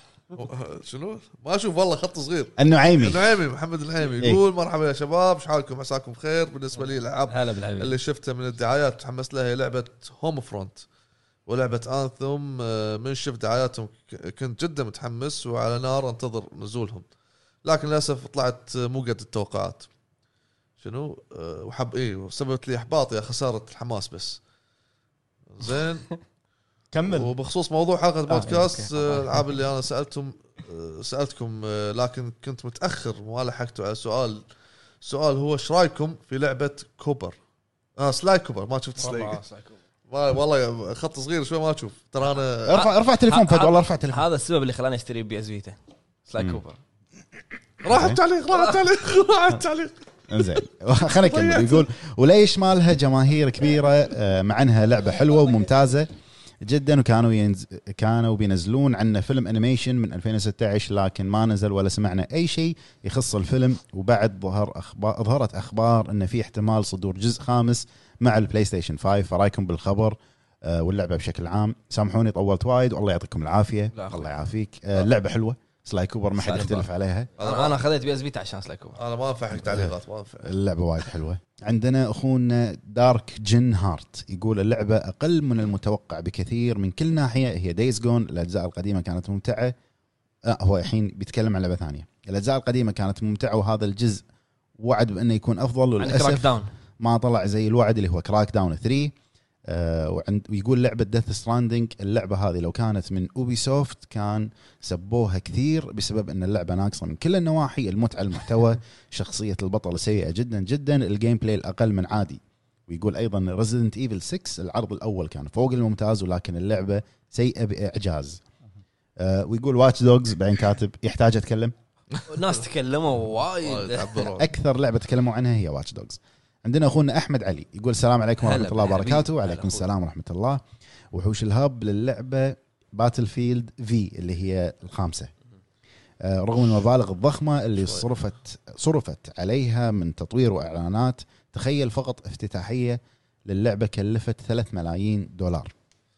شنو ما اشوف والله خط صغير. النعيمي النعيمي محمد النعيمي يقول مرحبا يا شباب ايش حالكم عساكم بخير. بالنسبه لي الالعاب اللي شفتها من الدعايات تحمست لها هي لعبه هوم فرونت ولعبه انثم. من شفت دعاياتهم كنت جدا متحمس وعلى نار انتظر نزولهم لكن للاسف طلعت مو قد التوقعات. شنو وحب ايه سببت لي احباط يا خساره الحماس بس. زين كمل. وبخصوص موضوع حلقه بودكاست الالعاب اللي انا سالتهم سالتكم لكن كنت متاخر ما لحقتوا على سؤال. سؤال هو ايش رايكم في لعبه كوبر اه سلاي كوبر. ما شفت سلاي والله خط صغير شوي ما اشوف ترى انا ارفع ارفع تليفون فهد والله ارفع تليفون. هذا السبب اللي خلاني اشتري بي اس فيتا سلاي كوبر. راح التعليق راح التعليق راح التعليق انزين خلينا نكمل. يقول وليش ما لها جماهير كبيره مع انها لعبه حلوه وممتازه جدا وكانوا ينز... كانوا بينزلون عنه فيلم انيميشن من ألفين وستة عشر لكن ما نزل ولا سمعنا اي شيء يخص الفيلم. وبعد ظهر اخبار ظهرت اخبار ان في احتمال صدور جزء خامس مع البلاي ستيشن خمسة. فرايكم بالخبر آه واللعبه بشكل عام. سامحوني طولت وايد والله يعطيكم العافيه. الله يعافيك. آه اللعبه حلوه سلاي كوبر ما حد يختلف عليها. انا انا اخذت بي اس فيتا عشان سلاي كوبر. انا ما انفع حق تعليقات ما انفع. اللعبه وايد حلوه. عندنا اخونا دارك جن هارت يقول اللعبه اقل من المتوقع بكثير من كل ناحيه. هي دايز جون الاجزاء القديمه كانت ممتعه. آه هو الحين بيتكلم عن لعبه ثانيه. الاجزاء القديمه كانت ممتعه وهذا الجزء وعد بانه يكون افضل وللاسف ما طلع زي الوعد اللي هو كراك داون ثلاثة. آه وعند ويقول لعبه ديث ستراندينج اللعبه هذه لو كانت من اوبي سوفت كان سبوها كثير بسبب ان اللعبه ناقصه من كل النواحي. المتعه المحتوى شخصيه البطل سيئه جدا جدا. الجيم بلاي الاقل من عادي. ويقول ايضا ريزيدنت ايفل ستة العرض الاول كان فوق الممتاز ولكن اللعبه سيئه باعجاز. آه ويقول واتش دوجز بعدين كاتب يحتاج اتكلم. الناس تكلموا وايد اكثر لعبه تكلموا عنها هي واتش دوجز. عندنا اخونا احمد علي يقول السلام عليكم ورحمه الله وبركاته. وعليكم السلام ورحمه الله. وحوش الهب للعبه باتل فيلد في اللي هي الخامسه. آه رغم المبالغ الضخمه اللي صرفت صرفت عليها من تطوير واعلانات تخيل فقط افتتاحيه للعبه كلفت ثلاثة ملايين دولار.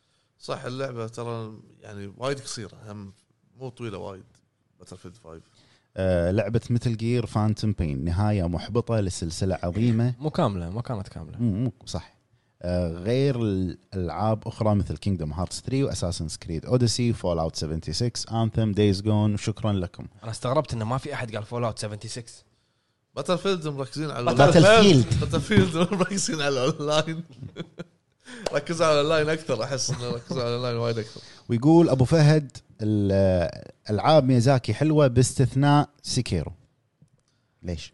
صح اللعبه ترى يعني وايد قصيره هم مو طويله وايد. باتل فيلد خمسة آه لعبة مثل جير فانتوم بين نهاية محبطة لسلسلة عظيمة. مو كاملة ما كانت كاملة مو صح. آه غير الألعاب أخرى مثل كينغدوم هارتس ثلاثة وأساسنز كريد أوديسي فول أوت ستة وسبعين أنثم دايز جون. شكرا لكم. أنا استغربت إنه ما في أحد قال فول أوت ستة وسبعين. باتل فيلد مركزين على باتل فيلد باتل فيلد مركزين على الأونلاين. ركزوا على اللاين أكثر. أحس إنه ركزوا على اللاين وايد أكثر. ويقول أبو فهد الألعاب ميازاكي حلوة باستثناء سيكيرو. ليش؟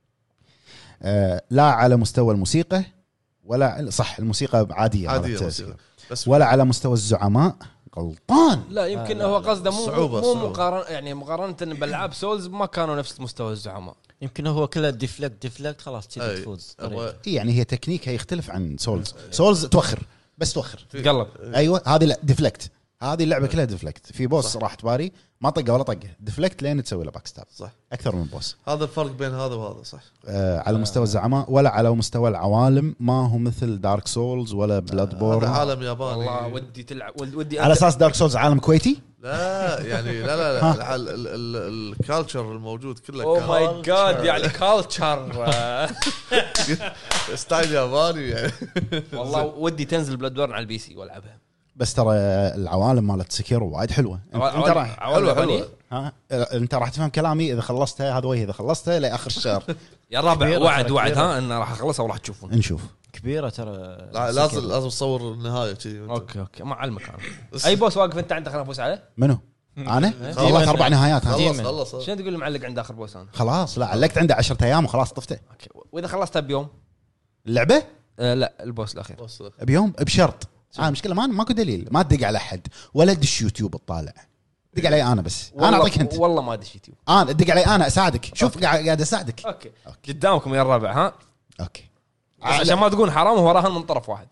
آه لا على مستوى الموسيقى ولا صح الموسيقى عادية, عادية بس ولا على مستوى الزعماء. غلطان. لا يمكن آه هو قصده مو صعوبة مو صعوبة. مقارنة يعني مقارنة بالألعاب سولز ما كانوا نفس مستوى الزعماء. يمكن هو كله ديفلكت ديفلكت خلاص تبي تفوز. يعني هي تكنيكها يختلف عن سولز. سولز توخر بس توخر تقلب. ايوه هذه لا ديفلكت هذه اللعبه كلها ديفلكت. في بوس صح. راح تباري ما طقه ولا طقه، ديفلكت لين تسوي له باك ستاب. صح. اكثر من بوس. هذا الفرق بين هذا وهذا. صح. آه على مستوى الزعماء ولا على مستوى العوالم ما هو مثل دارك سولز ولا بلاد هذا بورن. عالم ياباني. والله ودي تلعب ودي على اساس دارك سولز عالم كويتي. لا يعني لا لا ها. لا ال- ال- ال- الكالتشر الموجود كله اوه كان ماي جاد يعني كالتشر. ستايل ياباني يعني. والله ودي تنزل بلاد بورن على البي سي والعبها. بس ترى العوالم مالت سكيرو وايد حلوه. انت, انت راح حلوه حلوة. حلوه. ها انت راح تفهم كلامي اذا خلصتها. هذا وجه اذا خلصتها لاخر الشهر. يا الرابع كبيرة وعد ترى وعد كبيرة. ها ان راح اخلصها وراح تشوفون. نشوف. كبيره ترى. لا لازم لازم تصور النهايه كذي. اوكي اوكي ما على المكان. اي بوس واقف انت عندك خلينا نفوز عليه. منو؟ انا خلاص. والله اربع نهايات هذه. خلص خلص. شنو تقول معلق عند اخر بوس انا؟ خلاص لا علقت عنده عشرة ايام وخلاص طفته. اوكي واذا خلصتها بيوم؟ اللعبه آه لا البوس الاخير. خلص. بيوم بشرط. انا مشكله ما ماكو دليل. ما تدق على احد ولا تدش يوتيوب تطالع. دق علي انا بس. انا والله- اعطيك انت. والله ما ادش يوتيوب. انا دق علي انا اساعدك. شوف قاعد قاعد اساعدك. اوكي قدامكم يا الرابع ها. اوكي. بس عشان ما تقول حرام هو راهن من طرف واحد.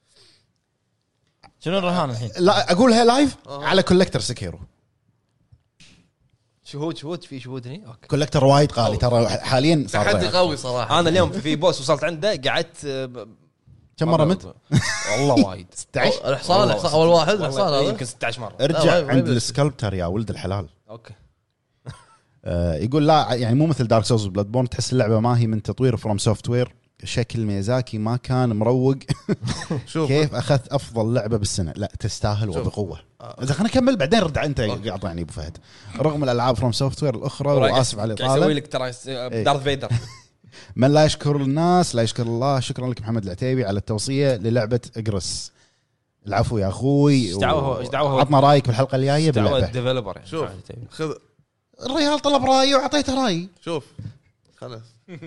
شنو الرهان الحين؟ لا اقولها لايف على كولكتر سكيرو. شهود شهود في شهود هني. اوكي كولكتر وايد غالي ترى حاليا صار تحدي ريال. قوي صراحه. انا اليوم في بوس وصلت عنده قعدت آه، ب- كم مره مت؟ والله وايد. ستة عشر. الحصان والله الحصان اول واحد والله الحصان إيه، هذا يمكن ستة عشر مره. ارجع لا، ما- عند ما- السكالبتر يا ولد الحلال. اوكي آه يقول لا يعني مو مثل دارك سولز بلاد بورن. تحس اللعبه ما هي من تطوير فروم سوفت وير. شكل ميازاكي ما كان مروق. شوف كيف اخذت افضل لعبه بالسنه؟ لا تستاهل شوف. وبقوه. اذا خلينا نكمل بعدين رد انت اعطيني ابو فهد. رغم الالعاب فروم سوفت وير الاخرى واسف على قاعد يسوي الاطاله لك ترى دارث فيدر. من لا يشكر الناس لا يشكر الله. شكرا لك محمد العتيبي على التوصيه للعبه اجرس. العفو يا اخوي. إيش دعوه هو- إيش دعوه هو؟ عطنا رايك بالحلقه الجايه دعوه باللعبه. الديفلوبر يعني. شوف خذ الرجال طلب رايي واعطيته رايي. شوف خلاص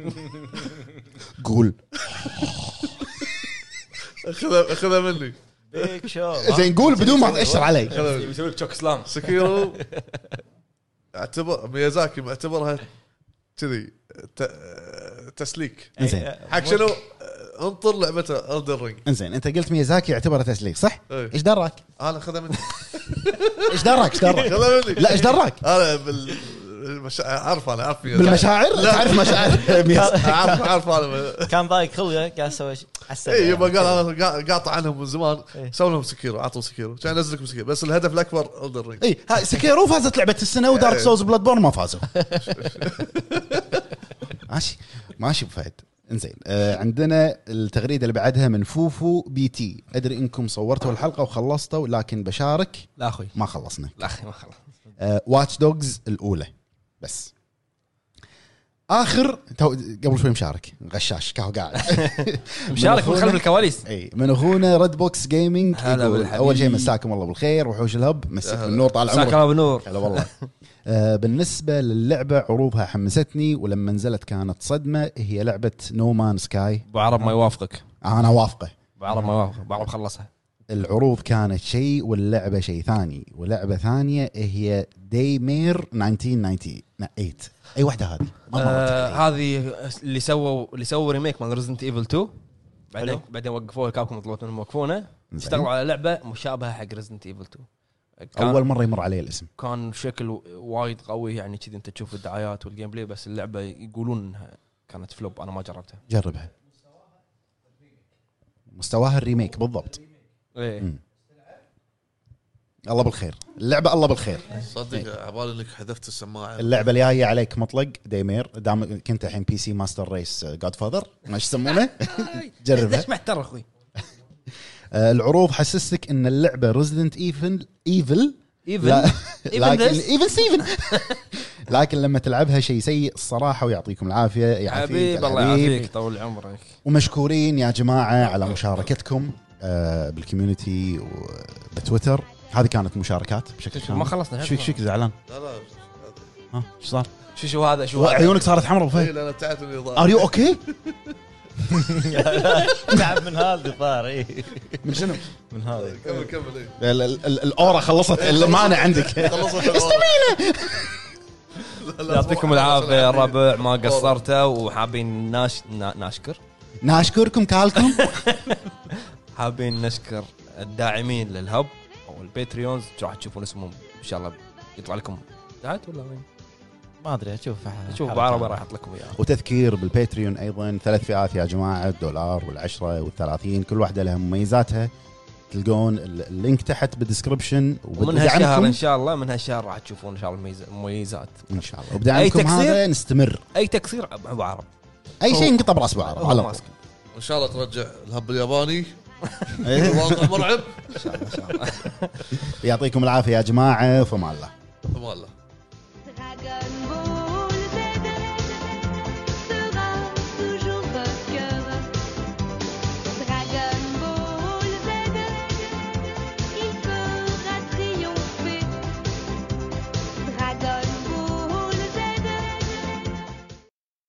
قول. خذ خذ مني. بيك شو زين قول بدون ما تاشر علي. خذ مني. يسوي لك تشوك سلام. سكيرو اعتبر ميازاكي معتبرها كذي ت- تسليك زين حق شنو. انطر لعبته الدر رينج. انزين انت قلت ميازاكي يعتبره تسليك صح؟ إيه. ايش دراك؟ انا خذها مني. ايش دراك؟ ايش دراك؟ خذها مني. لا ايش دراك؟ انا بال المشا... عارف انا عارف ميازاكي. بالمشاعر؟ تعرف مشاعر ميازاكي. عارف عارف انا. كان ضايق خلقه قاعد اسوي شيء حسن. اي يبا قال انا قا- قاطع عنهم من زمان. إيه. سووا لهم سكيرو عطوا سكيرو كان انزل لكم سكيرو بس الهدف الاكبر الدر رينج. اي هاي سكيرو فازت لعبه السنه ودارك سولز بلاد بورن ما فازوا. ماشي ماشي ابو فهد. انزين آه عندنا التغريده اللي بعدها من فوفو بي تي. ادري انكم صورتوا الحلقه وخلصتوا لكن بشارك لا اخوي ما خلصنا. لا اخي ما خلاص. آه واتش دوجز الاولى بس اخر تو قبل شوي مشارك غشاش كهو قاعد مشارك من خلف الكواليس. اي من اخونا ريد بوكس جيمنج. هلا يقول بالحبيب. اول شيء مساكم الله بالخير وحوش الهب مسك بالنور طال مساك عمرك. الله بالنور. هلا والله. آه بالنسبه للعبه عروضها حمستني ولما نزلت كانت صدمه. هي لعبه نو مان سكاي. ابو عرب ما يوافقك. انا وافقه. ابو عرب ما يوافق. ابو عرب خلصها. العروض كانت شيء واللعبه شيء ثاني. ولعبه ثانيه هي داي مير ألف وتسعمية وثمانية وتسعين. اي واحده هذه ما مرت آه علي. هذه اللي سووا اللي سووا ريميك مال ريزنت ايفل تو. بعدين حلو. بعدين وقفوه كابكم طلبوا منهم يوقفونه. زين. اشتغلوا على لعبه مشابهه حق ريزنت ايفل تو. كان اول مره يمر علي الاسم. كان شكل وايد قوي يعني كذي انت تشوف الدعايات والجيم بلاي. بس اللعبه يقولون انها كانت فلوب. انا ما جربتها. جربها. مستواها الريميك بالضبط. ايه مم. الله بالخير. اللعبه الله بالخير. صدق عبالي انك حذفت السماعه. اللعبه الجايه عليك مطلق ديمير. دام كنت الحين بي سي ماستر ريس جاد فاذر ما ايش يسمونه. جربها. ليش محتر اخوي؟ آه، العروض حسستك ان اللعبه ريزيدنت ايفل ايفل ايفن لكن this؟ ايفل سيفن. لكن لما تلعبها شيء سيء الصراحه ويعطيكم العافيه. يعافيك حبيب الله الحبيب. يعافيك طول عمرك. ومشكورين يا جماعه على مشاركتكم آه، بالكوميونتي وبتويتر. هذه كانت مشاركات بشكل كامل. ما خلصنا. ايش فيك شيك زعلان؟ لا لا ها ايش صار؟ شو شو هذا شو هذا؟ عيونك صارت حمراء ابو اي فهد. لان تعبت اني ار يو اوكي؟ تعب من هذا صار اي من شنو؟ من هذا. كمل كمل اي ال- ال- ال- الاورا خلصت المانع عندك. خلصت يعطيكم العافيه يا الربع ما قصرتوا وحابين ناش نا- ناشكر ناشكركم كالكم. حابين نشكر الداعمين للهب والباتريونز راح تشوفون اسمهم ان شاء الله يطلع لكم تحت ولا وين؟ ما ادري اشوف شوف بعربه راح احط لكم اياها. وتذكير بالباتريون ايضا ثلاث فئات يا جماعه، الدولار والعشرة والثلاثين، كل واحده لها مميزاتها. تلقون اللينك تحت بالدسكربشن. ومن هالشهر ان شاء الله من هالشهر راح تشوفون ان شاء الله المميزات ان شاء الله. وبدعمكم هذا نستمر. اي تكسير ابو عرب، اي شيء انقطع براس ابو عرب على طول. ان شاء الله ترجع الهب الياباني الواقع مرعب ان شاء الله ان شاء الله. يعطيكم العافيه يا جماعه، فما الله فما الله.